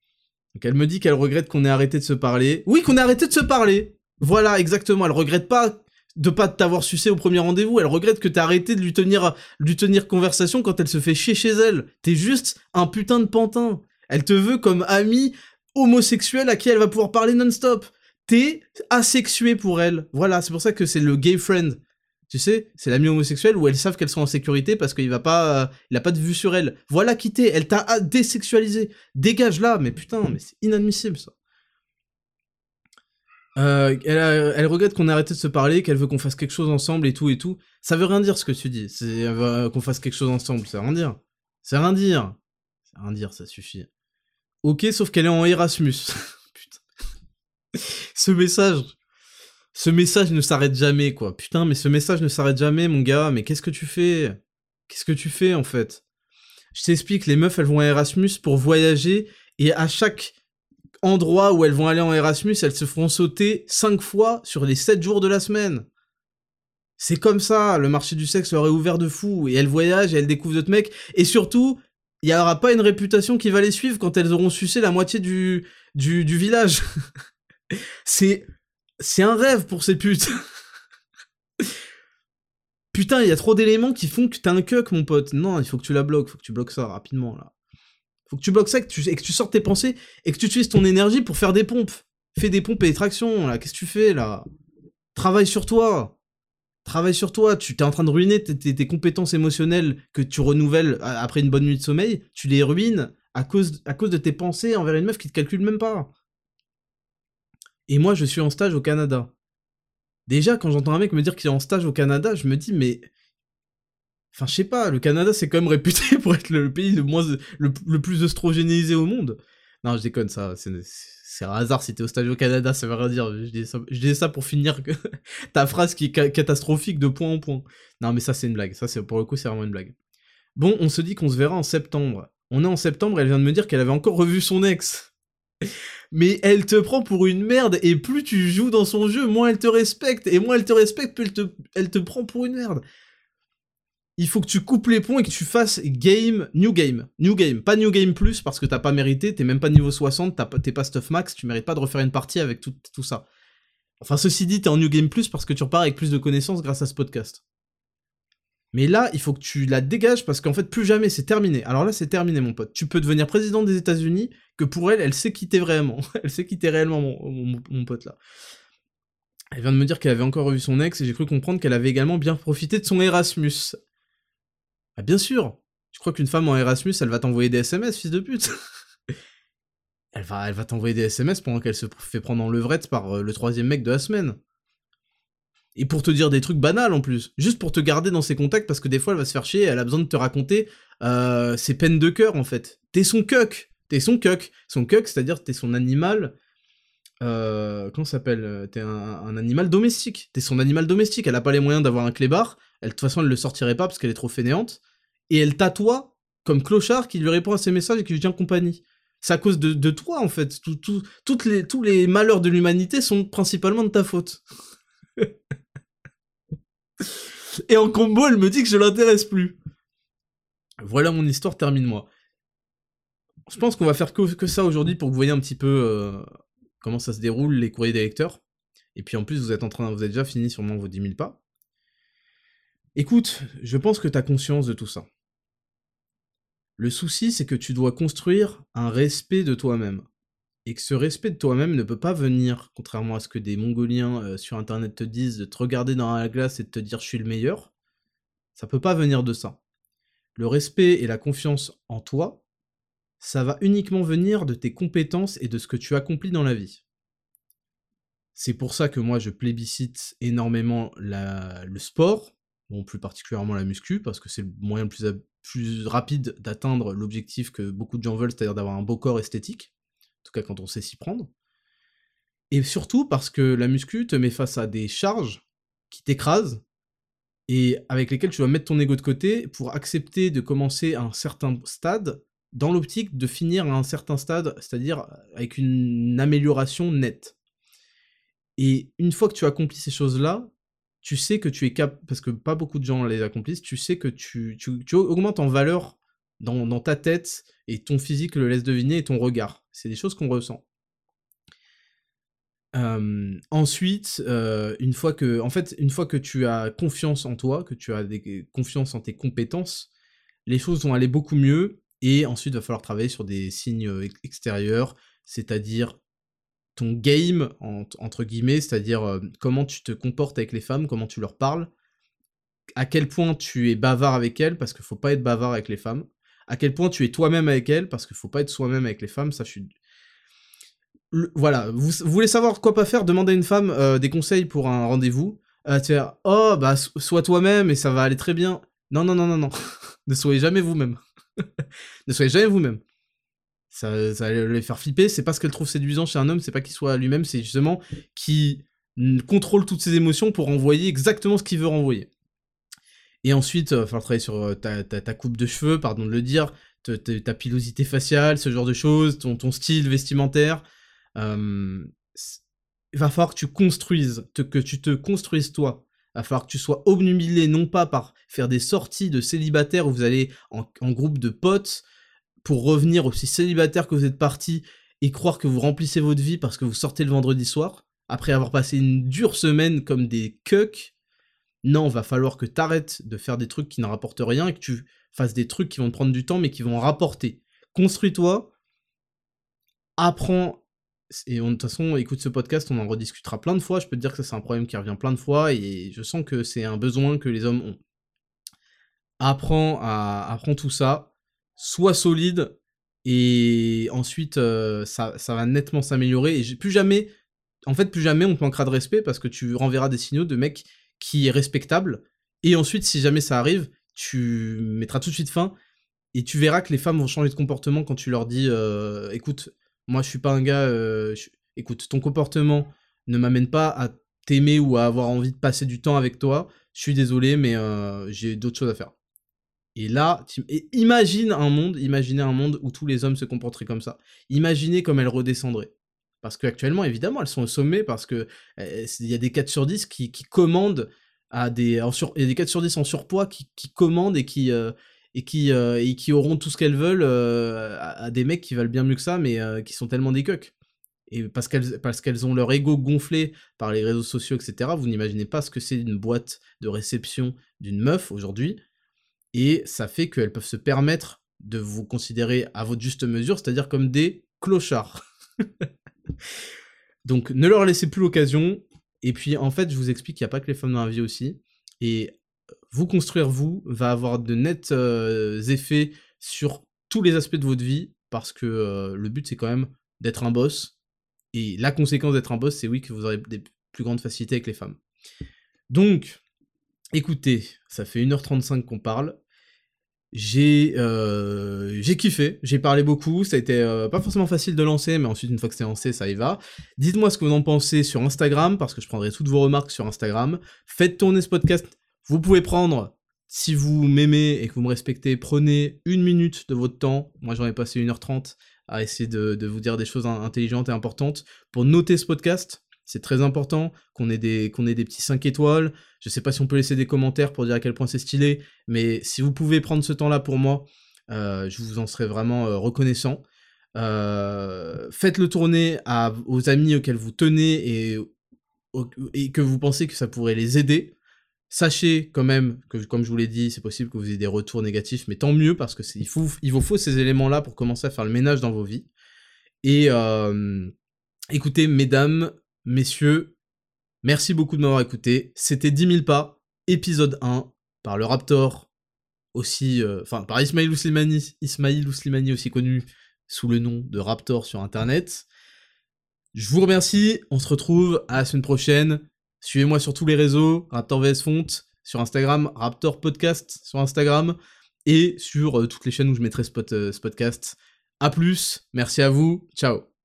Donc elle me dit qu'elle regrette qu'on ait arrêté de se parler. Oui, qu'on ait arrêté de se parler. Voilà, exactement. Elle regrette pas de pas t'avoir sucé au premier rendez-vous. Elle regrette que t'aies arrêté de lui tenir, lui tenir conversation quand elle se fait chier chez elle. T'es juste un putain de pantin. Elle te veut comme ami homosexuel à qui elle va pouvoir parler non-stop. T'es asexué pour elle. Voilà, c'est pour ça que c'est le gay friend. Tu sais, c'est l'ami homosexuel où elles savent qu'elles sont en sécurité parce qu'il va pas, euh, il a pas de vue sur elle. Voilà qui t'es, elle t'a désexualisé. Dégage là, mais putain, mais c'est inadmissible ça. Euh, elle, a, elle regrette qu'on ait arrêté de se parler, qu'elle veut qu'on fasse quelque chose ensemble et tout et tout. Ça veut rien dire ce que tu dis. C'est euh, qu'on fasse quelque chose ensemble, ça veut rien dire. Ça veut rien dire. Ça veut rien dire, ça suffit. Ok, sauf qu'elle est en Erasmus. Putain. Ce message. Ce message ne s'arrête jamais, quoi. Putain, mais ce message ne s'arrête jamais, mon gars. Mais qu'est-ce que tu fais? Qu'est-ce que tu fais, en fait? Je t'explique, les meufs, elles vont à Erasmus pour voyager, et à chaque endroit où elles vont aller en Erasmus, elles se feront sauter cinq fois sur les sept jours de la semaine. C'est comme ça, le marché du sexe leur est ouvert de fou, et elles voyagent, et elles découvrent d'autres mecs, et surtout, il y aura pas une réputation qui va les suivre quand elles auront sucé la moitié du, du, du village. C'est... C'est un rêve pour ces putes. Putain, il y a trop d'éléments qui font que t'as un cuck, mon pote. Non, il faut que tu la bloques, faut que tu bloques ça rapidement, là. Faut que tu bloques ça, que tu, et que tu sortes tes pensées, et que tu utilises ton énergie pour faire des pompes. Fais des pompes et des tractions, là. Qu'est-ce que tu fais, là? Travaille sur toi. Travaille sur toi. Tu t'es en train de ruiner tes, tes, tes compétences émotionnelles que tu renouvelles après une bonne nuit de sommeil. Tu les ruines à cause, à cause de tes pensées envers une meuf qui te calcule même pas. Et moi, je suis en stage au Canada. Déjà, quand j'entends un mec me dire qu'il est en stage au Canada, je me dis, mais... Enfin, je sais pas, le Canada, c'est quand même réputé pour être le pays le moins... le, le plus oestrogénéisé au monde. Non, je déconne, ça, c'est, c'est un hasard si t'es au stage au Canada, ça veut rien dire. Je dis ça, je dis ça pour finir que ta phrase qui est ca- catastrophique de point en point. Non, mais ça, c'est une blague. Ça, c'est pour le coup, c'est vraiment une blague. Bon, on se dit qu'on se verra en septembre. On est en septembre, elle vient de me dire qu'elle avait encore revu son ex. Mais elle te prend pour une merde, et plus tu joues dans son jeu, moins elle te respecte, et moins elle te respecte, plus elle te, elle te prend pour une merde. Il faut que tu coupes les ponts et que tu fasses game, new game, new game, pas new game plus, parce que t'as pas mérité, t'es même pas niveau soixante, t'as, t'es pas stuff max, tu mérites pas de refaire une partie avec tout, tout ça. Enfin, ceci dit, t'es en new game plus parce que tu repars avec plus de connaissances grâce à ce podcast. Mais là, il faut que tu la dégages parce qu'en fait, plus jamais, c'est terminé. Alors là, c'est terminé, mon pote. Tu peux devenir président des États-Unis, que pour elle, elle sait quitter vraiment. Elle sait quitter réellement, mon, mon, mon pote, là. Elle vient de me dire qu'elle avait encore revu son ex, et j'ai cru comprendre qu'elle avait également bien profité de son Erasmus. Ah, bien sûr. Tu crois qu'une femme en Erasmus, elle va t'envoyer des S M S, fils de pute? Elle va, elle va t'envoyer des S M S pendant qu'elle se fait prendre en levrette par euh, le troisième mec de la semaine. Et pour te dire des trucs banals en plus. Juste pour te garder dans ses contacts parce que des fois elle va se faire chier et elle a besoin de te raconter euh, ses peines de cœur en fait. T'es son cuck. T'es son cuck. Son cuck, c'est-à-dire t'es son animal... Euh, comment ça s'appelle? T'es un, un animal domestique. T'es son animal domestique. Elle a pas les moyens d'avoir un clébard. Elle, de toute façon, elle le sortirait pas parce qu'elle est trop fainéante. Et elle t'atoie comme clochard qui lui répond à ses messages et qui lui tient compagnie. C'est à cause de, de toi en fait. Tout, tout, toutes les, tous les malheurs de l'humanité sont principalement de ta faute. Et en combo, elle me dit que je l'intéresse plus. Voilà mon histoire, termine-moi. Je pense qu'on va faire que, que ça aujourd'hui pour que vous voyez un petit peu euh, comment ça se déroule, les courriers des lecteurs. Et puis en plus, vous êtes en train, vous avez déjà fini sûrement vos dix mille pas. Écoute, je pense que t'as conscience de tout ça. Le souci, c'est que tu dois construire un respect de toi-même. Et que ce respect de toi-même ne peut pas venir, contrairement à ce que des Mongoliens euh, sur internet te disent, de te regarder dans la glace et de te dire je suis le meilleur. Ça peut pas venir de ça. Le respect et la confiance en toi, ça va uniquement venir de tes compétences et de ce que tu accomplis dans la vie. C'est pour ça que moi je plébiscite énormément la, le sport, bon plus particulièrement la muscu, parce que c'est le moyen le plus, plus rapide d'atteindre l'objectif que beaucoup de gens veulent, c'est-à-dire d'avoir un beau corps esthétique, en tout cas quand on sait s'y prendre. Et surtout parce que la muscu te met face à des charges qui t'écrasent, et avec lesquelles tu dois mettre ton ego de côté pour accepter de commencer à un certain stade, dans l'optique de finir à un certain stade, c'est-à-dire avec une amélioration nette. Et une fois que tu accomplis ces choses-là, tu sais que tu es capable, parce que pas beaucoup de gens les accomplissent, tu sais que tu, tu, tu augmentes en valeur dans, dans ta tête, et ton physique le laisse deviner, et ton regard. c'est des choses qu'on ressent. Euh, ensuite, euh, une fois que, en fait, une fois que tu as confiance en toi, que tu as des, confiance en tes compétences, les choses vont aller beaucoup mieux, et ensuite, il va falloir travailler sur des signes euh, ex- extérieurs, c'est-à-dire ton game, en- entre guillemets, c'est-à-dire euh, comment tu te comportes avec les femmes, comment tu leur parles, à quel point tu es bavard avec elles, parce qu'il faut pas être bavard avec les femmes, à quel point tu es toi-même avec elles, parce qu'il faut pas être soi-même avec les femmes, ça je suis le- voilà, vous, vous voulez savoir quoi pas faire, demandez à une femme euh, des conseils pour un rendez-vous. Euh, tu vas oh bah so- sois toi-même et ça va aller très bien. Non non non non non, ne soyez jamais vous-même. Ne soyez jamais vous-même. Ça, ça va les faire flipper. C'est pas ce qu'elle trouve séduisant chez un homme, c'est pas qu'il soit lui-même, c'est justement qu'il mm, contrôle toutes ses émotions pour envoyer exactement ce qu'il veut renvoyer. Et ensuite, il va falloir travailler sur euh, ta, ta, ta coupe de cheveux, pardon de le dire, te- te- ta pilosité faciale, ce genre de choses, ton, ton style vestimentaire. Euh, c- il va falloir que tu construises, te- que tu te construises toi. Il va falloir que tu sois obnubilé, non pas par faire des sorties de célibataire où vous allez en, en groupe de potes pour revenir aussi célibataire que vous êtes parti et croire que vous remplissez votre vie parce que vous sortez le vendredi soir, après avoir passé une dure semaine comme des cucks. Non, va falloir que t'arrêtes de faire des trucs qui ne rapportent rien et que tu fasses des trucs qui vont te prendre du temps mais qui vont rapporter. Construis-toi, apprends, et on- de toute façon, écoute ce podcast, on en rediscutera plein de fois, je peux te dire que ça c'est un problème qui revient plein de fois, et je sens que c'est un besoin que les hommes ont. Apprends, à, apprends tout ça, sois solide, et ensuite euh, ça, ça va nettement s'améliorer, et j'ai- plus jamais, en fait plus jamais on te manquera de respect, parce que tu renverras des signaux de mec qui est respectable, et ensuite si jamais ça arrive, tu mettras tout de suite fin, et tu verras que les femmes vont changer de comportement quand tu leur dis euh, écoute, moi je suis pas un gars, euh, je- écoute, ton comportement ne m'amène pas à t'aimer ou à avoir envie de passer du temps avec toi, je suis désolé, mais euh, j'ai d'autres choses à faire. Et là, t'im- et imagine un monde, imaginez un monde où tous les hommes se comporteraient comme ça. Imaginez comme elles redescendraient. Parce qu'actuellement, évidemment, elles sont au sommet parce que euh, c'est- il y a des quatre sur dix qui, qui commandent à des, en sur, il y a des quatre sur dix en surpoids qui, qui commandent et qui, euh, et qui, euh, et qui auront tout ce qu'elles veulent euh, à, à des mecs qui valent bien mieux que ça, mais euh, qui sont tellement des cucks. Et parce qu'elles, parce qu'elles ont leur ego gonflé par les réseaux sociaux, et cetera, vous n'imaginez pas ce que c'est une boîte de réception d'une meuf aujourd'hui, et ça fait qu'elles peuvent se permettre de vous considérer à votre juste mesure, c'est-à-dire comme des clochards. Donc ne leur laissez plus l'occasion, et puis en fait je vous explique qu'il n'y a pas que les femmes dans la vie aussi, et vous construire vous va avoir de nets euh, effets sur tous les aspects de votre vie, parce que euh, le but c'est quand même d'être un boss, et la conséquence d'être un boss c'est oui que vous aurez des plus grandes facilités avec les femmes. Donc, écoutez, ça fait une heure trente-cinq qu'on parle, J'ai euh, j'ai kiffé, j'ai parlé beaucoup, ça a été euh, pas forcément facile de lancer, mais ensuite une fois que c'est lancé, ça y va. Dites-moi ce que vous en pensez sur Instagram, parce que je prendrai toutes vos remarques sur Instagram. Faites tourner ce podcast, vous pouvez prendre, si vous m'aimez et que vous me respectez, prenez une minute de votre temps, moi j'en ai passé une heure trente à essayer de, de vous dire des choses intelligentes et importantes, pour noter ce podcast. C'est très important qu'on ait des, qu'on ait des petits cinq étoiles. Je sais pas si on peut laisser des commentaires pour dire à quel point c'est stylé, mais si vous pouvez prendre ce temps-là pour moi, euh, je vous en serais vraiment euh, reconnaissant. Euh, faites-le tourner à, aux amis auxquels vous tenez et, au- et que vous pensez que ça pourrait les aider. Sachez quand même que, comme je vous l'ai dit, c'est possible que vous ayez des retours négatifs, mais tant mieux, parce que c'est, il, faut, il vous faut ces éléments-là pour commencer à faire le ménage dans vos vies. Et euh, écoutez, mesdames, messieurs, merci beaucoup de m'avoir écouté. C'était dix mille pas, épisode un, par le Raptor, aussi, euh, enfin, par Ismail Ouslimani, Ismail Ouslimani, aussi connu sous le nom de Raptor sur Internet. Je vous remercie, on se retrouve à la semaine prochaine. Suivez-moi sur tous les réseaux, Raptor V S Font, sur Instagram, Raptor Podcast sur Instagram, et sur euh, toutes les chaînes où je mettrai ce, pod- euh, ce podcast. A plus, merci à vous, ciao.